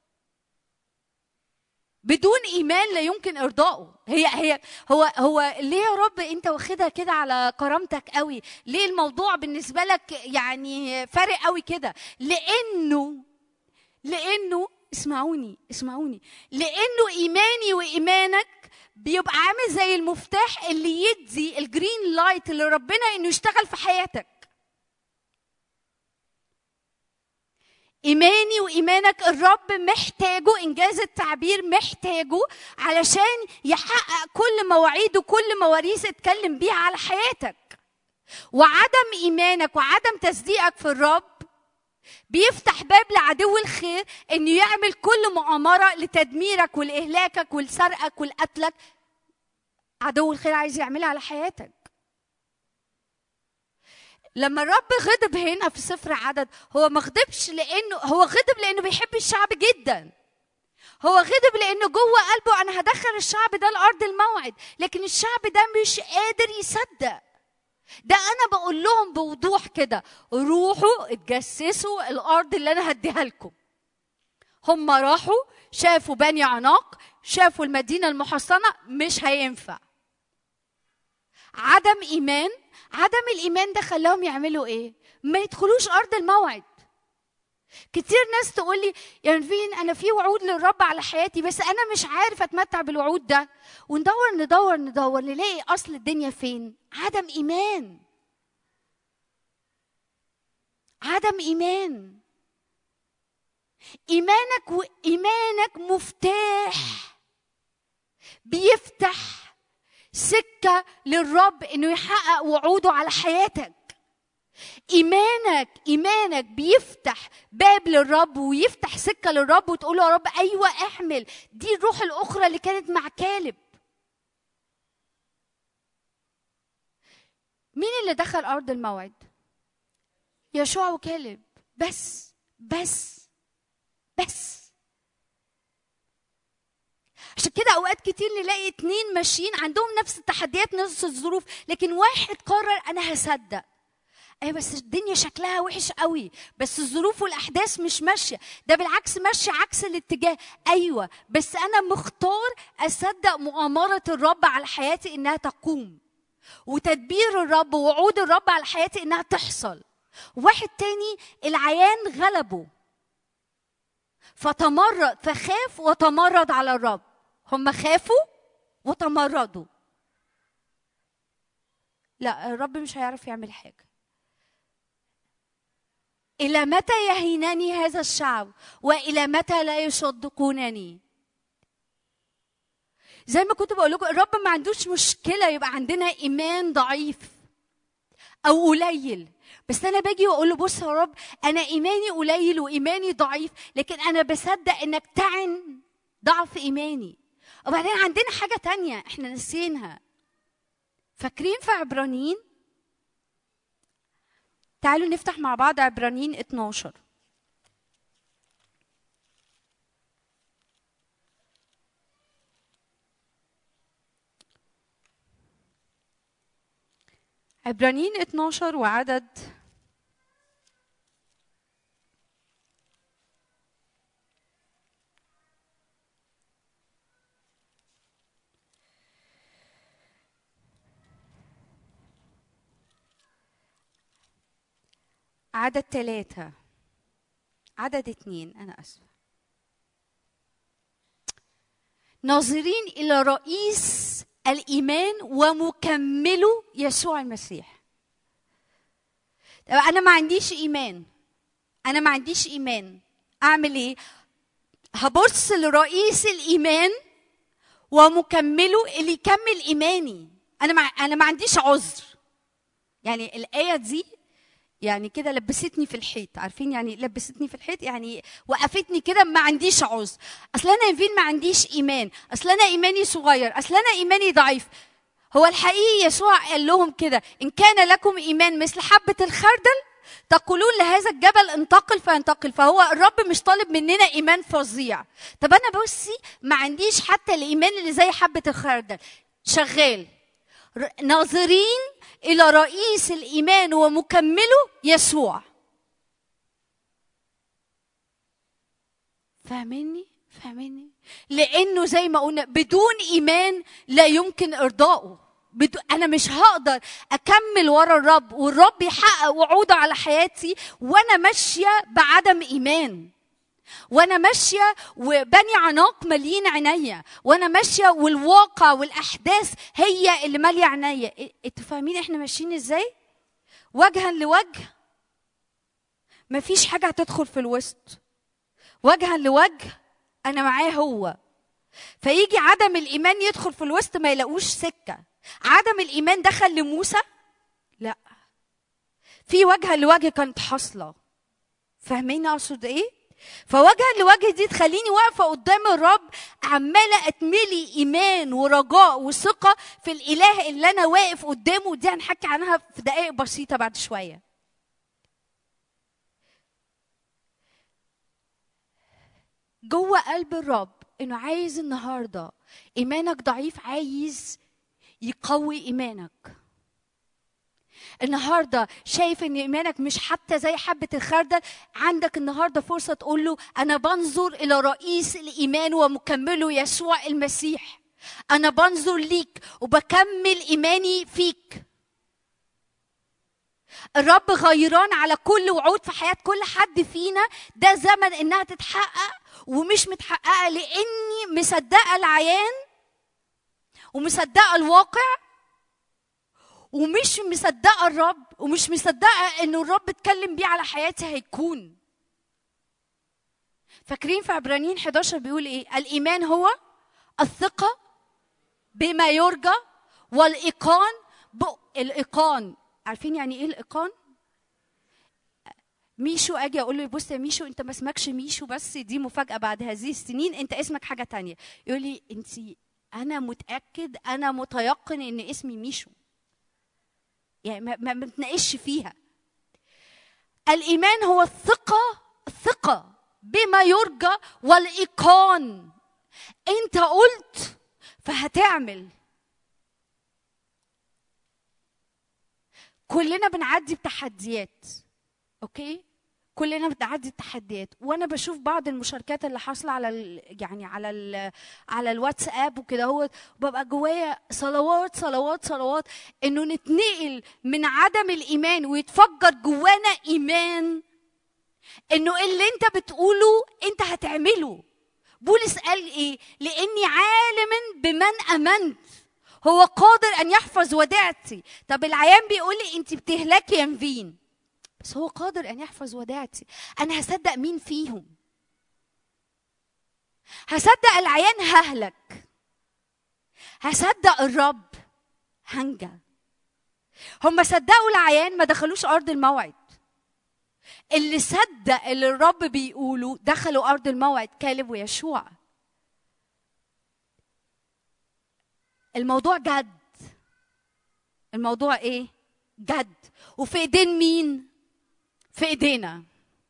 بدون ايمان لا يمكن ارضائه. هي هي هو هو ليه يا رب انت واخدها كده على كرامتك قوي؟ ليه الموضوع بالنسبه لك يعني فارق قوي كده؟ لانه لانه اسمعوني اسمعوني لانه ايماني وايمانك بيبقى عامل زي المفتاح اللي يدي الجرين لايت اللي ربنا انه يشتغل في حياتك. إيماني وإيمانك الرب محتاجه، إنجاز التعبير محتاجه علشان يحقق كل مواعيد وكل مواريث اتكلم بيها على حياتك. وعدم إيمانك وعدم تصديقك في الرب بيفتح باب لعدو الخير إنه يعمل كل مؤامرة لتدميرك ولإهلاكك ولسرقك ولقتلك. عدو الخير عايز يعملها على حياتك. لما الرب غضب هنا في سفر عدد، هو ما غضبش لانه هو غضب لانه بيحب الشعب جدا. هو غضب لانه جوه قلبه انا هدخل الشعب ده لارض الموعد، لكن الشعب ده مش قادر يصدق. ده انا بقول لهم بوضوح كده روحوا اتجسسوا الارض اللي انا هديها لكم. هم راحوا شافوا بني عناق، شافوا المدينه المحصنه، مش هينفع. عدم ايمان عدم الايمان ده خلاهم يعملوا ايه؟ ما يدخلوش ارض الموعد. كتير ناس تقول لي يا نفين انا في وعود للرب على حياتي بس انا مش عارف اتمتع بالوعود ده، وندور ندور ندور نلاقي اصل الدنيا فين؟ عدم ايمان. عدم ايمان. ايمانك وايمانك مفتاح بيفتح سكة للرب انه يحقق وعوده على حياتك. ايمانك ايمانك بيفتح باب للرب ويفتح سكة للرب وتقول له يا رب ايوه احمل. دي الروح الاخرى اللي كانت مع كالب. مين اللي دخل ارض الموعد؟ يشوع وكالب. بس بس بس عشان كده اوقات كتير نلاقي اتنين ماشيين عندهم نفس التحديات نفس الظروف، لكن واحد قرر انا هصدق. ايه بس الدنيا شكلها وحش قوي، بس الظروف والاحداث مش ماشيه، ده بالعكس ماشيه عكس الاتجاه. ايوه بس انا مختار اصدق مؤامره الرب على حياتي انها تقوم، وتدبير الرب ووعود الرب على حياتي انها تحصل. واحد تاني العيان غلبه فتمرد، فخاف وتمرد على الرب. هم خافوا وتمردوا. لا الرب مش هيعرف يعمل حاجة. إلى متى يهينني هذا الشعب وإلى متى لا يصدقونني؟ زي ما كنت بقول لكم الرب ما عندوش مشكلة يبقى عندنا إيمان ضعيف أو قليل، بس أنا باجي وأقول له بص يا رب أنا إيماني قليل وإيماني ضعيف، لكن أنا بصدق إنك تعن ضعف إيماني. وبعدين عندنا حاجة تانية إحنا نسينها. فاكرين في عبرانيين؟ تعالوا نفتح مع بعض عبرانيين اتناشر. عبرانيين اتناشر وعدد عدد ثلاثة عدد اتنين أنا أسفة. ناظرين إلى رئيس الإيمان ومكمله يسوع المسيح. طب أنا ما عنديش إيمان، أنا ما عنديش إيمان، أعمل إيه؟ هبص لرئيس الإيمان ومكمله اللي يكمل إيماني. أنا ما أنا ما عنديش عذر. يعني الآية دي يعني كده لبستني في الحيط. عارفين يعني لبستني في الحيط؟ يعني وقفتني كده، ما عنديش عذر. اصل انا ينفين ما عنديش ايمان، اصل انا ايماني صغير، اصل انا ايماني ضعيف. هو الحقيقي يسوع قال لهم كده: ان كان لكم ايمان مثل حبة الخردل تقولون لهذا الجبل انتقل فينتقل. فهو الرب مش طالب مننا ايمان فظيع. طب انا بصي ما عنديش حتى الايمان اللي زي حبة الخردل، شغال. ناظرين إلى رئيس الإيمان ومكمله يسوع. فاهميني؟ فاهميني؟ لأنه زي ما قلنا بدون إيمان لا يمكن إرضائه. أنا مش هقدر أكمل ورا الرب والرب يحقق وعوده على حياتي وأنا ماشية بعدم إيمان، وانا ماشيه وبني عناق مالين عينيا، وانا ماشيه والواقع والاحداث هي اللي ماليه عينيا. انتوا فاهمين احنا ماشيين ازاي؟ وجها لوجه، مفيش حاجه هتدخل في الوسط. وجها لوجه انا معاه هو. فيجي عدم الايمان يدخل في الوسط ما يلاقوش سكه. عدم الايمان دخل لموسى، لا، في وجها لوجه كانت حاصله. فاهمين اقصد ايه؟ فوجها لوجه دي تخليني واقفه قدام الرب عماله اتملي ايمان ورجاء وثقه في الاله اللي انا واقف قدامه. دي هنحكي عنها في دقائق بسيطه بعد شويه. جوه قلب الرب انه عايز النهارده ايمانك ضعيف، عايز يقوي ايمانك. النهارده شايف ان ايمانك مش حتى زي حبه الخردل، عندك النهارده فرصه تقول له: انا بنظر الى رئيس الايمان ومكمله يسوع المسيح. انا بنظر ليك وبكمل ايماني فيك. الرب غيران على كل وعود في حياه كل حد فينا. ده زمن انها تتحقق ومش متحققه، لاني مصدقه العيان ومصدقه الواقع ومش مصدقه الرب، ومش مصدقه انه الرب اتكلم بيه على حياتي هيكون. فاكرين في عبرانيين حداشر بيقول ايه؟ الايمان هو الثقه بما يرجى والايقان بق الايقان. عارفين يعني ايه الايقان؟ ميشو اجي اقول له: بص يا ميشو، انت ما اسمكش ميشو، بس دي مفاجاه بعد هذه السنين، انت اسمك حاجه تانية. يقول لي: انت، انا متاكد، انا متيقن ان اسمي ميشو. يعني ما بنتناقش فيها. الايمان هو الثقه، الثقه بما يرجى والايقان. انت قلت فهتعمل. كلنا بنعدي بتحديات، اوكي؟ كلنا بنعدي التحديات. وانا بشوف بعض المشاركات اللي حاصله على ال يعني على ال على الواتساب وكده، هو ببقى جوايا صلوات صلوات صلوات انه نتنقل من عدم الايمان ويتفجر جوانا ايمان انه اللي انت بتقوله انت هتعمله. بولس قال ايه؟ لاني عالم بمن امنت هو قادر ان يحفظ وديعتي. طب العيان بيقول لي انت بتهلكي يا نفين، بس هو قادر ان يحفظ وديعتي. انا هصدق مين فيهم؟ هصدق العيان ههلك، هصدق الرب هنجى. هم صدقوا العيان ما دخلوش ارض الموعد. اللي صدق اللي الرب بيقوله دخلوا ارض الموعد، كالب ويشوع. الموضوع جد. الموضوع ايه؟ جد. وفي ايدين مين؟ في ايدينا.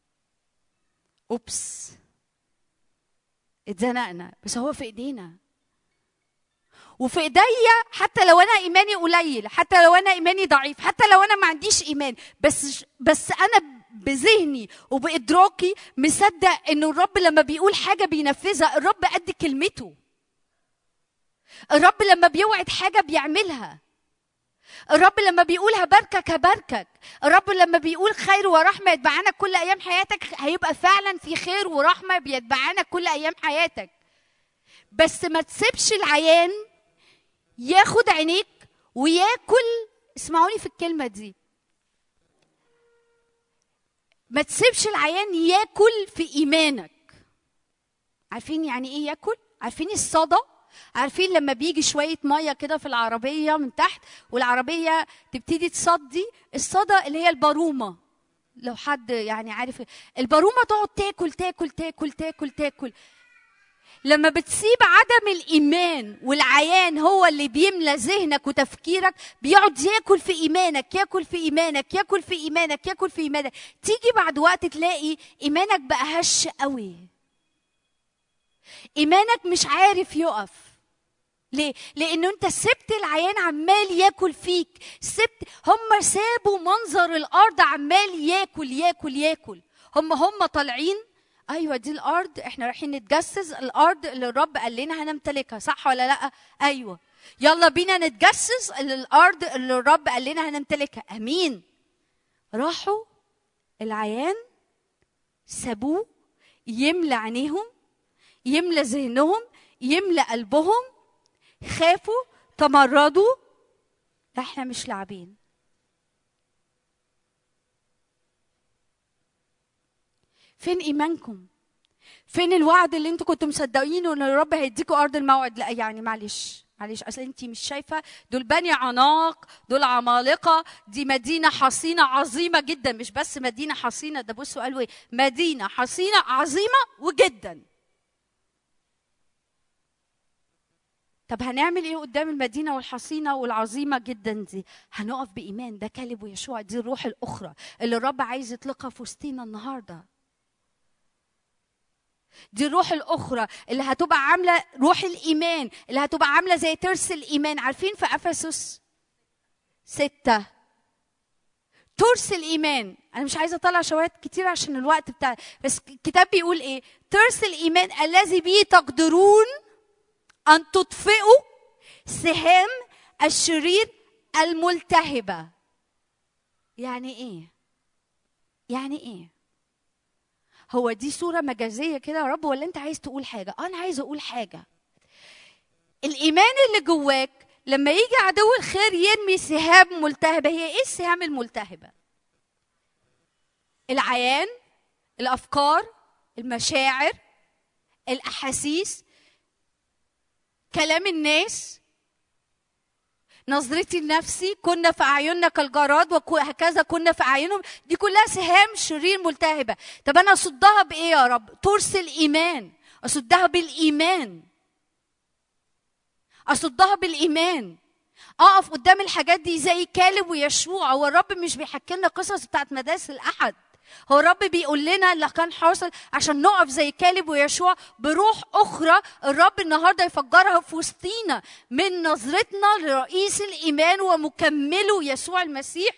اوبس، اتزنقنا، بس هو في ايدينا. وفي ايديا حتى لو انا ايماني قليل، حتى لو انا ايماني ضعيف، حتى لو انا ما عنديش ايمان، بس بس انا بذهني وبادراكي مصدق انه الرب لما بيقول حاجه بينفذها. الرب قد كلمته. الرب لما بيوعد حاجه بيعملها. الرب لما بيقول هباركك هباركك. الرب لما بيقول خير ورحمة يتبعانك كل أيام حياتك، هيبقى فعلا في خير ورحمة بيتبعانك كل أيام حياتك. بس ما تسيبش العيان ياخد عينيك وياكل. اسمعوني في الكلمة دي، ما تسيبش العيان ياكل في إيمانك. عارفين يعني إيه ياكل؟ عارفين الصدى؟ عارفين لما بيجي شوية مية كده في العربية من تحت والعربية تبتدي تصدي؟ الصدى اللي هي البارومة، لو حد يعني عارف البارومة، تقعد تاكل تاكل تاكل تاكل تاكل. لما بتسيب عدم الإيمان والعيان هو اللي بيملى ذهنك وتفكيرك، بيقعد ياكل في إيمانك ياكل في إيمانك ياكل في إيمانك ياكل في إيمانك. تيجي بعد وقت تلاقي إيمانك بقى هش قوي، إيمانك مش عارف يقف. ليه؟ لأنه أنت سبت العيان عمال ياكل فيك. سبت، هم سابوا منظر الأرض عمال ياكل ياكل ياكل. هم هم طالعين، أيوة دي الأرض، إحنا رايحين نتجسس الأرض اللي الرب قال لنا هنمتلكها، صح ولا لأ؟ أيوة، يلا بينا نتجسس الأرض اللي الرب قال لنا هنمتلكها. أمين. راحوا العيان سابوه يملى عينيهم، يملى ذهنهم، يملى قلبهم، خافوا، تمردوا. احنا مش لاعبين. فين ايمانكم؟ فين الوعد اللي انتوا كنتوا مصدقينه ان الرب هيديكوا ارض الموعد؟ لا يعني معلش معلش، اصل انتي مش شايفه دول بني عناق، دول عمالقه، دي مدينه حصينه عظيمه جدا. مش بس مدينه حصينه، ده بصوا قالوا ايه؟ مدينه حصينه عظيمه وجدا. طب هنعمل ايه قدام المدينه والحصينه والعظيمه جدا دي؟ هنقف بايمان. ده كالب ويشوع، دي الروح الاخرى اللي الرب عايز يطلقها في وسطينا النهارده. دي الروح الاخرى اللي هتبقى عامله روح الايمان، اللي هتبقى عامله زي ترس الايمان. عارفين في افسس ستة ترس الايمان؟ انا مش عايزه اطلع شواهد كتير عشان الوقت بتاعي، بس الكتاب بيقول ايه؟ ترس الايمان الذي به تقدرون أن تطفئوا سهام الشرير الملتهبة. يعني إيه؟ يعني إيه؟ هو دي صورة مجازية كده يا رب ولا أنت عايز تقول حاجة؟ أنا عايز أقول حاجة. الإيمان اللي جواك لما يجي عدو الخير يرمي سهام ملتهبة. هي إيه السهام الملتهبة؟ العيان، الأفكار، المشاعر، الأحاسيس، كلام الناس، نظرتي لنفسي، كنا في أعيننا كالجراد وهكذا كنا في أعينهم. دي كلها سهام شرير ملتهبة. طب أنا أصدها بإيه يا رب؟ ترس الإيمان. أصدها بالإيمان، أصدها بالإيمان. أقف قدام الحاجات دي زي كالب ويشوع. هو الرب مش بيحكي لنا قصص بتاعت مدارس الأحد، هو الرب بيقول لنا اللي كان حاصل عشان نقف زي كالب ويشوع بروح أخرى الرب النهارده يفجرها في وسطينا من نظرتنا لرئيس الإيمان ومكمله يسوع المسيح.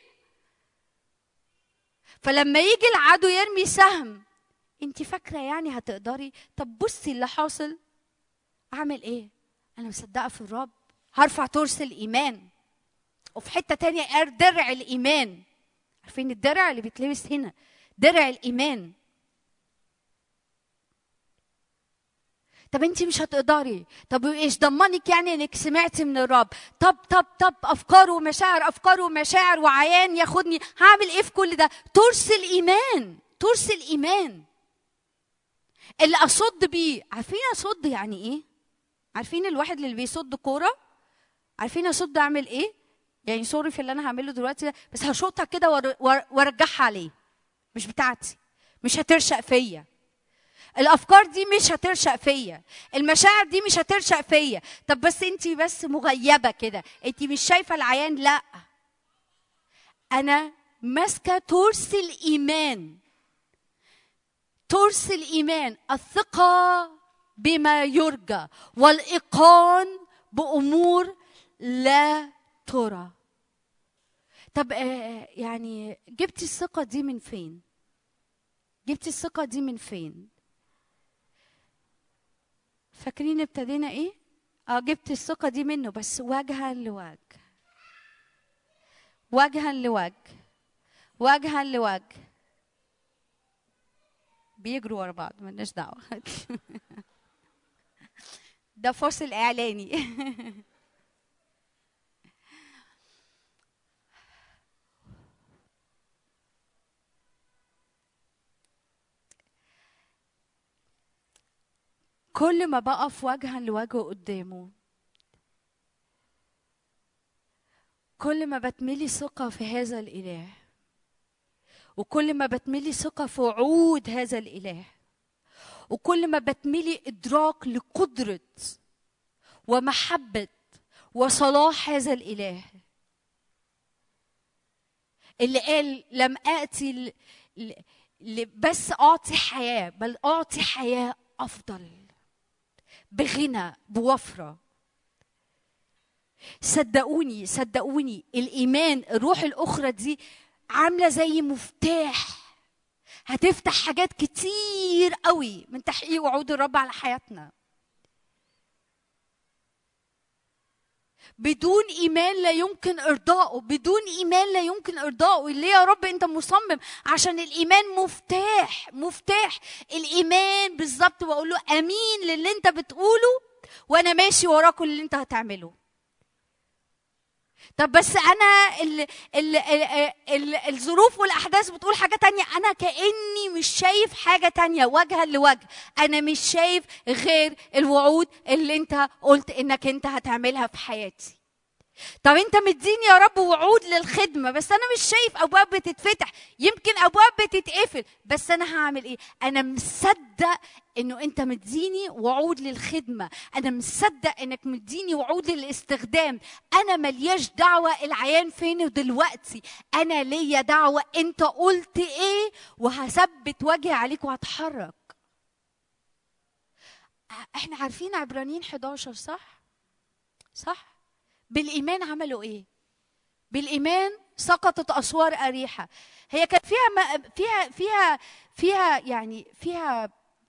فلما يجي العدو يرمي سهم، انت فاكرة يعني هتقدري؟ طب بصي اللي حاصل. أعمل إيه؟ أنا مصدقة في الرب، هرفع ترس الإيمان. وفي حتة تانية درع الإيمان. عارفين الدرع اللي بيتلبس هنا؟ درع الإيمان. طب انت مش هتقدري. طب ايش ضمنك يعني انك سمعتي من الرب؟ طب طب طب افكار ومشاعر، افكار ومشاعر وعيان ياخدني، هعمل ايه في كل ده؟ ترس الايمان، ترس الايمان اللي اصد بيه. عارفين اصد يعني ايه؟ عارفين الواحد اللي بيصد كوره؟ عارفين اصد اعمل ايه؟ يعني سوري في اللي انا هعمله دلوقتي ده، بس هشوطها كده وارجعها عليه. مش بتاعتي، مش هترشق فيا. الافكار دي مش هترشق فيا، المشاعر دي مش هترشق فيا. طب بس انت بس مغيبه كده، انت مش شايفه العيان. لا، انا ماسكه ترس الايمان. ترس الايمان الثقه بما يرجى والايقان بامور لا ترى. طب يعني جبتي الثقه دي من فين؟ جبتي الثقه دي من فين؟ فاكرين ابتدينا ايه؟ اه جبت الثقه دي منه، بس وجها لوجه. وجها لوجه، وجها لوجه. بيجروا ورا بعض مالناش دعوه. ده فاصل اعلاني. كل ما بقف وجها لوجه قدامه، كل ما بتملي ثقة في هذا الإله، وكل ما بتملي ثقة في وعود هذا الإله، وكل ما بتملي إدراك لقدرة ومحبة وصلاح هذا الإله اللي قال لم آتي بس أعطي حياة، بل أعطي حياة أفضل بغنى بوفرة. صدقوني صدقوني الإيمان، الروح الأخرى دي عاملة زي مفتاح هتفتح حاجات كتير قوي من تحقيق وعود الرب على حياتنا. بدون إيمان لا يمكن إرضائه، بدون إيمان لا يمكن إرضائه. ليه يا رب أنت مصمم؟ عشان الإيمان مفتاح، مفتاح الإيمان بالظبط. وأقول له أمين للي أنت بتقوله وأنا ماشي وراك اللي أنت هتعمله. طب بس أنا ال ال ال ال الظروف والأحداث بتقول حاجة تانية، أنا كأني مش شايف حاجة تانية وجها لوجه، أنا مش شايف غير الوعود اللي أنت قلت إنك أنت هتعملها في حياتي. طب أنت مديني يا رب وعود للخدمة، بس أنا مش شايف أبواب بتتفتح، يمكن أبواب بتتقفل، بس أنا هعمل إيه؟ أنا مصدق إنه أنت مديني وعود للخدمة، أنا مصدق إنك مديني وعود للاستخدام. أنا ملياش دعوة العيان فين دلوقتي، أنا ليا دعوة أنت قلت إيه، وهثبت وجهي عليك وهتحرك. إحنا عارفين عبرانيين حداشر صح؟ صح؟ بالإيمان عملوا إيه؟ بالإيمان سقطت أسوار أريحة. هي كان فيها فيها فيها فيها يعني فيها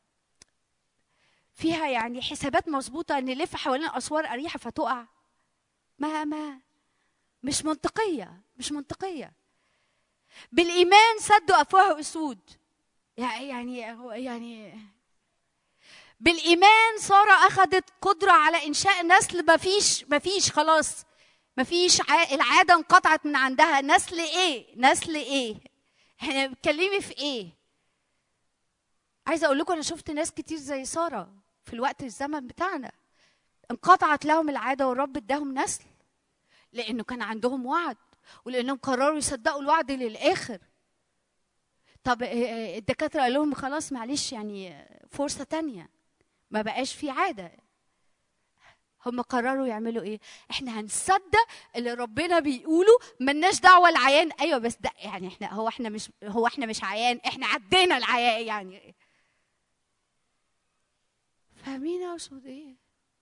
فيها يعني حسابات مظبوطة إن نلف حوالين أسوار أريحة فتقع. ما ما مش منطقية، مش منطقية. بالإيمان سدوا أفواه أسود. يعني يعني بالإيمان سارة أخذت قدرة على إنشاء نسل. ما فيش ما فيش خلاص، ما فيش العادة انقطعت من عندها. نسل إيه؟ نسل إيه؟ إحنا بنتكلمي في إيه؟ عايزة أقول لكم أنا شفت ناس كتير زي سارة في الوقت الزمن بتاعنا انقطعت لهم العادة والرب اداهم نسل، لأنه كان عندهم وعد ولأنهم قرروا يصدقوا الوعد للآخر. طب الدكاترة قال لهم خلاص معلش يعني فرصة تانية، ما بقاش في عادة. هم قرروا يعملوا ايه؟ احنا هنصدق اللي ربنا بيقوله، ملناش دعوه العيان. ايوه بس ده يعني احنا هو احنا مش هو احنا مش عيان، احنا عدينا العيان يعني. فاهمين اقصد ايه؟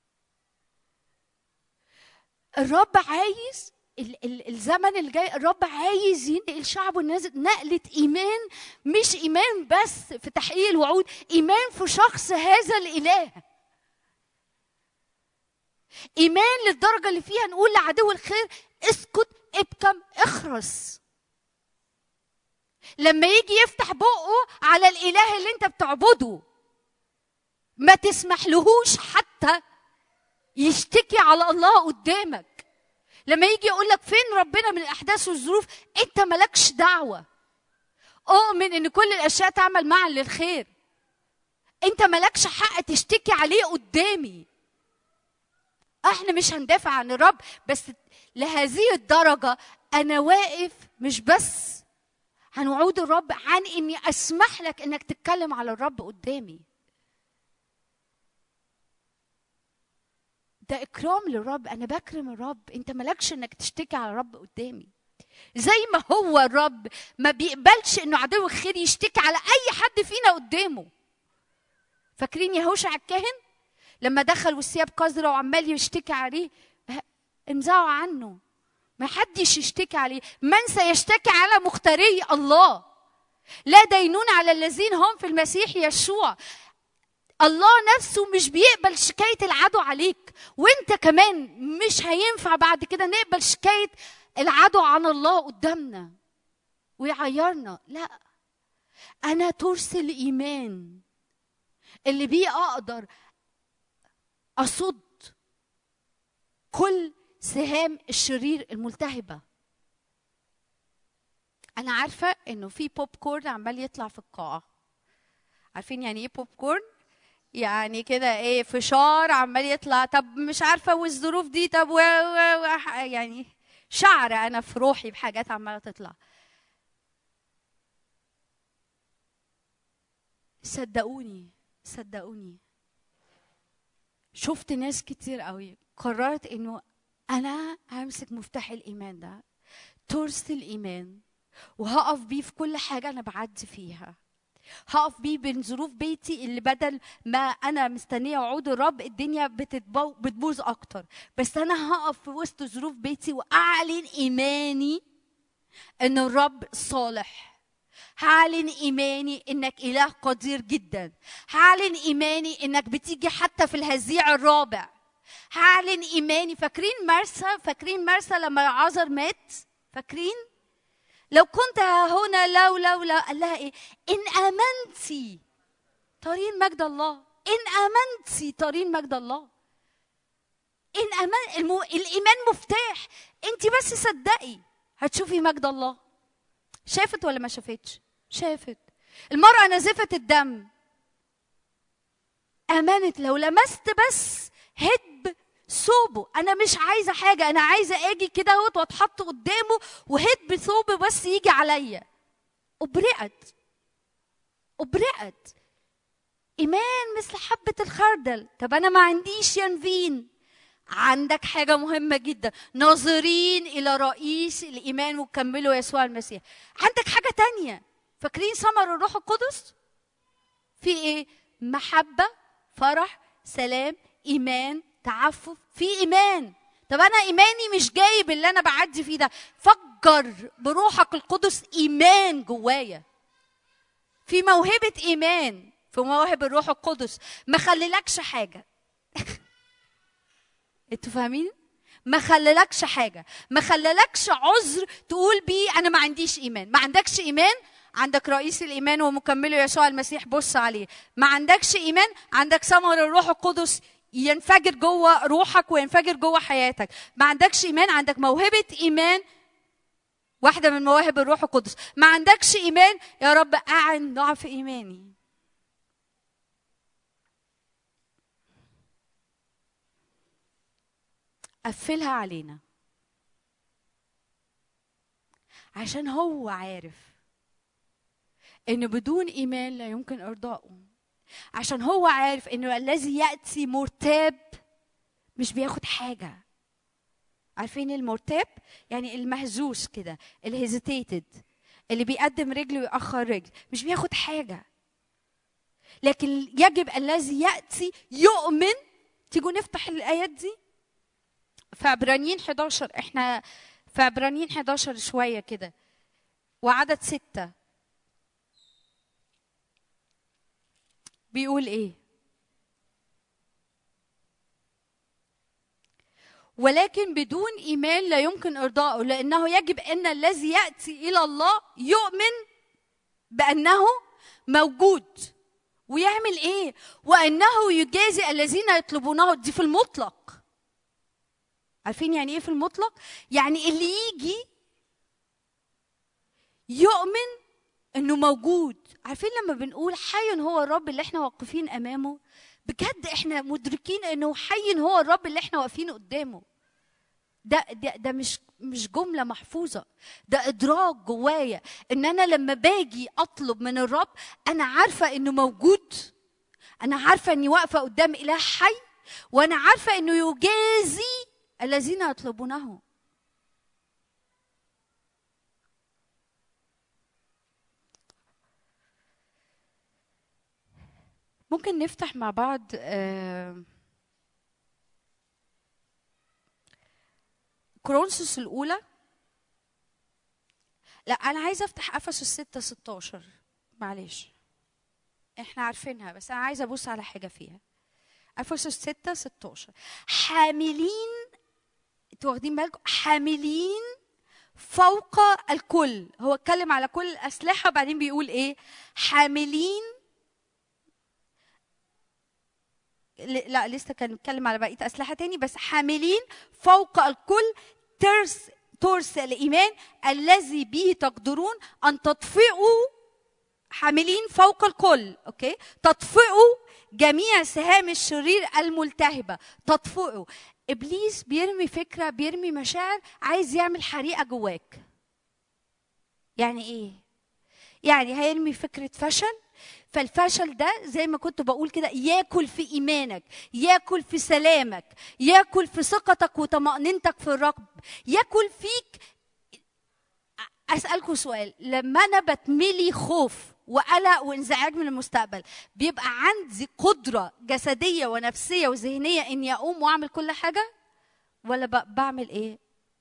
الرب عايز ال ال الزمن الجاي، الرب عايز ينقل شعبه النازل نقلة إيمان، مش إيمان بس في تحقيق الوعود، إيمان في شخص هذا الإله. إيمان للدرجة اللي فيها نقول لعدو الخير اسكت، ابكم، اخرس. لما يجي يفتح بقه على الإله اللي انت بتعبده ما تسمح لهوش حتى يشتكي على الله قدامك. لما يجي يقول لك فين ربنا من الأحداث والظروف، انت مالكش دعوة. أؤمن ان كل الأشياء تعمل معا للخير. انت مالكش حق تشتكي عليه قدامي. احنا مش هندافع عن الرب، بس لهذه الدرجة انا واقف مش بس عن وعود الرب، عن اني اسمح لك انك تتكلم على الرب قدامي. ده اكرام للرب، انا بكرم الرب. انت مالكش انك تشتكي على الرب قدامي. زي ما هو الرب ما بيقبلش انه عدو الخير يشتكي على اي حد فينا قدامه. فاكرين يهوشع الكاهن لما دخل والثياب قذرة وعمال يشتكي عليه، امزعوا عنه، ما حدش يشتكي عليه. من سيشتكي على مختاري الله؟ لا دينون على الذين هم في المسيح يسوع. الله نفسه مش بيقبل شكاية العدو عليك، وانت كمان مش هينفع بعد كده نقبل شكاية العدو عن الله قدامنا ويعيرنا. لا، انا ترس الايمان اللي بيه اقدر اصد كل سهام الشرير الملتهبه. انا عارفه انه في بوب كورن عمال يطلع في القاعه. عارفين يعني ايه بوب كورن؟ يعني كده ايه، فشار عمال يطلع. طب مش عارفه والظروف دي، طب و... و... و... يعني شعر انا في روحي بحاجات عماله تطلع. صدقوني صدقوني شفت ناس كتير قوي قررت انه انا همسك مفتاح الايمان ده، ترس الايمان، وهقف بيه في كل حاجه انا بعدي فيها. هقف بيه بين ظروف بيتي اللي بدل ما انا مستنيه وعود الرب الدنيا بتتبو بتبوظ اكتر، بس انا هقف في وسط ظروف بيتي واعلن ايماني ان الرب صالح. هعلن ايماني انك اله قدير جدا. هعلن ايماني انك بتيجي حتى في الهزيع الرابع. هعلن ايماني. فاكرين مرسى؟ فاكرين مرسى لما عازر مات؟ فاكرين؟ لو كنت هنا لو لو لو قال لها ايه؟ ان امنتي ترين مجد الله. ان امنتي ترين مجد الله. ان امن المو... الايمان مفتاح. انت بس صدقي هتشوفي مجد الله. شافت ولا ما شافتش؟ شافت. المرأة نازفة الدم امنت لو لمست بس هد ثوبه. انا مش عايزه حاجه، انا عايزه اجي كده اهوت واتحط قدامه وهد بثوبه بس يجي عليا. ابرئت ابرئت. ايمان مثل حبه الخردل. طب انا ما عنديش ينفين. عندك حاجه مهمه جدا، ناظرين الى رئيس الايمان وكملوا يسوع المسيح. عندك حاجه تانية. فاكرين ثمر الروح القدس؟ في ايه؟ محبه، فرح، سلام، ايمان، تعفف. في ايمان. طب انا ايماني مش جايب اللي انا بعدي فيه ده. فجر بروحك القدس ايمان جوايا. في موهبه ايمان، في مواهب الروح القدس ما خليلكش حاجه. انتوا فاهمين؟ ما خليلكش حاجه، ما خليلكش عذر تقول بيه انا ما عنديش ايمان. ما عندكش ايمان، عندك رئيس الايمان ومكمله يسوع المسيح، بص عليه. ما عندكش ايمان، عندك ثمر الروح القدس ينفجر جوه روحك وينفجر جوه حياتك. ما عندكش ايمان، عندك موهبه ايمان، واحده من مواهب الروح القدس. ما عندكش ايمان، يا رب اعن ضعف ايماني. قفلها علينا عشان هو عارف انه بدون ايمان لا يمكن ارضائه. عشان هو عارف انه الذي ياتي مرتاب مش بياخد حاجه. عارفين المرتاب؟ يعني المهزوز كده، الهيزيتيتد، اللي بيقدم رجل ويأخر رجل، مش بياخد حاجه. لكن يجب الذي ياتي يؤمن. تيجوا نفتح الايات دي في عبرانيين حداشر. احنا في عبرانيين حداشر شويه كده وعدد ستة بيقول ايه؟ ولكن بدون ايمان لا يمكن ارضائه، لانه يجب ان الذي ياتي الى الله يؤمن بانه موجود ويعمل ايه؟ وانه يجازي الذين يطلبونه. دي في المطلق. عارفين يعني ايه في المطلق؟ يعني اللي يجي يؤمن انه موجود. عارفين لما بنقول حي هو الرب اللي احنا واقفين امامه، بجد احنا مدركين انه حي هو الرب اللي احنا واقفين قدامه. ده ده ده مش مش جمله محفوظه، ده ادراك جوايا ان انا لما باجي اطلب من الرب انا عارفه انه موجود. انا عارفه اني واقفه قدام اله حي، وانا عارفه انه يجازي الذين يطلبونه. ممكن نفتح مع بعض كورنثوس الأولى. لا أنا عايزة أفتح أفسس ستة ستاشر. معلش إحنا عارفينها بس أنا عايزة أبص على حاجة فيها. أفسس ستة ستاشر. حاملين، أنتوا واخدين بالكم؟ حاملين فوق الكل. هو اتكلم على كل الأسلحة وبعدين بيقول ايه؟ حاملين. لا لسه كان بيتكلم على بقية أسلحة تاني، بس حاملين فوق الكل ترس ترس الإيمان الذي به تقدرون أن تطفئوا. حاملين فوق الكل، اوكي، تطفئوا جميع سهام الشرير الملتهبة. تطفئوا. إبليس بيرمي فكرة، بيرمي مشاعر، عايز يعمل حريقة جواك. يعني إيه؟ يعني هيرمي فكرة فشل، فالفشل ده زي ما كنت بقول كده ياكل في إيمانك، ياكل في سلامك، ياكل في ثقتك وطمأنينتك في الرب، ياكل فيك. أسألكم سؤال، لما أنا بتملي خوف وقلق وانزعاج من المستقبل، بيبقى عندي قدرة جسدية ونفسية وذهنية إني أقوم وأعمل كل حاجة؟ ولا بعمل إيه؟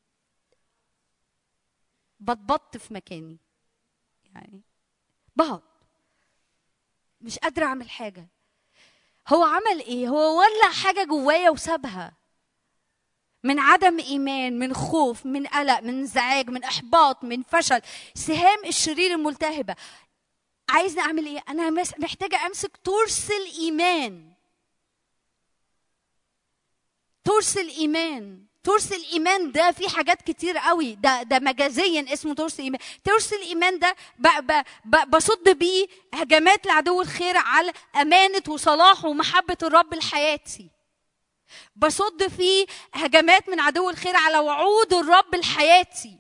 بتبط في مكاني، يعني بهط، مش قادرة أعمل حاجة. هو عمل إيه؟ هو ولع حاجة جوايا وسابها، من عدم إيمان، من خوف، من قلق، من انزعاج، من إحباط، من فشل، سهام الشرير الملتهبة. عايزني أعمل إيه؟ أنا محتاجة أمسك ترس الإيمان. ترس الإيمان. ترس الإيمان ده في حاجات كتير قوي، ده ده مجازيا اسمه ترس الإيمان. ترس الإيمان ده بصد بيه هجمات لعدو الخير على أمانة وصلاح ومحبة الرب لحياتي. بصد فيه هجمات من عدو الخير على وعود الرب لحياتي.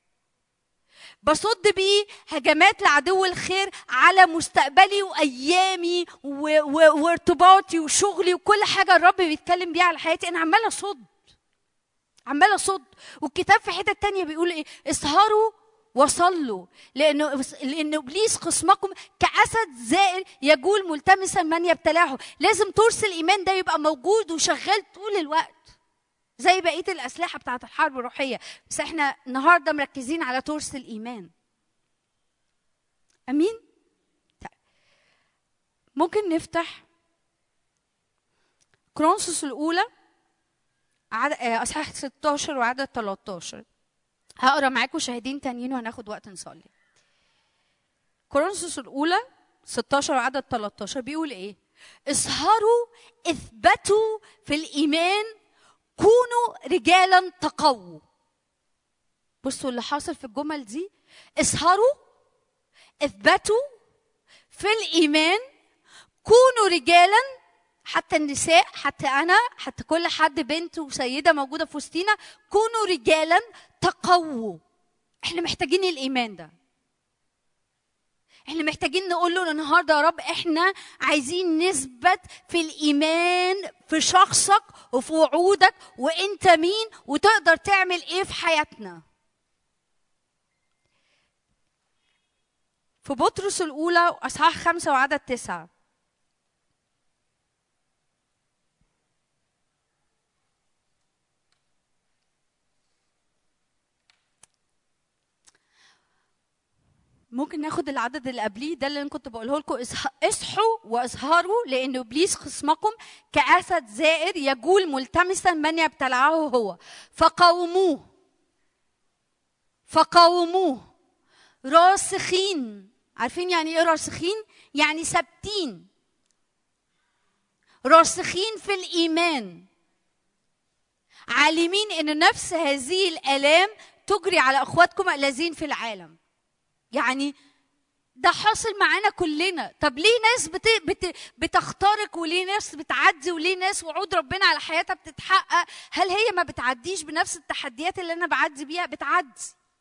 بصد بيه هجمات لعدو الخير على مستقبلي وأيامي وارتباطي وشغلي وكل حاجة الرب بيتكلم بيها على حياتي. أنا عمالة أصد، عمالة أصد. والكتاب في حتة تانية بيقول إيه؟ اسهروا وصلوا لأنه لأن إبليس خصمكم كأسد زائر يجول ملتمسا من يبتلعه. لازم ترس الإيمان ده يبقى موجود وشغال طول الوقت زي بقية الأسلحة بتاعت الحرب الروحية، بس احنا النهاردة مركزين على ترس الإيمان. أمين؟ طيب. ممكن نفتح كورنثوس الأولى أصحاح ستة عشر وعدد ثلاثة عشر. هقرا معاكم شاهدين تانيين وهناخد وقت نصلي. كورنثوس الأولى ستة عشر وعدد ثلاثة عشر بيقول إيه؟ اسهروا، اثبتوا في الإيمان، كونوا رجالا تقووا. بصوا اللي حاصل في الجمل دي، اسهروا، اثبتوا في الإيمان، كونوا رجالا. حتى النساء، حتى أنا، حتى كل حد بنت وسيدة موجودة في وسطينا، كونوا رجالا تقووا. احنا محتاجين الإيمان ده. احنا محتاجين نقول له النهارده يا رب احنا عايزين نثبت في الإيمان في شخصك وفي وعودك، وانت مين وتقدر تعمل ايه في حياتنا. في بطرس الأولى أصحاح خمسة وعدد تسعة. ممكن ناخد العدد اللي قبليه ده اللي انا كنت بقوله لكم، اصحوا واسهروا لان ابليس خصمكم كاسد زائر يجول ملتمسا من يبتلعه هو، فقاوموه فقاوموه راسخين. عارفين يعني ايه راسخين؟ يعني ثابتين، راسخين في الايمان، عالمين ان نفس هذه الالام تجري على اخواتكم الذين في العالم. يعني ده حاصل معانا كلنا. طب ليه ناس بت... بت... بتخترق، وليه ناس بتعدي، وليه ناس وعود ربنا على حياتها بتتحقق؟ هل هي ما بتعديش بنفس التحديات اللي انا بعدي بيها؟ بتعدي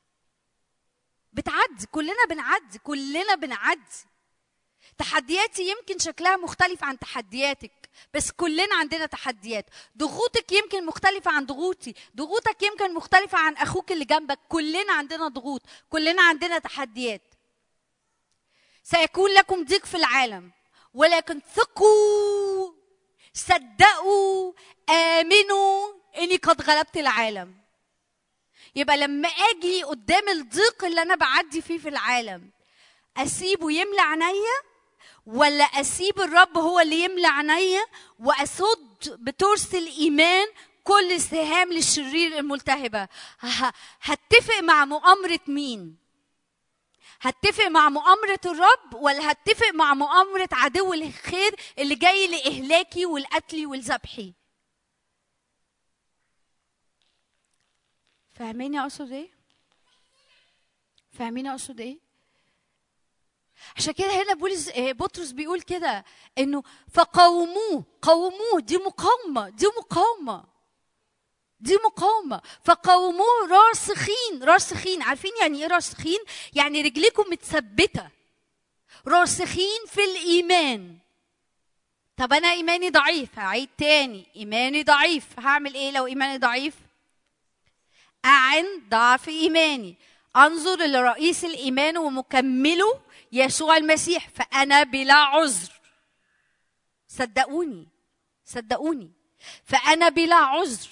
بتعدي كلنا بنعدي كلنا بنعدي تحدياتي يمكن شكلها مختلف عن تحدياتك، بس كلنا عندنا تحديات. ضغوطك يمكن مختلفة عن ضغوطي، ضغوطك يمكن مختلفة عن أخوك اللي جنبك. كلنا عندنا ضغوط، كلنا عندنا تحديات. سيكون لكم ضيق في العالم، ولكن ثقوا، صدقوا، آمنوا إني قد غلبت العالم. يبقى لما أجي قدام الضيق اللي أنا بعدي فيه في العالم، أسيبه يملى عينيا ولا أسيب الرب هو اللي يملى عينيا وأصد بترس الإيمان، كل سهام للشرير الملتهبة. هتفق مع مؤامرة مين؟ هتفق مع مؤامرة الرب ولا هتفق مع مؤامرة عدو الخير اللي جاي لإهلاكي والقتل والذبحي؟ فاهمين اقصد ايه؟ فاهمين اقصد ايه؟ عشان كده هنا بولس بطرس بيقول كده انه فقاوموه. قاوموه دي مقاومه، دي مقاومه دي مقاومه فقاوموه راسخين. راسخين، عارفين يعني ايه راسخين؟ يعني رجليكم متثبته، راسخين في الايمان. طب انا ايماني ضعيف، هعيد تاني، ايماني ضعيف، هعمل ايه لو ايماني ضعيف؟ أعن ضعف إيماني، أنظر لرئيس الإيمان ومكمله يسوع المسيح فأنا بلا عذر. صدقوني صدقوني فأنا بلا عذر.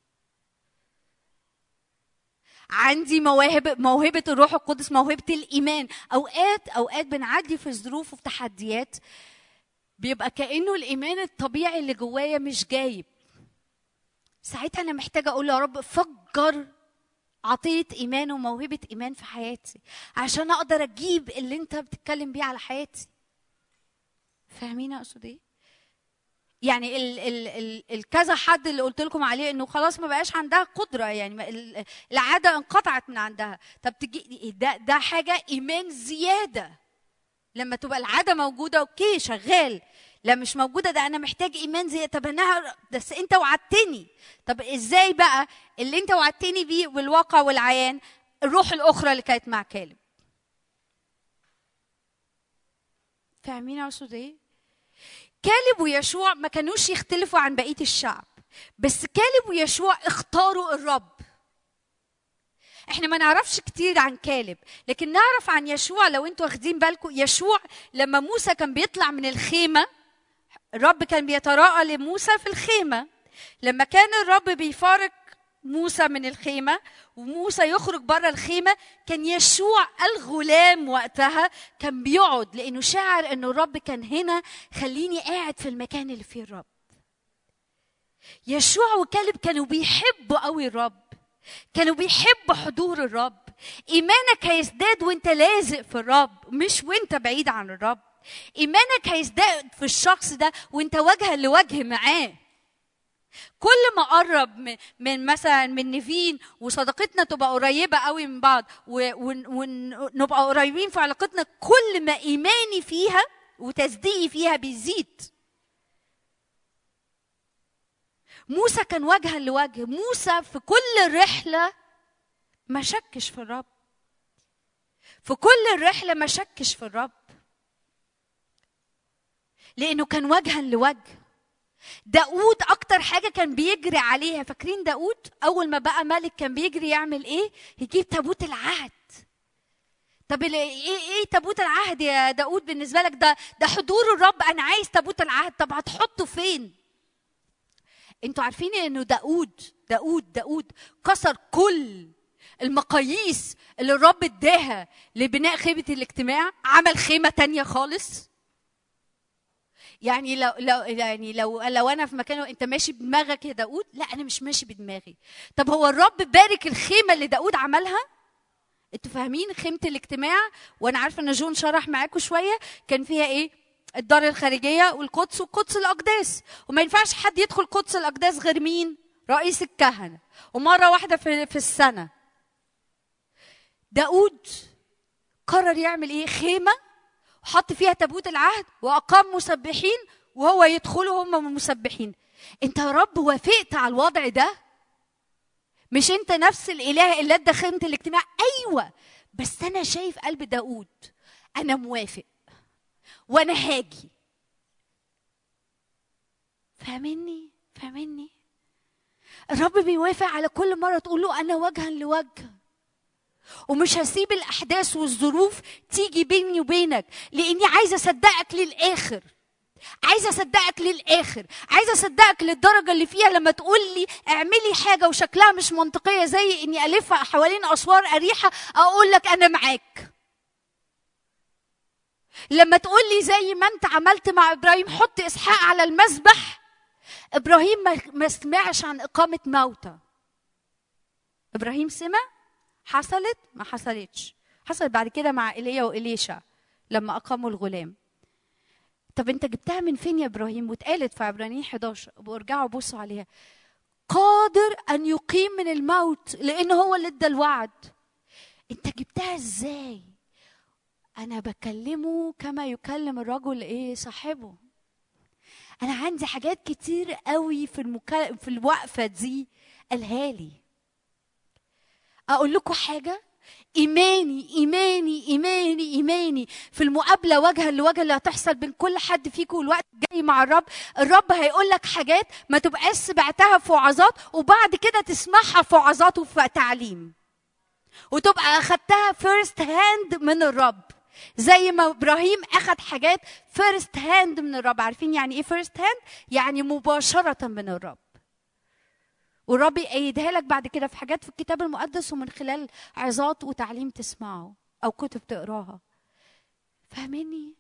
عندي مواهب، موهبة الروح القدس، موهبة الإيمان. أوقات أوقات بنعدي في ظروف وفي تحديات بيبقى كأنه الإيمان الطبيعي اللي جوايا مش جايب. ساعتها أنا محتاجة أقول يا رب فجر عطية إيمان وموهبة إيمان في حياتي عشان أقدر أجيب اللي أنت بتتكلم بيه على حياتي. فاهمين أقصد إيه؟ يعني ال ال ال الكذا حد اللي قلت لكم عليه إنه خلاص ما بقاش عندها قدرة، يعني العادة انقطعت من عندها. طب تجي ده ده حاجة إيمان زيادة. لما تبقى العادة موجودة أوكي شغال، لا مش موجودة ده أنا محتاج إيمان زي. طب أنا بس أنت وعدتني. طب إزاي بقى اللي أنت وعدتني بيه بالواقع والعيان؟ الروح الأخرى اللي كانت مع كالب. فاهمين أقصد إيه؟ كالب ويشوع ما كانوش يختلفوا عن بقية الشعب، بس كالب ويشوع اختاروا الرب. احنا ما نعرفش كتير عن كالب، لكن نعرف عن يشوع. لو انتوا واخدين بالكم، يشوع لما موسى كان بيطلع من الخيمة الرب كان بيتراءى لموسى في الخيمة. لما كان الرب بيفارق موسى من الخيمة وموسى يخرج بره الخيمة، كان يشوع الغلام وقتها كان بيقعد لأنه شاعر أنه الرب كان هنا، خليني قاعد في المكان اللي فيه الرب. يشوع وكالب كانوا بيحبوا قوي الرب، كانوا بيحبوا حضور الرب. إيمانك هيزداد وانت لازق في الرب، مش وانت بعيد عن الرب. إيمانك هيزداد في الشخص ده وانت وجها لوجه معاه. كل ما قرب من, من مثلا من نيفين وصداقتنا تبقى قريبة قوي من بعض ونبقى قريبين في علاقتنا، كل ما إيماني فيها وتصديقي فيها بيزيد. موسى كان وجها لوجه. موسى في كل الرحلة ما شكش في الرب، في كل الرحلة ما شكش في الرب لأنه كان وجها لوجه. داود أكتر حاجة كان بيجري عليها، فاكرين داود أول ما بقى ملك كان بيجري يعمل إيه؟ يجيب تابوت العهد. طب إيه إيه تابوت العهد يا داود بالنسبة لك؟ ده ده حضور الرب، أنا عايز تابوت العهد. طب هتحطه فين؟ انتوا عارفين انه داود داود داود كسر كل المقاييس اللي الرب اداها لبناء خيمة الاجتماع، عمل خيمة تانية خالص. يعني لو لو يعني لو لو انا في مكانه، انت ماشي بدماغك يا داود؟ لا انا مش ماشي بدماغي. طب هو الرب بارك الخيمة اللي داود عملها؟ انتوا فاهمين خيمة الاجتماع؟ وانا عارفة ان جون شرح معاكم شوية كان فيها ايه؟ الدار الخارجية والقدس وقدس الأقداس، وما ينفعش حد يدخل قدس الأقداس غير مين؟ رئيس الكهنة، ومرة واحدة في, في السنة. داود قرر يعمل ايه؟ خيمة وحط فيها تابوت العهد وأقام مسبحين وهو يدخلوا هم مسبحين. انت يا رب وافقت على الوضع ده؟ مش انت نفس الإله اللي ادى خيمة الاجتماع؟ ايوه، بس انا شايف قلب داود، انا موافق وانا هاجي. فاهمني؟ فاهمني؟ الرب بيوافق على كل مرة تقول له انا وجها لوجه، ومش هسيب الاحداث والظروف تيجي بيني وبينك، لاني عايزه اصدقك للاخر. عايزه اصدقك للاخر، عايزه اصدقك للدرجه اللي فيها لما تقول لي اعملي حاجه وشكلها مش منطقيه زي اني الف حوالين اسوار اريحه، اقول لك انا معاك. لما تقول لي زي ما انت عملت مع ابراهيم حط اسحاق على المذبح، ابراهيم ما سمعش عن اقامه موتى. ابراهيم سمع، حصلت ما حصلتش، حصلت بعد كده مع ايليا وإليشا لما اقاموا الغلام. طب انت جبتها من فين يا ابراهيم؟ واتقالت في عبرانيين احداشر، ارجعوا بصوا عليها. قادر ان يقيم من الموت لان هو اللي ادى الوعد. انت جبتها ازاي؟ انا بكلمه كما يكلم الرجل ايه صاحبه. انا عندي حاجات كتير قوي في المكال... في الوقفه دي قالها لي. اقول لكم حاجه، ايماني ايماني ايماني ايماني في المقابله وجها لوجه اللي هتحصل بين كل حد فيكم والوقت الجاي مع الرب. الرب هيقول لك حاجات ما تبقاش سمعتها في وعظات وبعد كده تسمعها في وعظات وفي تعليم، وتبقى اخدتها فيرست هاند من الرب، زي ما ابراهيم اخد حاجات فيرست هاند من الرب. عارفين يعني ايه فيرست هاند؟ يعني مباشره من الرب، والرب يأيدها لك بعد كده في حاجات في الكتاب المقدس ومن خلال عظات وتعليم تسمعه او كتب تقراها. فاهميني؟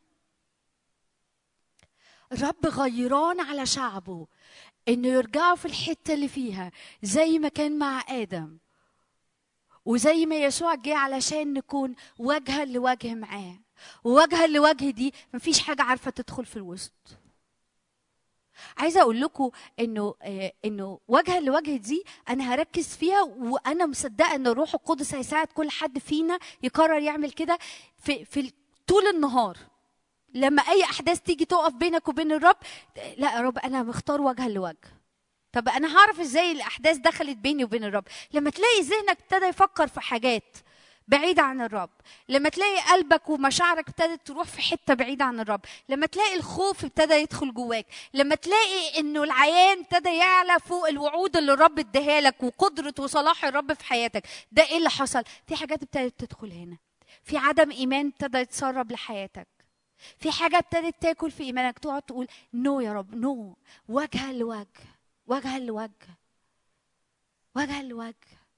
الرب غيران على شعبه انه يرجعوا في الحته اللي فيها زي ما كان مع ادم، وزي ما يسوع جه علشان نكون وجها لوجه معاه. ووجها لوجه دي مفيش حاجه عارفه تدخل في الوسط. عايزه اقول لكم انه آه انه وجها لوجه دي انا هركز فيها، وانا مصدقه ان الروح القدس هيساعد كل حد فينا يقرر يعمل كده في في طول النهار. لما اي احداث تيجي تقف بينك وبين الرب، لا يا رب انا مختار وجها لوجه. طب انا هعرف ازاي الاحداث دخلت بيني وبين الرب؟ لما تلاقي ذهنك ابتدى يفكر في حاجات بعيدة عن الرب، لما تلاقي قلبك ومشاعرك ابتدت تروح في حتة بعيدة عن الرب، لما تلاقي الخوف ابتدى يدخل جواك، لما تلاقي انه العيان ابتدى يعلى فوق الوعود اللي الرب اداها لك وقدرة وصلاح الرب في حياتك، ده ايه اللي حصل؟ في حاجات ابتدت تدخل هنا، في عدم ايمان ابتدى يتسرب لحياتك، في حاجة ابتدت تاكل في ايمانك، تقعد تقول نو يا رب نو، وجها لوجه، وجها لوجه، وجها لوجه.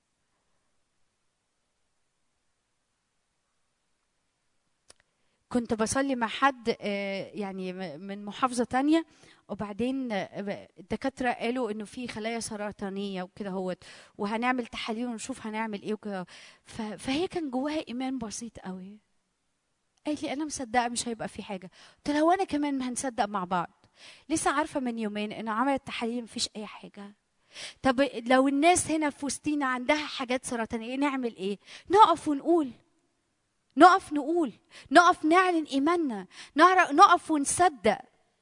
كنت بصلي مع حد يعني من محافظة تانية، وبعدين الدكاترة قالوا انه في خلايا سرطانية وكده هوت، وهنعمل تحاليل ونشوف هنعمل ايه وكده. فهي كان جواها ايمان بسيط قوي، قالت لي انا مصدقة مش هيبقى في حاجة. قلت لها وانا كمان هنصدق مع بعض. لسه عارفة من يومين انه عملت تحاليل مفيش اي حاجة. طب لو الناس هنا في وسطينا عندها حاجات سرطانية نعمل ايه؟ نقف ونقول، نقف نقول، نقف نعلن إيماننا، نقف ونصدق.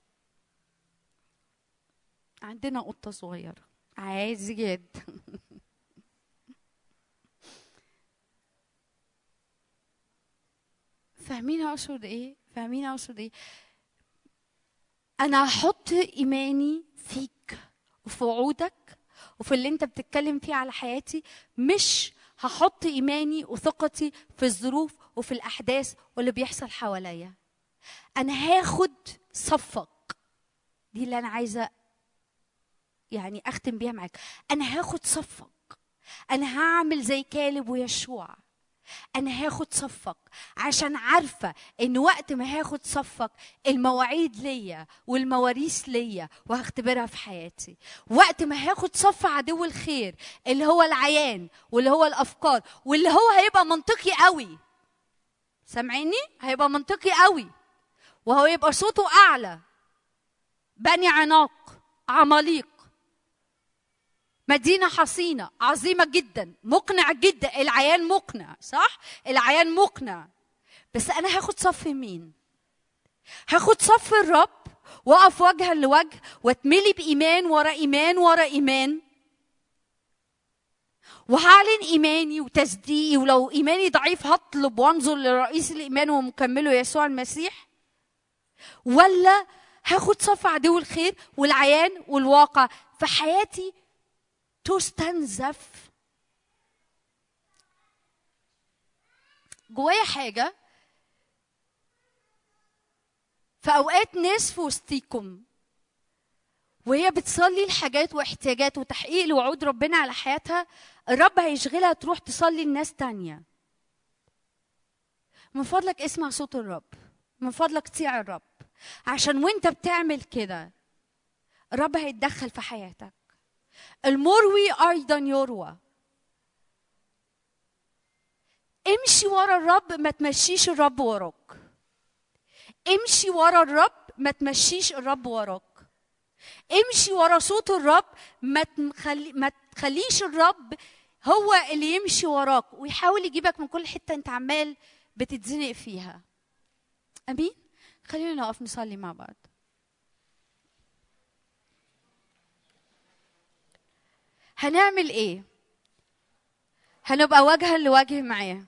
عندنا قطة صغيرة عايز جد فاهمين أقصد إيه؟ فاهمين أقصد إيه؟ أنا هحط إيماني فيك وفي وعودك وفي اللي أنت بتتكلم فيه على حياتي، مش هحط إيماني وثقتي في الظروف وفي الأحداث واللي بيحصل حواليا. أنا هاخد صفك، دي اللي أنا عايزة يعني أختم بيها معاك. أنا هاخد صفك، أنا هعمل زي كالب ويشوع، أنا هاخد صفك عشان عارفة إن وقت ما هاخد صفك المواعيد ليا والمواريث ليا وهختبرها في حياتي. وقت ما هاخد صف عدو الخير اللي هو العيان واللي هو الأفكار واللي هو هيبقى منطقي قوي، سامعيني؟ هيبقى منطقي قوي وهو يبقى صوته أعلى. بني عناق، عماليق، مدينة حصينة عظيمة جدا، مقنع جدا. العيان مقنع، صح؟ العيان مقنع. بس أنا هاخد صف مين؟ هاخد صف الرب وأقف وجها لوجه واتملي بإيمان ورا إيمان ورا إيمان، وهعلن إيماني وتصديقي، ولو إيماني ضعيف هطلب وانظر لرئيس الإيمان ومكمله يسوع المسيح. ولا هاخد صف عدو الخير والعيان والواقع في حياتي تستنزف. جوايا حاجة في أوقات ناس في وسطيكم وهي بتصلي الحاجات واحتياجات وتحقيق لوعود ربنا على حياتها، الرب هيشغلها تروح تصلي لناس تانية. من فضلك اسمع صوت الرب، من فضلك طيع الرب، عشان وانت بتعمل كده الرب هيتدخل في حياتك. المروي أيضا يروى. امشي ورا الرب، ما تمشيش الرب وراك. امشي ورا الرب، ما تمشيش الرب وراك. امشي ورا صوت الرب، ما تخلي ما تخليش الرب هو اللي يمشي وراك ويحاول يجيبك من كل حتة انت عمال بتتزنق فيها. امين. خلينا نقف نصلي مع بعض. هنعمل ايه؟ هنبقى وجها لوجه معاه.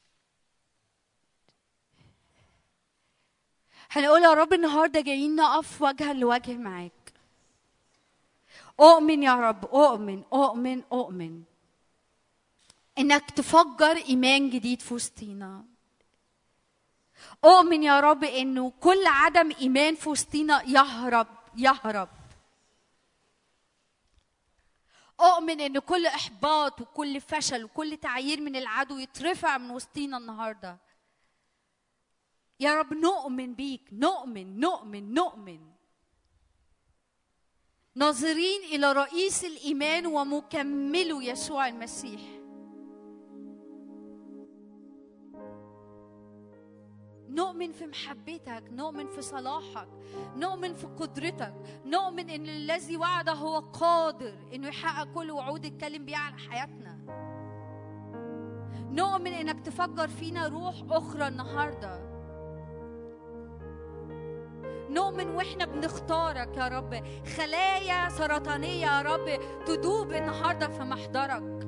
هنقول يا رب النهارده جايين نقف وجها لوجه معاك. اؤمن يا رب، اؤمن اؤمن اؤمن انك تفجر ايمان جديد في وسطينا. اؤمن يا رب انه كل عدم ايمان في وسطينا يهرب يهرب. اؤمن ان كل احباط وكل فشل وكل تعيير من العدو يترفع من وسطينا النهارده. يا رب نؤمن بيك، نؤمن نؤمن نؤمن ناظرين الى رئيس الايمان ومكمله يسوع المسيح. نؤمن في محبتك، نؤمن في صلاحك، نؤمن في قدرتك، نؤمن ان الذي وعد هو قادر انه يحقق كل وعود اتكلم بيها على حياتنا. نؤمن انك تفجر فينا روح اخرى النهارده. نؤمن واحنا بنختارك يا رب خلايا سرطانيه يا رب تدوب النهارده في محضرك.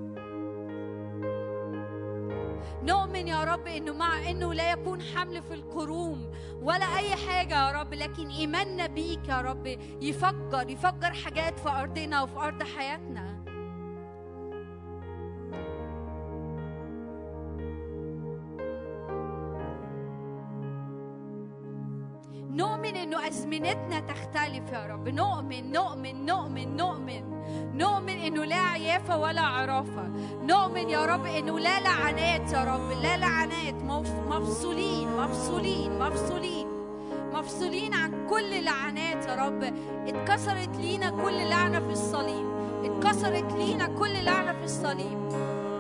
نؤمن يا رب انه مع انه لا يكون حمل في الكروم ولا اي حاجه يا رب، لكن ايماننا بيك يا رب يفجر يفجر حاجات في ارضنا وفي ارض حياتنا. نؤمن انه ازمنتنا تختلف يا رب. نؤمن نؤمن نؤمن نؤمن نؤمن انه لا عيافه ولا عرافه. نؤمن يا رب انه لا لعنات يا رب، لا لعنات. مفصولين مفصولين مفصولين مفصولين عن كل لعنات يا رب. اتكسرت لينا كل لعنه في الصليب، اتكسرت لينا كل لعنه في الصليب.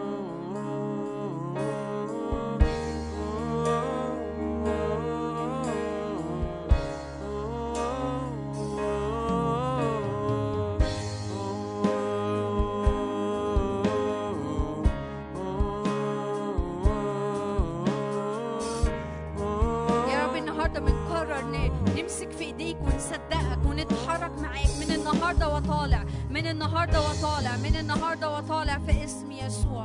نمسك في ايديك ونصدقك ونتحرك معاك من النهارده وطالع، من النهارده وطالع، من النهارده وطالع في اسم يسوع.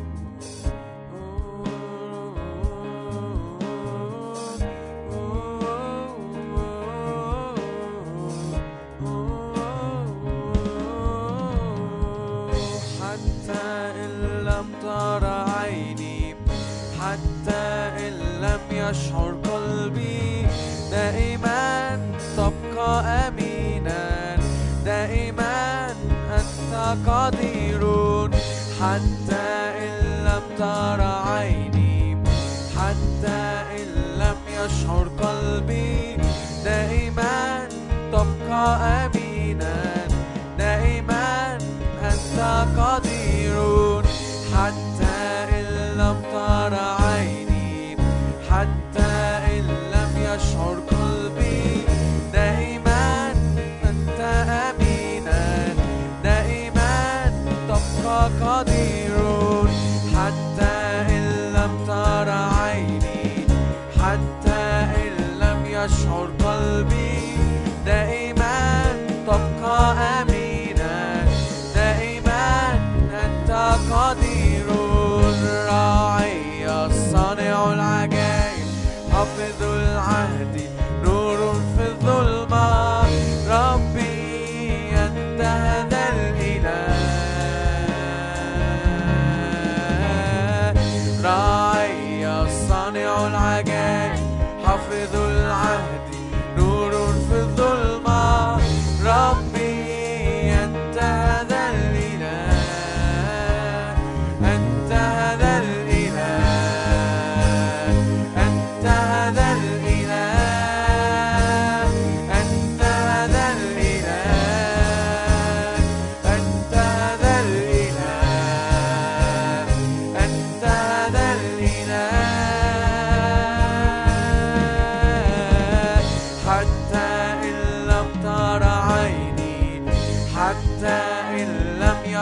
حتى إن لم ترى عيني، حتى إن لم يشعر قلبي، دائما تبقى أمينا، دائما أنت قدير. حتى إن لم ترى عيني، حتى إن لم يشعر قلبي، دائما تبقى أمينا، دائما أنت قدير. حتى إن لم ترى عيني، حتى إن لم يشعر قلبي، دائما أنت أمينا، دائما تبقى قدير. حتى إن لم ترى عيني، حتى إن لم يشعر قلبي، دائما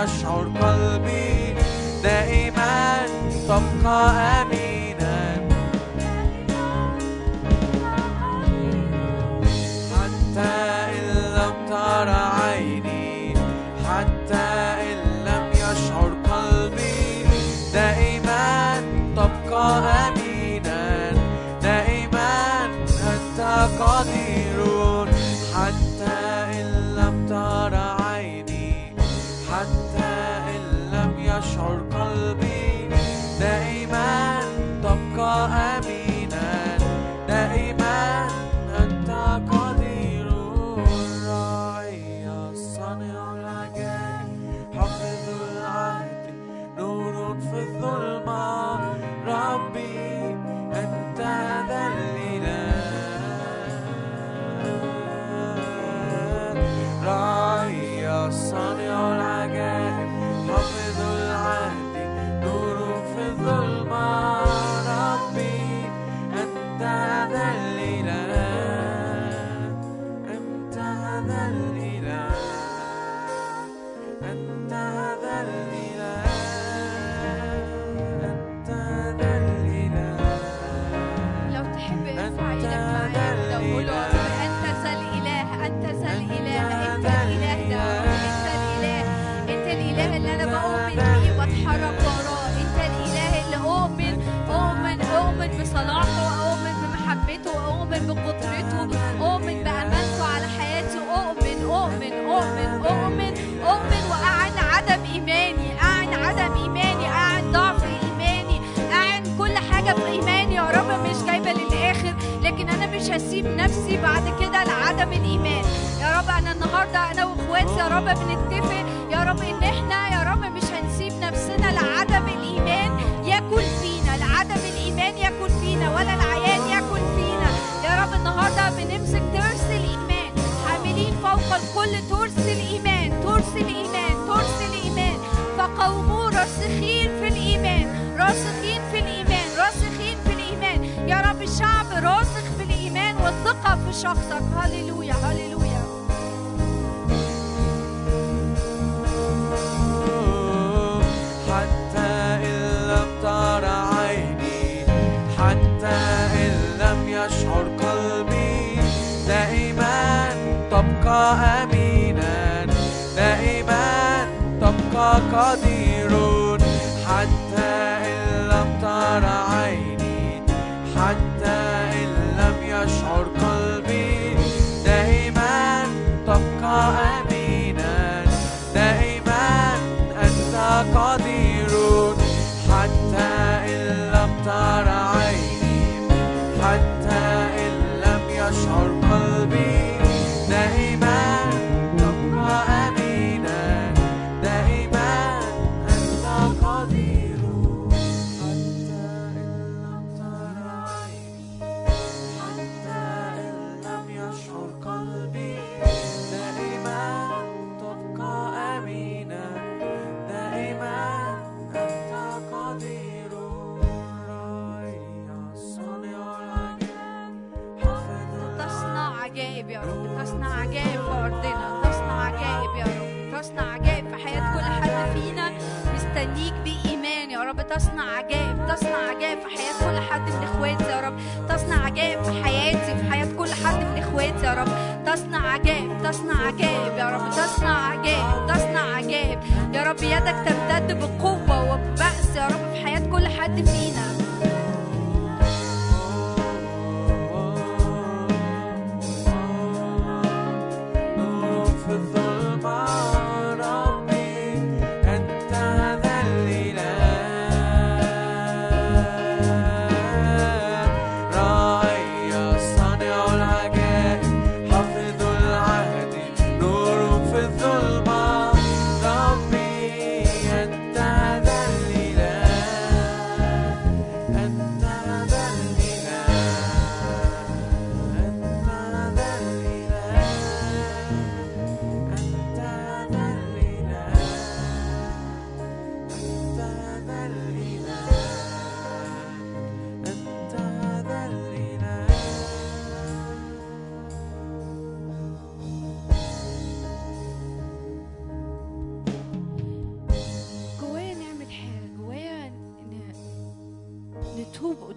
يشعر قلبي دائما تبقى أمينا حتى إن لم ترى عيني حتى إن لم يشعر قلبي دائما تبقى أمينا دائما أنت قدير حتى إن لم ترى عيني حتى إن لم يشعر قلبي دائما تبقى أمينا دائما أنت قدير الراعي الصانع العجائب حافظ العهد نور في الظلمة ربي أنت ذا راعي الصانع العجائب حافظ العهد نور في الظلمة ربي أنت ذا الإله أنت ذا الإله أنت ذا الإله أنت ذا الإله. لو تحب ارفع ايدك معايا وقول له أنت ذا الإله أنت ذا الإله أنت الإله ده أنت الإله أنت الإله اللي أنا بؤمن بيه وبتحرك وراه أنت الإله اللي أؤمن أؤمن أؤمن بصلاحه أؤمن بمحبته أؤمن بقدرته أؤمن بأمانته على حياتي أؤمن أؤمن أؤمن أؤمن أؤمن وأعن عدم إيماني أعن عدم إيماني أعن ضعف إيماني أعن كل حاجة في إيماني يا رب مش جايبة للآخر لكن أنا مش هسيب نفسي بعد كده لعدم الإيمان يا رب. أنا النهاردة أنا وإخواتي يا رب بنتفق يا رب إن إحنا يا رب مش هنسيب نفسنا لعدم الإيمان ياكل فينا لعدم الإيمان ياكل فينا ولا العيان ياكل فينا يا رب. النهاردة بنمسك ترس الإيمان حاملين فوق الكل ترس الإيمان ترس الإيمان ترس الإيمان فقوموا راسخين في الإيمان راسخين في الإيمان راسخين في الإيمان يا رب. الشعب راسخ في الإيمان والثقة في شخصك. هللويا هللويا. حتى إن لم ترى عيني حتى إن لم يشعر قلبي دائما تبقى أمينا دائما تبقى قدير حتى إن لم ترى عيني حتى إن لم يشعر قلبي دائما تبقى أمينا دائما أنت قدير حتى إن لم ترى عيني حتى إن لم يشعر قلبي دائما تبقى أمينا دائما أنت قدير حتى إن لم ترى عيني حتى إن لم يشعر قلبي دائما تبقى أمينا دائما أنت قدير راعي الصانع العجائب حافظ تصنع عجائب يا رب تصنع عجائب في أرضنا تصنع عجائب يا رب تصنع عجائب في حياة كل حد فينا مستنيك بإيمان يا رب. تصنع عجائب تصنع عجائب في حياة كل حد من إخواتي يا رب. تصنع عجائب في حياتي في حياة كل حد من إخواتي يا رب. تصنع عجائب تصنع عجائب يا رب. تصنع عجائب تصنع عجائب يا رب. يدك تمتد بقوة وببأس يا رب في حياة كل حد فينا. نور في الظلمة ربي أنت ذا الإله راعي الصانع العجائب حافظ العهد نور في الظلمة ربي أنت ذا الإله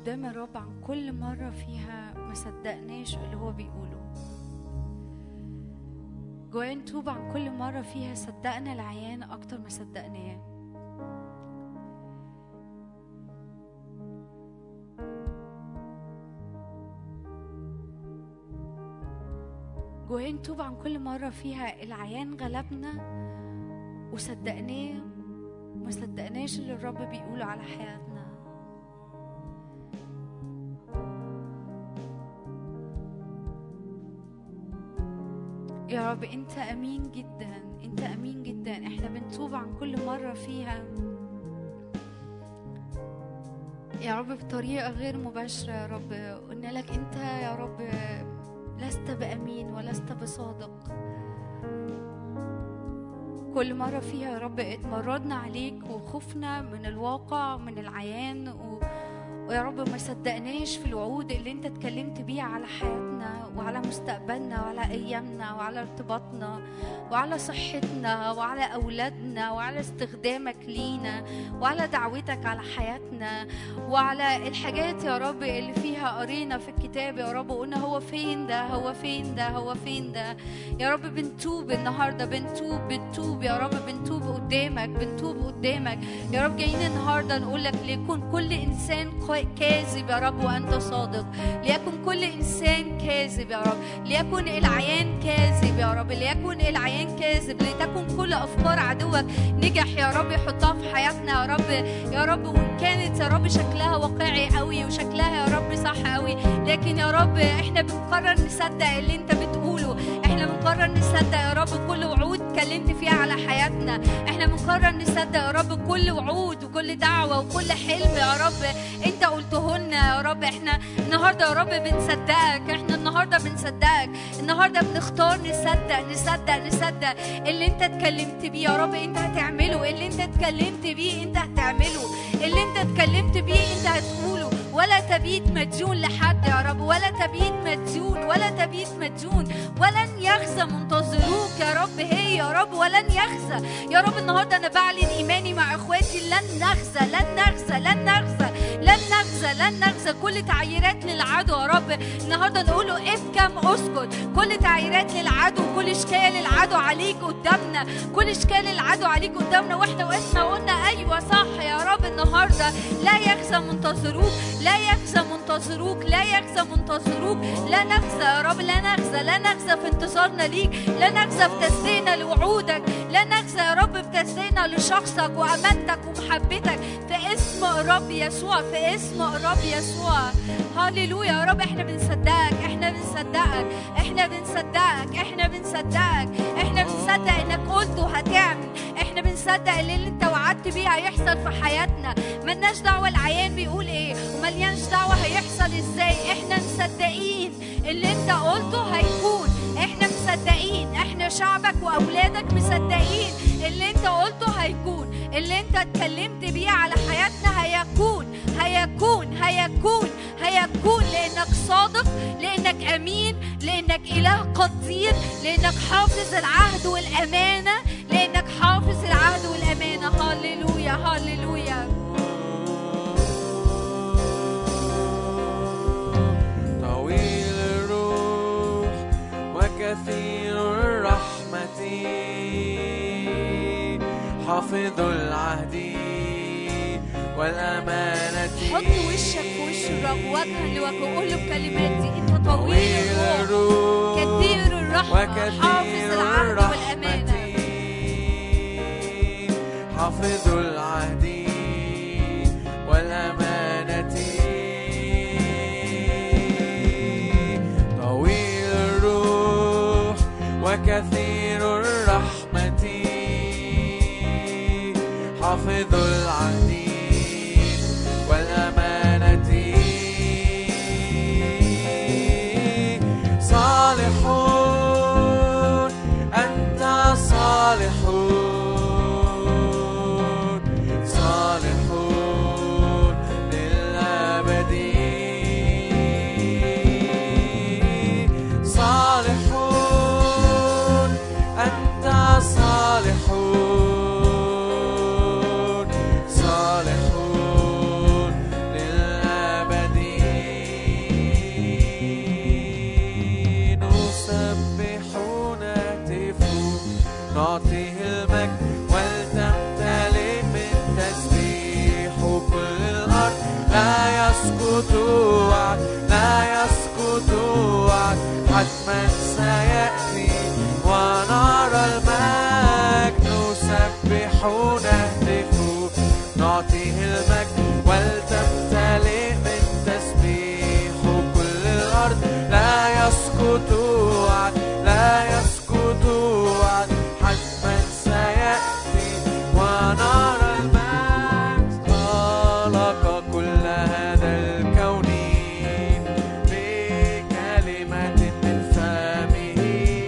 قدام الرب عن كل مرة فيها ما صدقناش اللي هو بيقوله. جوانا نتوب عن كل مرة فيها صدقنا العيان أكتر ما صدقناه. جوانا نتوب عن كل مرة فيها العيان غلبنا وصدقناه وما صدقناش اللي الرب بيقوله على حياتنا. يا رب انت امين جدا، انت امين جدا. احنا بنتوب عن كل مرة فيها يا رب بطريقة غير مباشرة. يا رب قلنا لك انت يا رب لست بأمين ولست بصادق. كل مرة فيها يا رب اتمردنا عليك وخفنا من الواقع ومن العيان و... ويا رب ما صدقناش في الوعود اللي انت اتكلمت بيها على حياتنا وعلى مستقبلنا وعلى ايامنا وعلى ارتباطنا وعلى صحتنا وعلى اولادنا وعلى استخدامك لينا وعلى دعوتك على حياتنا وعلى الحاجات يا رب اللي فيها قرينا في الكتاب. يا رب قلنا هو فين ده، هو فين ده، هو فين ده. يا رب بنتوب النهارده، بنتوب بنتوب يا رب، بنتوب قدامك، بنتوب قدامك يا رب. جايين النهارده نقول لك ليكن كل انسان كاذب يا رب وأنت صادق. ليكن كل إنسان كاذب يا رب، ليكن العيان كاذب يا رب، ليكن العيان كاذب. لتكن كل أفكار عدوك نجح يا رب يحطها في حياتنا يا رب. يا رب وإن كانت يا رب شكلها واقعي قوي وشكلها يا رب صح قوي، لكن يا رب إحنا بنقرر نصدق اللي أنت بتقوله. إحنا بنقرر نصدق يا رب كل وعود اتكلمت فيها على حياتنا. إحنا بنقرر نصدق يا رب كل وعود وكل دعوة وكل حلم يا رب انت قلته لنا يا رب. احنا النهارده يا رب بنصدقك، احنا النهارده بنصدقك، النهارده بنختار نصدق نصدق نصدق اللي انت اتكلمت بيه يا رب انت هتعمله، اللي انت اتكلمت بيه انت هتعمله، اللي انت اتكلمت بيه انت هتقوله. ولا تبيت مديون لحد يا رب، ولا تبيت مديون، ولا تبيت مديون. ولن يخزى منتظروك يا رب، هي يا رب ولن يخزى يا رب. النهارده انا بعلن ايماني مع اخواتي، لن نخزى لن نخزى لن نخزى لن نخزى لن نخزى. كل تعييرات للعدو يا رب النهارده نقوله افكم اسكت. كل تعييرات للعدو، كل اشكال العدو عليك قدامنا، كل اشكال العدو عليك قدامنا واحنا وقفنا وقلنا ايوه صح يا رب. النهارده لا يخزى منتظروك، لا يخزى منتظروك، لا يخزى منتظروك. لا نخزى يا رب، لا نخزى، لا نخزى في انتظارنا ليك، لا نخزى في تسلينا لوعودك، لا نخزى يا رب في تسلينا لشخصك وامانتك ومحبتك في اسم الرب يسوع، في اسم الرب يسوع. هاليلويا يا رب. احنا بنصدقك، احنا بنصدقك، احنا بنصدقك، احنا بنصدقك، احنا بنصدق انك قلت وهتعمل. احنا بنصدق اللي انت وعدت بيه هيحصل في حياتنا. ملناش دعوه العيان بيقول ايه ومليانش دعوه هيحصل ازاي. احنا مصدقين اللي انت قلته هيكون، احنا مصدقين، احنا شعبك واولادك مصدقين اللي انت قلته هيكون، اللي انت اتكلمت بيه على حياتنا هيكون هيكون هيكون هيكون. لانك صادق، لانك امين، لانك اله قدير، لانك حافظ العهد والامانه، لانك حافظ العهد والامانه. هاليلويا هاليلويا. طويل الروح وكثير الرحمه، حافظ العهد والأمانة. حط وشك في وش الرب، وجها لوجهه، قول له الكلمات دي. انت طويل الروح كثير الرحمة، حافظ العهد والأمانة. حافظ العهد والأمانة. طويل الروح وكثير الرحمة، حافظ العهد والأمانة. صالحون أنت صالحون، صالحون للأبد. صالحون أنت صالحون، صالحون نعطيه المجد ولتمتلئ من تسبيح كل الأرض. لا يسقط وعد لا يسقط وعد حتما سيأتي ونرى المجد نسبح ونهتف نعطيه المجد ولتمتلئ من تسبيح كل الأرض. لا يسقط وعد لا يسقط وعد حتما سيأتي ونرى المجد. خلق كل هذا الكون بكلمة من فمه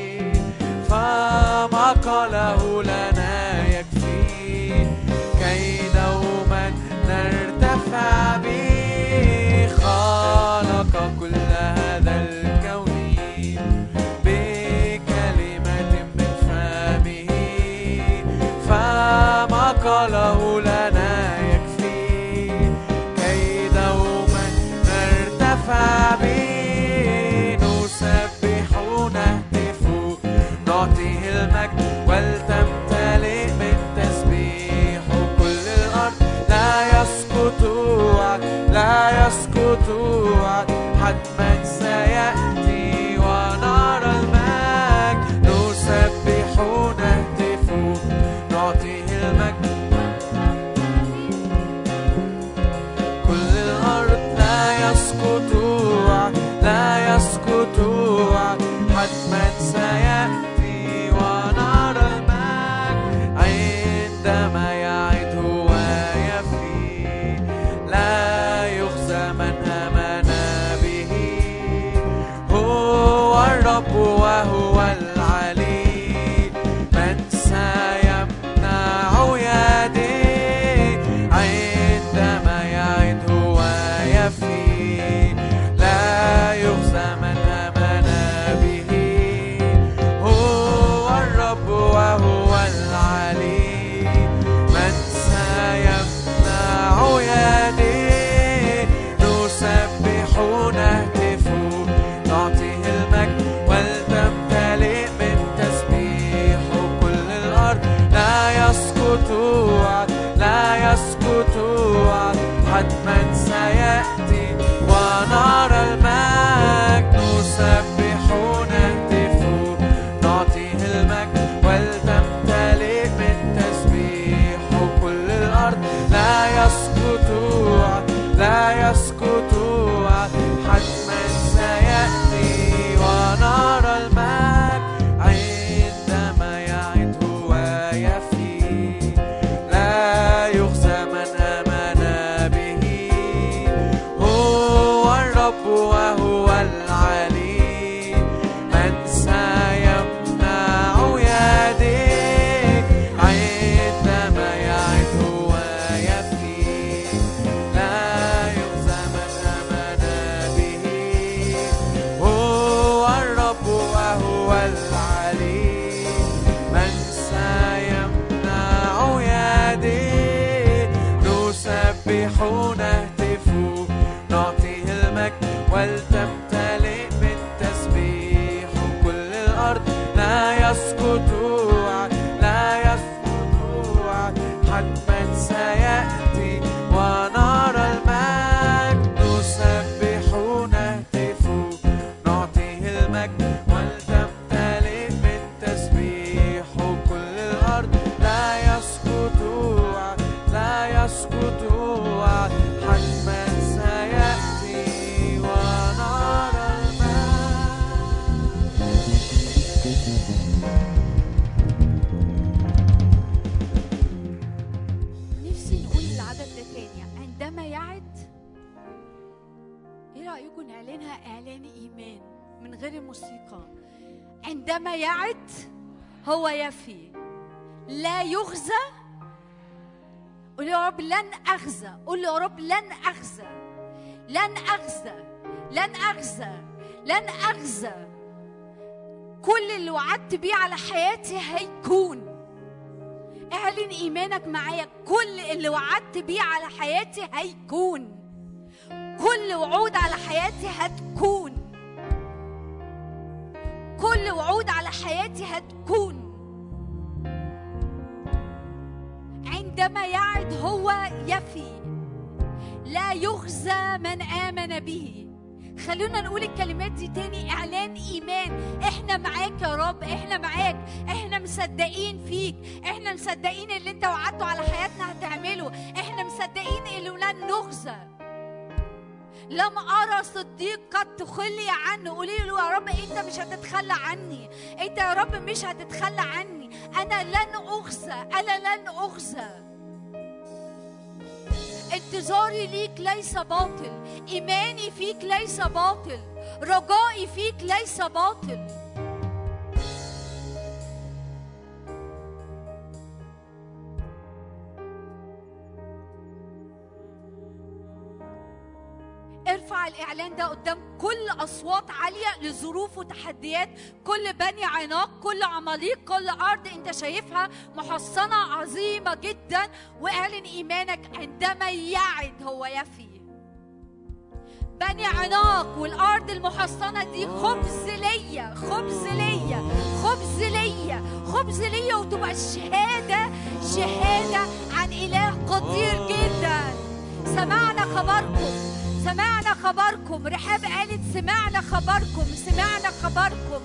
فما قاله لنا يكفي كي دوما نرتفع به. خلق كل هذا الكون بكلمة من فمه فما قاله لنا يكفي كي دوما نرتفع به. نسبح ونهتف نعطيه المجد ولتمتلئ من تسبيح كل الأرض. لا يسقط وعد لا يسقط وعد حتما سيأتي ونرى المجد نسبح ونهتف نعطيه المجد كل الأرض. لا يسقط وعد لا يسقط وعد حتما سيأتي ونرى المجد. عندما يعد هو يفي لا يخزى من آمن به. هو الرب وهو العلي من سيمنع يديه. عندما يعد هو يفي لا يخزى من آمن به. هو الرب وهو العلي من سيمنع يديه. نسبح ونهتف نعطيه المجد ولتمتلئ من تسبيح كل الأرض. لا يسقط وعد لا يسقط وعد حتما سيأتي ونرى المجد. نسبح ونهتف نعطيه المجد ولتمتلئ من تسبيح كل الأرض. لا يسقط وعد لا يسقط وعد حتما سيأتي ونرى المجد. عندما يعد هو يفي لا يخزى من آمن به. هو الرب وهو العلي من سيمنع يديه. عندما يعد هو يفي لا يخزى من آمن به. هو الرب وهو العلي من سيمنع يديه. نسبح ونهتف نعطيه المجد ولتمتلئ من تسبيح كل الأرض. لا يسقط وعد لا يسقط وعد حتما سيأتي ونرى المجد. نسبح ونهتف نعطيه المجد ولتمتلئ من تسبيح كل الأرض. لا يسقط وعد لا يسقط وعد حتما سيأتي ونرى المجد. نفسي نقول العدد ده تاني. عندما يعد، ايه رأيكم نعلنها اعلان ايمان من غير الموسيقى؟ عندما يعد هو يفي لا يخزى. قول يا رب لن أخزى. قول يا رب لن أخزى لن أخزى لن أخزى لن أخزى. كل اللي وعدت بيه على حياتي هيكون. اعلن إيمانك معايا. كل اللي وعدت بيه على حياتي هيكون. كل وعود على حياتي هتكون. كل وعود على حياتي هتكون. عندما يعد هو يفي، لا يخزى من آمن به. خلونا نقول الكلمات دي تاني، إعلان إيمان. إحنا معاك يا رب، إحنا معاك، إحنا مصدقين فيك، إحنا مصدقين اللي أنت وعدته على حياتنا هتعمله، إحنا مصدقين إنه لن نخزى. لم أرى صديق قد تخلي عنه. قولي له يا رب أنت مش هتتخلى عني، أنت يا رب مش هتتخلى عني، أنا لن أخزى، أنا لن أخزى. انتظاري ليك ليس باطل، إيماني فيك ليس باطل، رجائي فيك ليس باطل. ارفع الإعلان ده قدام كل أصوات عالية لظروف وتحديات، كل بني عناق، كل عماليق، كل أرض أنت شايفها محصنة عظيمة جدا، واعلن إيمانك عندما يعد هو يفي. بني عناق والأرض المحصنة دي خبز ليا، خبز ليا، خبز ليا، خبز ليا، وتبقى الشهادة شهادة عن إله قدير جدا. سمعنا خبركم، سمعنا خبركم. رحاب قالت سمعنا خبركم، سمعنا خبركم.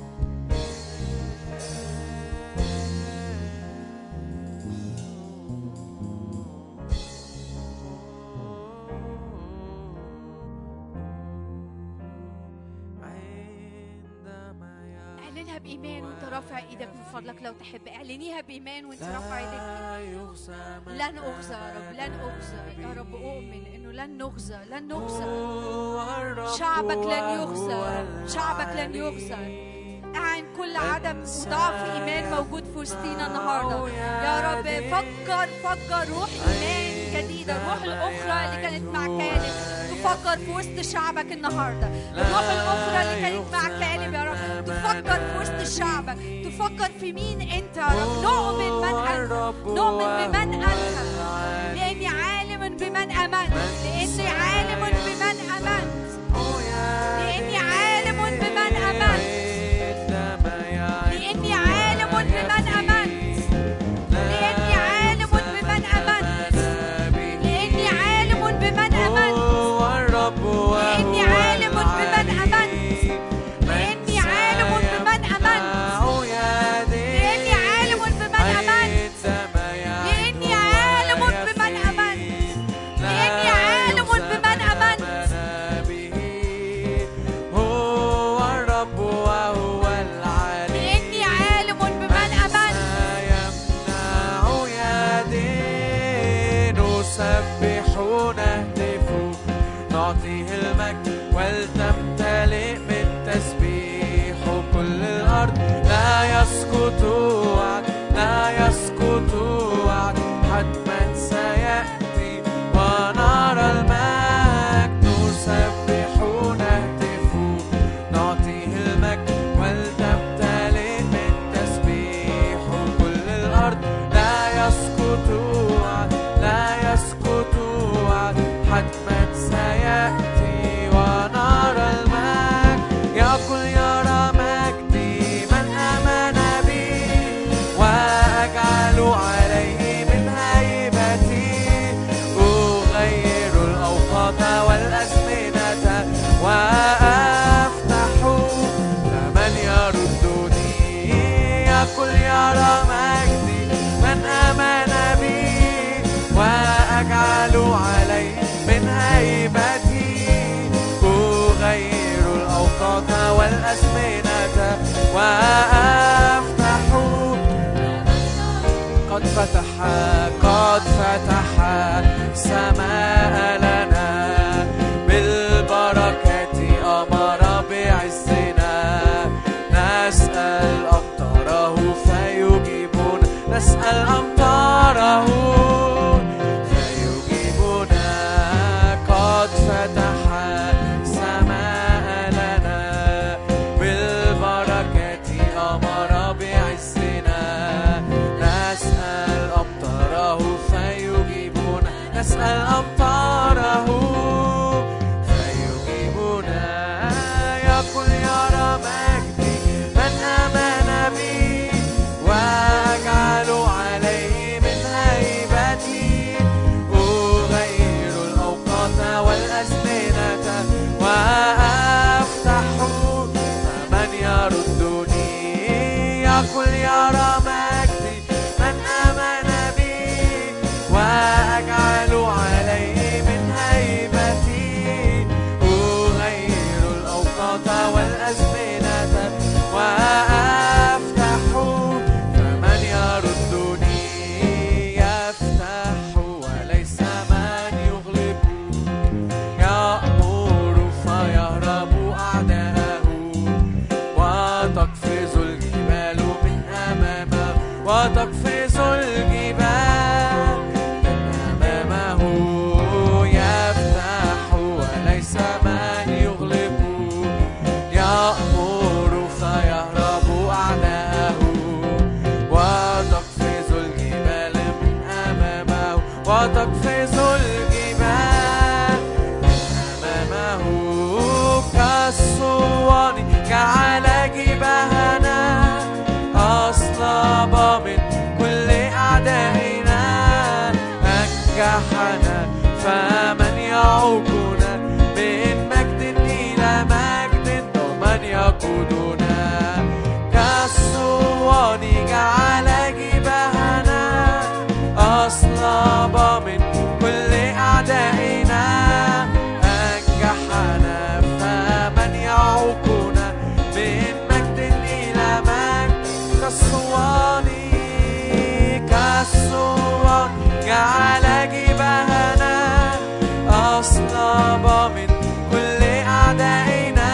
اعلنها بإيمان وانت رافع ايدك من فضلك، لو تحب اعلنيها بإيمان وانت رافع ايدك. لن أخزى يا رب، لن أخزى يا رب، أؤمن إنه لن نخزى، لن نخزى. شعبك لن يخزى، شعبك لن يخزى. أعن كل عدم وضعف إيمان موجود في وسطينا النهارده يا رب. فكر فكر روح إيمان جديدة، الروح الأخرى اللي كانت مع كالب تفكر في وسط شعبك النهارده. الروح الأخرى اللي كانت مع كالب يا رب تفكر في وسط شعبك، تفكر في مين أنت يا رب. نؤمن من أنت، نؤمن بمن أنت، لأني عالم بمن آمنت، لأني عالم بمن آمنت، لأني عالم بمن آمنت، لأني عالم بمن آمنت، لأني عالم بمن آمنت، لأني عالم بمن آمنت، لأني عالم بمن آمنت، لأني عالم بمن آمنت، لأني عالم بمن آمنت، لأني عالم بمن آمنت، لأني عالم بمن آمنت. هو الرب وهو العلي، لأني عالم بمن آمنت. يمنع يدي، نسبح نهتف نعطيه المجد ولتمتلئ من تسبيح كل الأرض. لا يسقط وعد، لا يسقط وعد، حتما سيأتي ونرى المجد. نسبح نهتف نعطيه المجد ولتمتلئ من تسبيح كل الأرض. لا يسقط وعد، لا يسقط وعد، حتما سيأتي ونرى المجد. يقول يرى مجدي من آمن بي، وأجعل عليه من هيبتي. أغير الأوقات والأزمنة وأفتح لمن يردني. يقول يرى مجدي من آمن بي، وأجعل عليه من هيبتي. أغير الأوقات والأزمنة وأفتح. قد فتح، قد فتح سماء لنا بالبركات، أمر بعزنا. نسأل أمطاره فيجيبون، نسأل أمطاره فيجيبنا. قد فتح سماء لنا بالبركات، أمر بعزنا. نسأل أمطاره فيجيبنا، نسأل أمطاره فيجيبنا. يقول يرى مجدي من آمن بي، وأجعل عليه يرى مجدي من آمن بي وأجعل عليه من هيبتي أغير الأوقات والأزمنة وأفتح فمن يردني يفتح وليس من يغلب يأمر فيهرب أعداءه وتقفز الجبال من أمامه وتقفز الجبال من أمامه يفتح وليس من يغلب يأمر فيهرب أعداءه وتقفز الجبال من أمامه وتقفز الجبال من أمامه كالصوان جعل جباهنا أصلب من كل أعدائنا أنجحنا فمن يعوقنا من مجد إلى مجد ومن يقودنا كالصوان جعل جباهنا أصلب من كل أعدائنا أنجحنا فمن يعوقنا من مجد إلى مجد كالصوان كالصوان جعل جباهنا أصلب من كل أعدائنا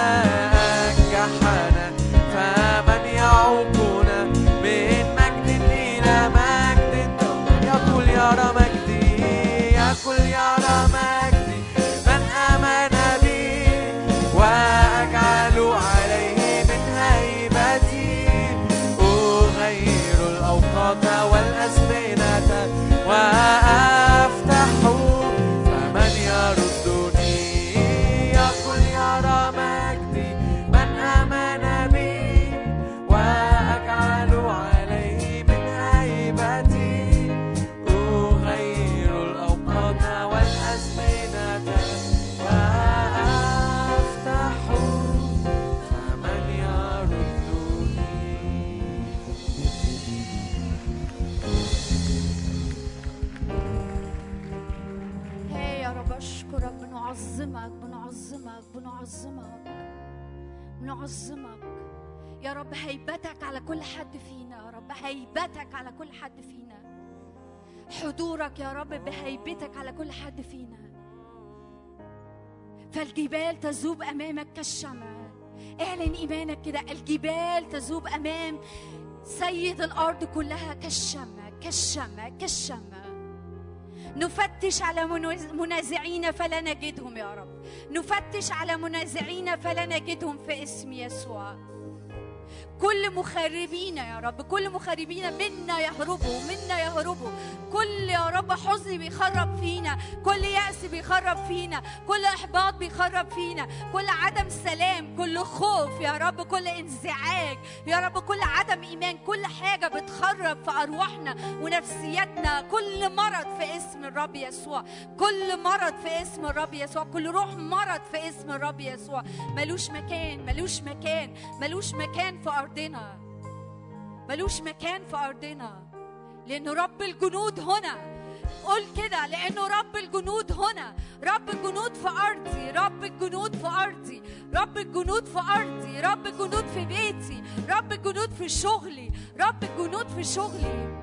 أنجحنا فمن يعوقنا من مجد إلى مجد يقول يرى مجدي يقول يرى مجدي من آمن بي وأجعل عليه من هيبتي أغير الأوقات والأزمنة وأفتح فمن يردني يقول يرى مجدي من آمن بي وأجعل عليه من هيبتي أغير الأوقات والأزمنة وأفتح فمن يردني. هي يا رب أشكرك، بنعظمك بنعظمك بنعظمك بنعظمك يا رب. هيبتك على كل حد فينا يا رب، هيبتك على كل حد فينا، حضورك يا رب بهيبتك على كل حد فينا. فالجبال تذوب أمامك كالشمع. اعلن إيمانك كده، الجبال تذوب أمام سيد الأرض كلها كالشمع كالشمع كالشمع. نفتش على منازعين فلا نجدهم يا رب، نفتش على منازعين فلا نجدهم في اسم يسوع. كل مخربين يا رب، كل مخربين منا يهربوا منا يهربوا. كل يا رب حزن بيخرب فينا، كل يأس بيخرب فينا، كل إحباط بيخرب فينا، كل عدم سلام، كل خوف يا رب، كل انزعاج يا رب، كل عدم إيمان، كل حاجة بتخرب في أرواحنا ونفسيتنا، كل مرض في اسم الرب يسوع، كل مرض في اسم الرب يسوع، كل روح مرض في اسم الرب يسوع. ملوش مكان ملوش مكان ملوش مكان في أرضنا، ملوش مكان في أرضنا، لأنه رب الجنود هنا. قول كده، لأنه رب الجنود هنا. رب الجنود في أرضي، رب الجنود في أرضي، رب الجنود في أرضي، رب الجنود في بيتي، رب الجنود في شغلي، رب الجنود في شغلي.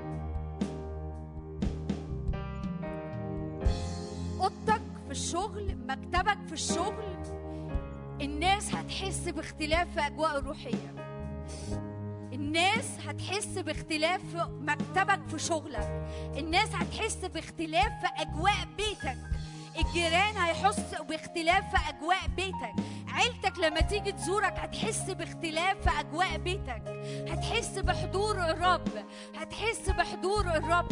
أوضتك في الشغل، مكتبك في الشغل، الناس هتحس باختلاف في أجواء الروحية. الناس هتحس باختلاف في مكتبك في شغلك، الناس هتحس باختلاف في أجواء بيتك، الجيران هيحسوا باختلاف في أجواء بيتك، عيلتك لما تيجي تزورك هتحس باختلاف في أجواء بيتك، هتحس بحضور الرب، هتحس بحضور الرب.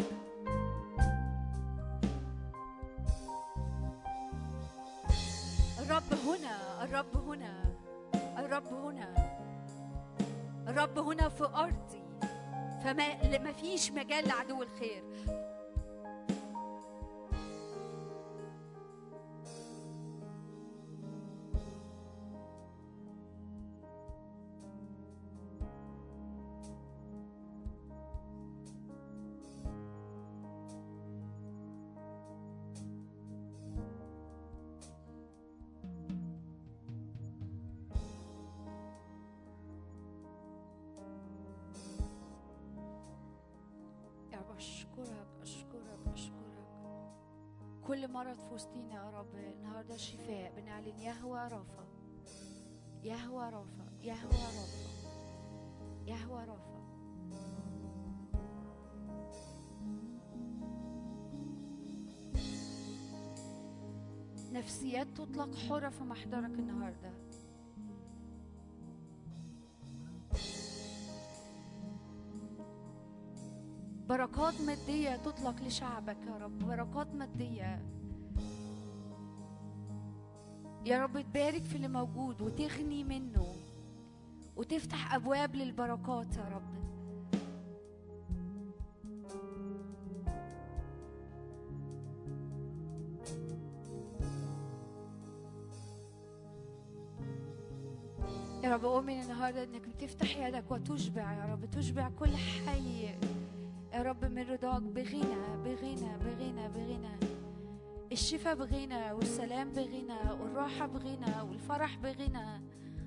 الرب هنا، الرب هنا، الرب هنا، الرب هنا في أرضي، فما ما فيش مجال لعدو الخير. كل مرض في وسطينا يا رب النهارده شفاء. بنعلن يهوى رافع، يهوى رافع، يهوى رافع، يهوى رافع. نفسيات تطلق حرة في محضرك النهارده. بركات مادية تطلق لشعبك يا رب، بركات مادية يا رب. تبارك في اللي موجود وتغني منه وتفتح أبواب للبركات يا رب. يا رب أؤمن النهاردة إنك بتفتح يدك وتشبع يا رب، تشبع كل حي يا رب من رضاك بغنى بغنى بغنى بغنى. الشفاء بغنى والسلام بغنى والراحة بغنى والفرح بغنى.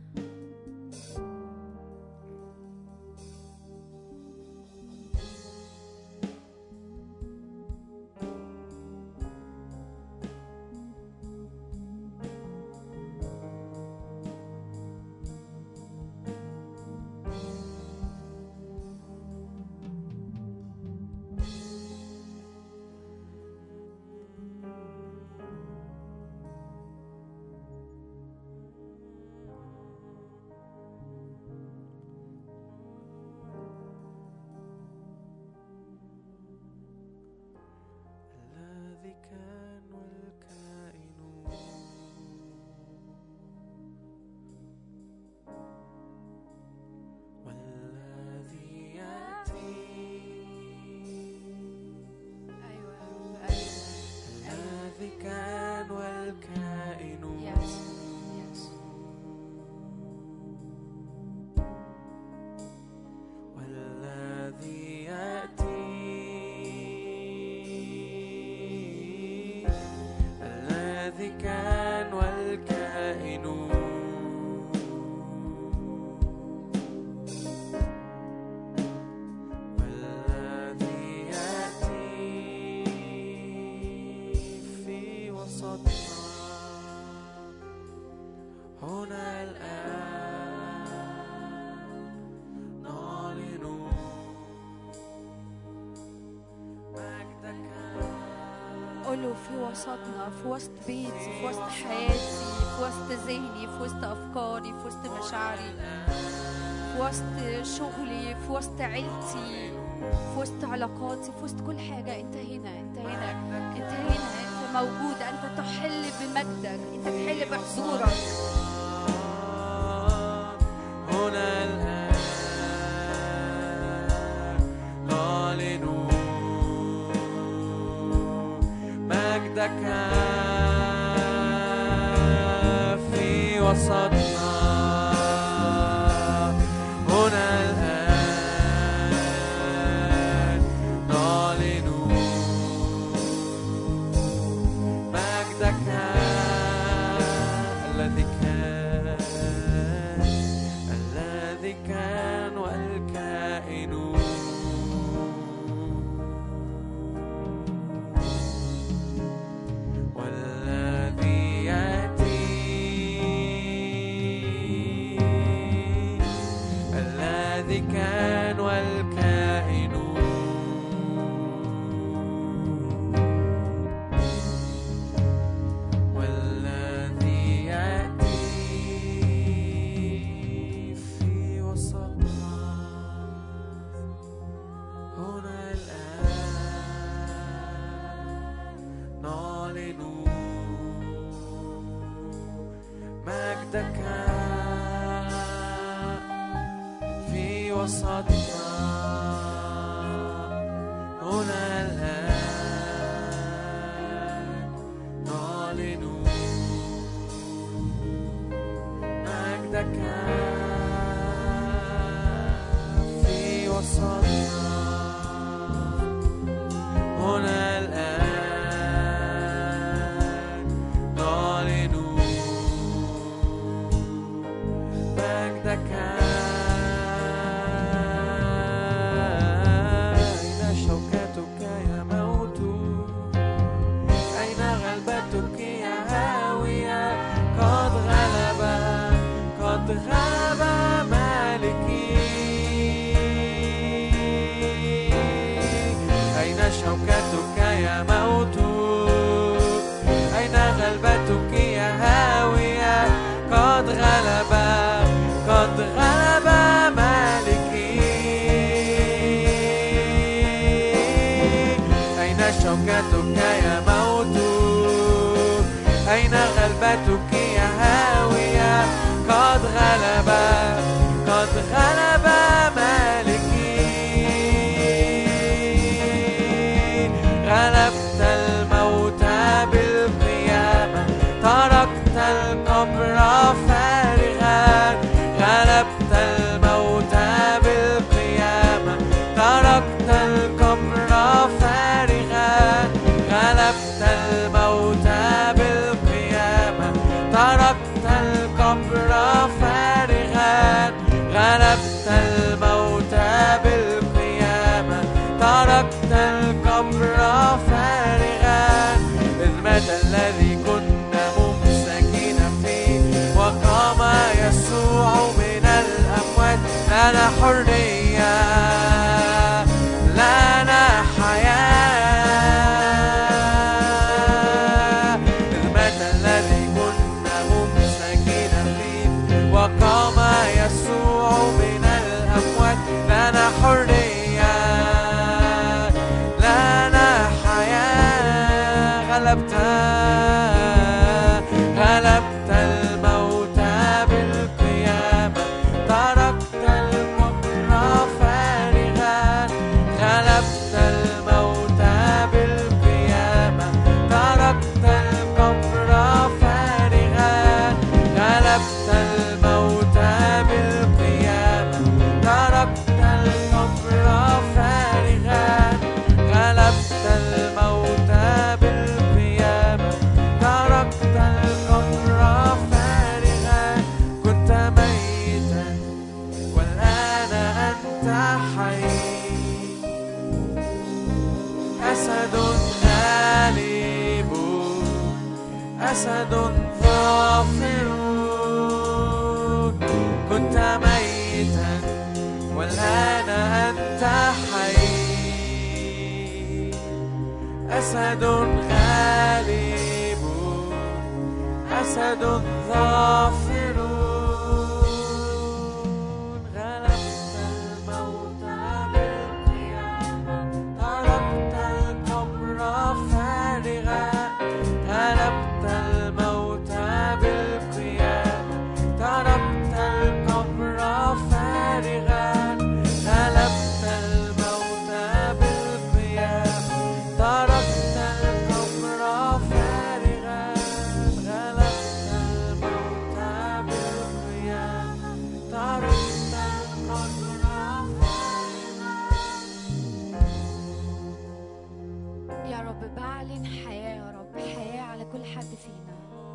في وسطنا، في وسط بيتي، في وسط حياتي، في وسط ذهني، في وسط أفكاري، في وسط مشاعري، في وسط شغلي، في وسط عيلتي، في وسط علاقاتي، في وسط كل حاجة. أنت هنا، أنت هنا، أنت هنا، أنت موجود، أنت تحل بمجدك، أنت تحل بحضورك. هنا الآن نعلن مجدك في وسطنا. هنا الآن نعلن مجدك الذي كان الذي كان والكائن كان والكائن والذي يأتي في وسطنا. هنا الآن نعلن مجدك وسطنا. هنا الآن نعلن مجدك في وسطنا. هنا الآن نعلن مجدك. أين شوكتك يا موت؟ أين غلبتك يا هاوية؟ قد غلب قد غلب مالكي. غلبت الموت بالقيامة، تركت القبر فارغا. غلبت الموت بالقيامة، تركت القبر فارغا. غلبت الموت بالقيامة، تركت القبر فارغا. غلبت الموت بالقيامة، تركت القبر فارغا. إذ مات الذي كنا ممسكين فيه، وقام يسوع من الأموات. لنا حرية، لنا حياة. إذ مات الذي كنا ممسكين فيه، وقام يسوع من الأموات. لنا حرية، لنا حياة. غلبت غلبت الموت بالقيامة، تركت القبر فارغا. غلبت الموت بالقيامة، تركت القبر فارغا. غلبت الموت بالقيامة، تركت القبر فارغا. غلبت الموت بالقيامة، تركت القبر فارغا. كنت ميتا والآن أنت حي، أسد غالب، أسد ظافر. كنت ميتا والآن أنت حي، أسد غالب، أسد ظافر. غلبت الموت بالقيامة، تركت القبر فارغا. غلبت الموت بالقيامة، تركت القبر فارغا. غلبت الموت بالقيامة، تركت القبر فارغا. غلبت الموت بالقيامة، تركت القبر فارغا. يا رب بعلن حياة، يا رب حياة على كل حد فينا.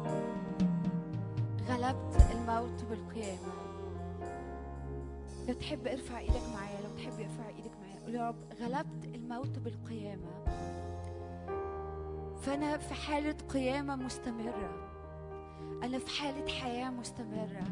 غلبت الموت بالقيامة. لو تحب ارفع ايدك معايا، لو تحب ارفع ايدك معايا، قول يا رب غلبت الموت بالقيامة. فأنا في حالة قيامة مستمرة، أنا في حالة حياة مستمرة.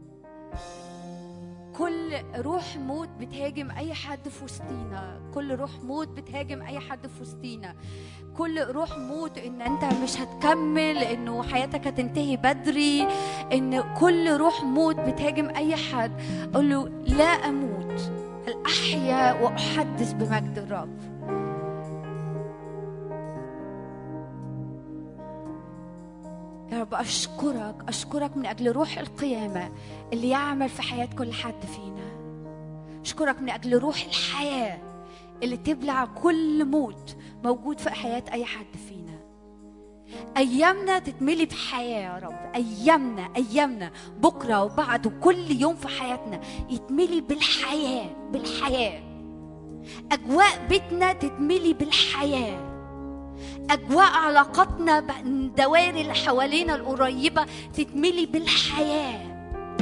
كل روح موت بتهاجم أي حد في وسطينا، كل روح موت بتهاجم أي حد في وسطينا، كل روح موت إن أنت مش هتكمل، إنه حياتك هتنتهي بدري، إن كل روح موت بتهاجم أي حد. قول له لا أموت، الأحيا وأحدث بمجد الرب. يا رب أشكرك، أشكرك من أجل روح القيامة اللي يعمل في حياة كل حد فينا. أشكرك من أجل روح الحياة اللي تبلع كل موت موجود في حياة أي حد فينا. أيامنا تتملي بحياة يا رب، أيامنا أيامنا بكرة وبعد وكل يوم في حياتنا يتملي بالحياة، بالحياة. أجواء بيتنا تتملي بالحياة، أجواء علاقاتنا بالدوائر اللي حوالينا القريبة تتملي بالحياة،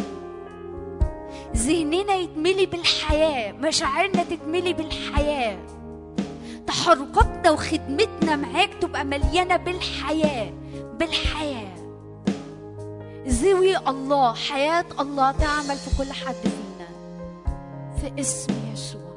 ذهننا يتملي بالحياة، مشاعرنا تتملي بالحياة، تحركاتنا وخدمتنا معاك تبقى مليانة بالحياة، بالحياة. زوي الله، حياة الله تعمل في كل حد فينا في اسم يسوع.